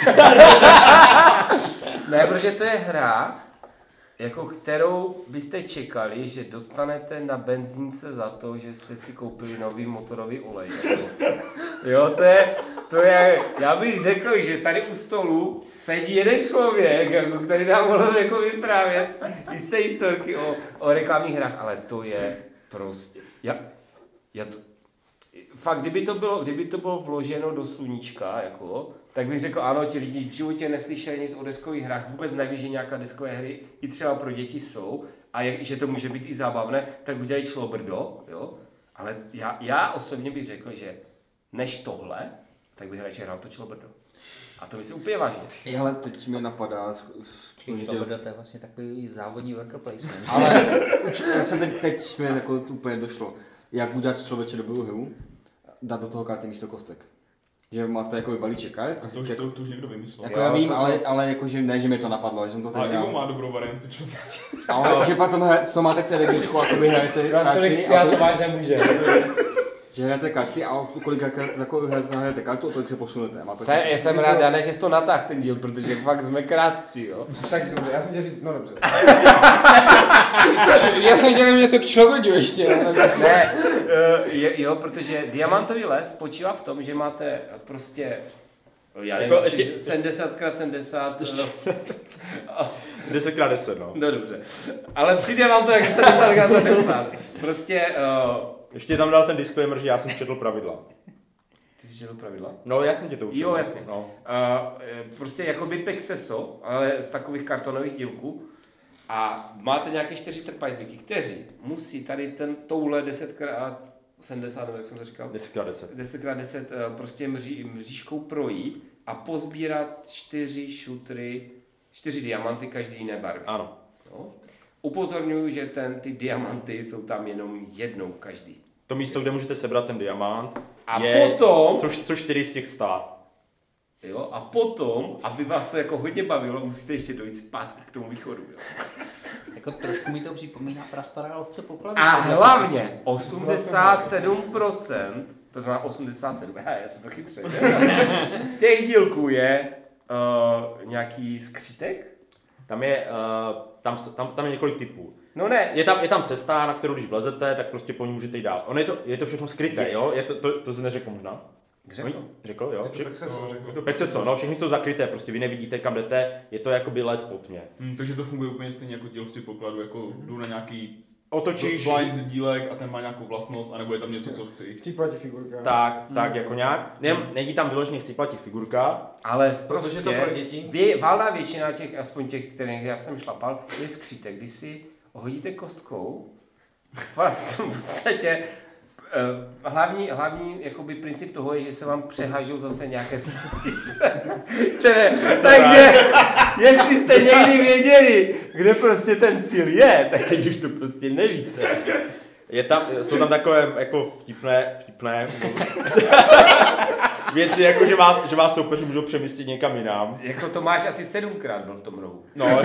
Ne, protože to je hra, jako kterou byste čekali, že dostanete na benzínce za to, že jste si koupili nový motorový olej. Jo, to je, já bych řekl, že tady u stolu sedí jeden člověk, jako, který nám mohl jako vyprávět jisté historky o reklamních hrách, ale to je prostě, fakt, kdyby to bylo vloženo do sluníčka, jako, tak bych řekl, ano, ti lidi v životě neslyšeli nic o deskových hrách, vůbec neví, že nějaké deskové hry i třeba pro děti jsou a že to může být i zábavné, tak udělají šlobrdo, jo. Ale já osobně bych řekl, že než tohle, tak bych radši hrál to šlobrdo. A to myslím úplně vážně. Ale teď mi napadá... Šlobrdo, to je vlastně takový závodní worker placement. Ale teď mi jako úplně došlo, jak udělat z člověče dobrou hru, dát do toho karty místo kostek. Že máte jako balíček karet. To už někdo vymyslel. Jako já vím, ale jako, že ne, že mi to napadlo, že jsem to teď hrál. Ale Ivo má dobrou variantu, člověk. Ale že potom to máte CD-čku a vy hrajete karty. A to máš nemůže. Že hrajete karty a kolik zahrajete kartu a kolik se posunete. Já jsem rád, Dane, že jsi to natáhl ten díl, protože fakt jsme krátcí, jo. Tak dobře, já jsem chtěl říct, no dobře. Já jsem chtěl něco k člověku ještě. Ne, jo, protože Diamantový les spočívá v tom, že máte prostě, já nevím, jako 70x70. 10x10, no. No dobře, ale přijde vám to jako 70x70. Prostě... Ještě tam dal ten disclaimer, že já jsem četl pravidla. Ty jsi četl pravidla? No, já jsem tě to učil. Jo, jasně. No. Prostě jakoby pexeso, ale z takových kartonových dílků. A máte nějaké 4 trpajzlíky, kteří musí tady touhle 10x70, nebo jak jsem to říkal? 10x10. 10x10 prostě mřížkou projít a pozbírat 4 šutry, 4 diamanty každý jiné barvy. Ano. No. Upozorňuji, že ty diamanty jsou tam jenom jednou každý. To místo, kde můžete sebrat ten diamant, A je, potom... jsou 4 z těch 100. Jo, a potom, aby vás to jako hodně bavilo, musíte ještě dojít zpátky k tomu východu. Jo. Jako trošku mi to připomíná prastaré lovce pokladů. A hlavně 87%, to znamená 87, já jsem to chytře, z těch dílků je nějaký skřítek? Tam je několik typů. No ne. Je tam cesta, na kterou když vlezete, tak prostě po ní můžete jít dál. Je to všechno skryté, jo? To jsi neřekl možná? Řekl, jo? Pexeso, no, všechny jsou zakryté, prostě vy nevidíte, kam jdete, je to jakoby les po tmě. Takže to funguje úplně stejně jako ti lovci pokladu, jako jdu na nějaký otočíš blind dílek a ten má nějakou vlastnost, anebo je tam něco, co chci. Chcíplatí figurka. Tak jako nějak. Není tam vyloženě chcíplatí figurka. Ale Protože to pro děti. Valná většina těch, aspoň těch, kterých já jsem šlapal, je skřítek, když si hodíte kostkou, v podstatě hlavní jakoby princip toho je, že se vám přehažou zase nějaké ty které, takže jestli jste někdy věděli, kde prostě ten cíl je, tak teď už to prostě nevíte. Jsou tam takové jako vtipné věci, jako že vás soupeři můžou přemístit někam jinam. Jako to máš asi 7krát byl v tom rohu. No.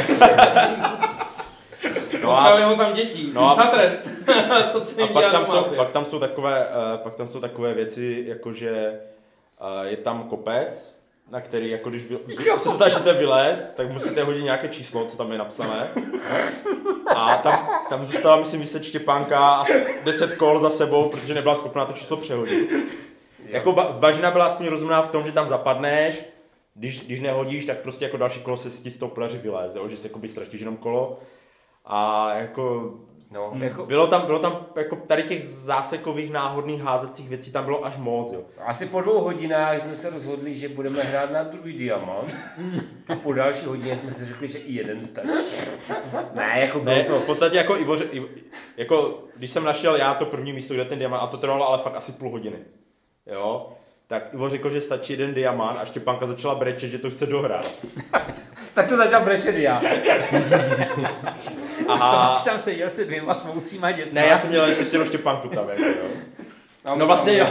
Poslali ho tam dětí, za trest. To, co jim pak tam jsou takové věci, jako že je tam kopec, na který, jako když se snažíte vylézt, tak musíte hodit nějaké číslo, co tam je napsané. A tam zůstala, myslím, vyset Štěpánka a 10 kol za sebou, protože nebyla schopná to číslo přehodit. Jako bažina byla aspoň rozumná v tom, že tam zapadneš, když nehodíš, tak prostě jako další kolo se z toho podaří vylézt, že si jakoby ztratíš jenom kolo. A jako, bylo tam jako tady těch zásekových náhodných házacích věcí tam bylo až moc, jo. Asi po 2 hodinách jsme se rozhodli, že budeme hrát na druhý diamant a po další hodině jsme si řekli, že i jeden stačí. Ne, jako bylo to. V podstatě jako jako když jsem našel já to první místo, kde ten diamant, a to trvalo ale fakt asi půl hodiny, jo. Tak Ivo řekl, že stačí jeden diamant a Štěpánka začala brečet, že to chce dohrát. Tak jsem začal brečet já. Tomáš tam seděl se 2 smoucíma dětma. Ne, já jsem měl ještě si Štěpánku tam, jako, jo. No vlastně jo.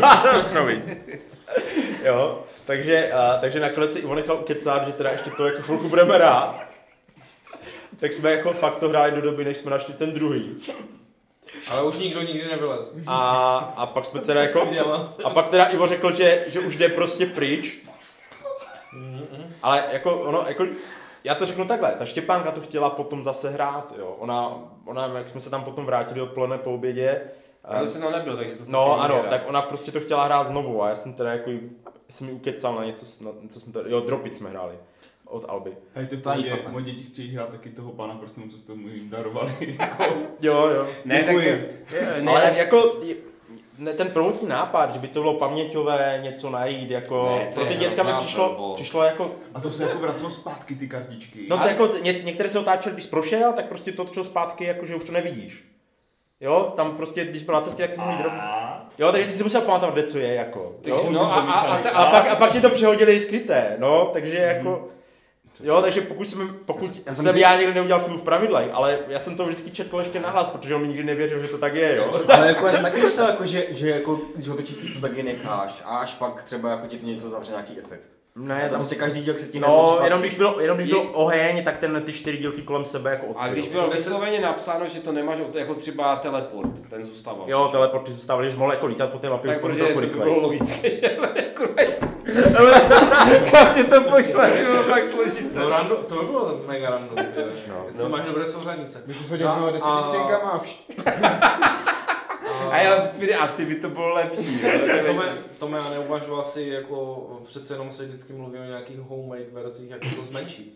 Jo, takže nakonec si Ivo nechal ukecat, že teda ještě to jako chvilku budeme hrát. Tak jsme jako fakt to hráli do doby, než jsme našli ten druhý. Ale už nikdo nikdy nevylez. A pak jsme teda jako, a pak teda Ivo řekl, že už jde prostě pryč. Ale jako já to řeknu takhle, ta Štěpánka to chtěla potom zase hrát, jo. Ona jak jsme se tam potom vrátili odpoledne po obědě. Ale to se nebyl, takže to se no ano, tak ona prostě to chtěla hrát znovu a já jsem teda jako jsem ji ukecal na něco jsme tady, jo, Dropit jsme hráli. Od Alby. Hej, ty v pohodě, moje děti chtějí hrát taky toho pána prstenu, co jste mu jim darovali. Jo. Ne, tak ale jako ten prvotní nápad, že by to bylo paměťové, něco najít, jako ne, pro ty děcka mi přišlo jako... A to se jako vracelo zpátky ty kartičky. No to jako některé se otáčely, když prošel, tak prostě to točilo zpátky, jakože už to nevidíš. Jo, tam prostě, když byl na cestě, tak jsem mohl jít rovnou. Jo, takže ty si musel pamatovat, kde co je, jako. Jo? No, a pak ti to přehodili skryté, no, takže jako... Jo, takže pokud jsem já někdy neudělal chybu v pravidlech, ale já jsem to vždycky četl ještě nahlas, protože on mi nikdy nevěřil, že to tak je, jo. Ale jako já jsem taky myslel, jako, že jako, když ho točíš, to taky necháš a až pak třeba jako ti to něco zavře nějaký efekt. Ne, tam prostě každý díl se tím jenom když byl oheň, tak ty 4 dílky kolem sebe jako odkryl. A když bylo vysloveně napsáno, že to nemáš jako třeba teleport, ten zůstával. Jo, teleporty zůstávaly, že mohl jako lítat po té mapě, tak už trochu rychleji. Tak bylo logické, že kam tě to pošle, bylo fakt složité. To by bylo mega random, jestli máš dobré souřadnice. My se hodil 10 stěnkama a A já asi by to bylo lepší. Tome, já neuvažoval si jako, přece jenom se vždycky mluví o nějakých homemade verzích, jak to zmenšit.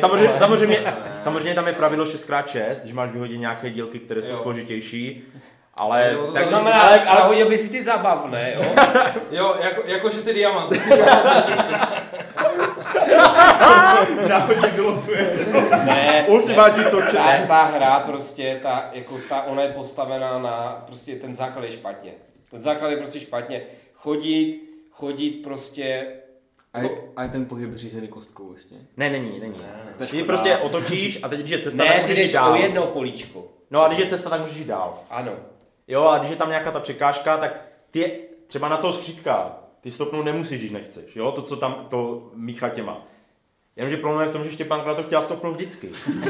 Samozřejmě tam je pravidlo 6x6, když máš vyhodit nějaké dílky, které jsou složitější. Ale, Jo, To znamená, ale hodil by si ty zabavné, jo? Jo, jakože ty diamanty. Náhodně vylosuje. Ne, ultimátní toče. ta hra prostě, ona je postavená na, prostě ten základ je špatně. Ten základ je prostě špatně. Chodit prostě, A je ten pohyb řízený kostkou ještě? Ne, není. To je Ty škoda. prostě otočíš a teď, když je cesta, tak ne, ty můžeš jít jdeš dál. o jedno políčko. No a když je cesta, tak můžeš jít dál. Ano. Jo, a když je tam nějaká ta překážka, tak ty třeba na toho skřítka, ty stopnout nemusíš, když nechceš, jo, to, co tam to míchá těma. Jenomže problém je v tom, že Štěpánka na to chtěla stopnout vždycky.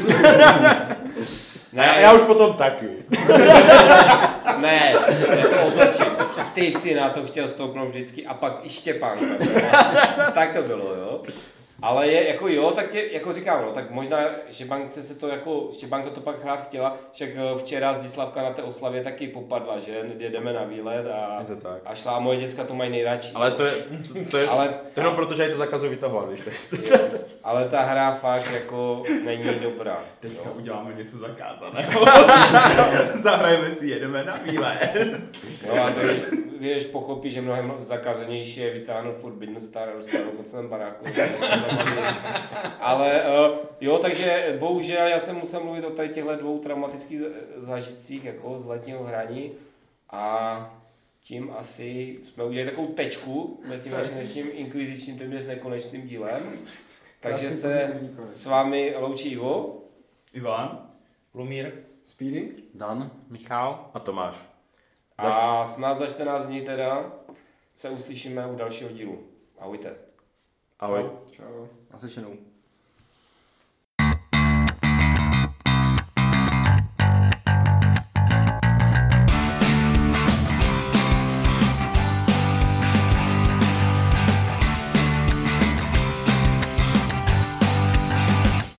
Ne, Já už potom taky. Ne, já to otočím. Ty jsi na to chtěl stoupnout vždycky a pak i Štěpánka. Tak to bylo, jo. Ale je jako jo, tak tě, jako říkám, no, tak možná Štěpánka to pak hrát chtěla, však včera Zdislavka na té oslavě taky popadla, že jdeme na výlet Je to tak. a šla a moje děcka to mají nejradši. Ale to je Ale- jenom proto, že je to zakazují vytahovat, víš. Jo, ale ta hra fakt jako není dobrá. Teďka uděláme něco zakázaného. Zahrajeme si, jedeme na výlet. No a ty když pochopí, že mnohem zakázanější je vytáhnout Forbidden Star a dostat po celém baráku. Ale jo, takže bohužel já jsem musel mluvit o tady těchto dvou traumatických zážitcích jako z letního hraní a tím asi jsme udělali takovou tečku mezi tím naším dnešním inkvizičním téměř nekonečným dílem. Takže Krásný se pozitivní konec. s vámi loučí Ivo. Ivan? Lumír. Speedy? Dan? Michal? A Tomáš. A snad za 14 dní teda se uslyšíme u dalšího dílu. Ahojte. Ahoj. Čau. A slyšenou.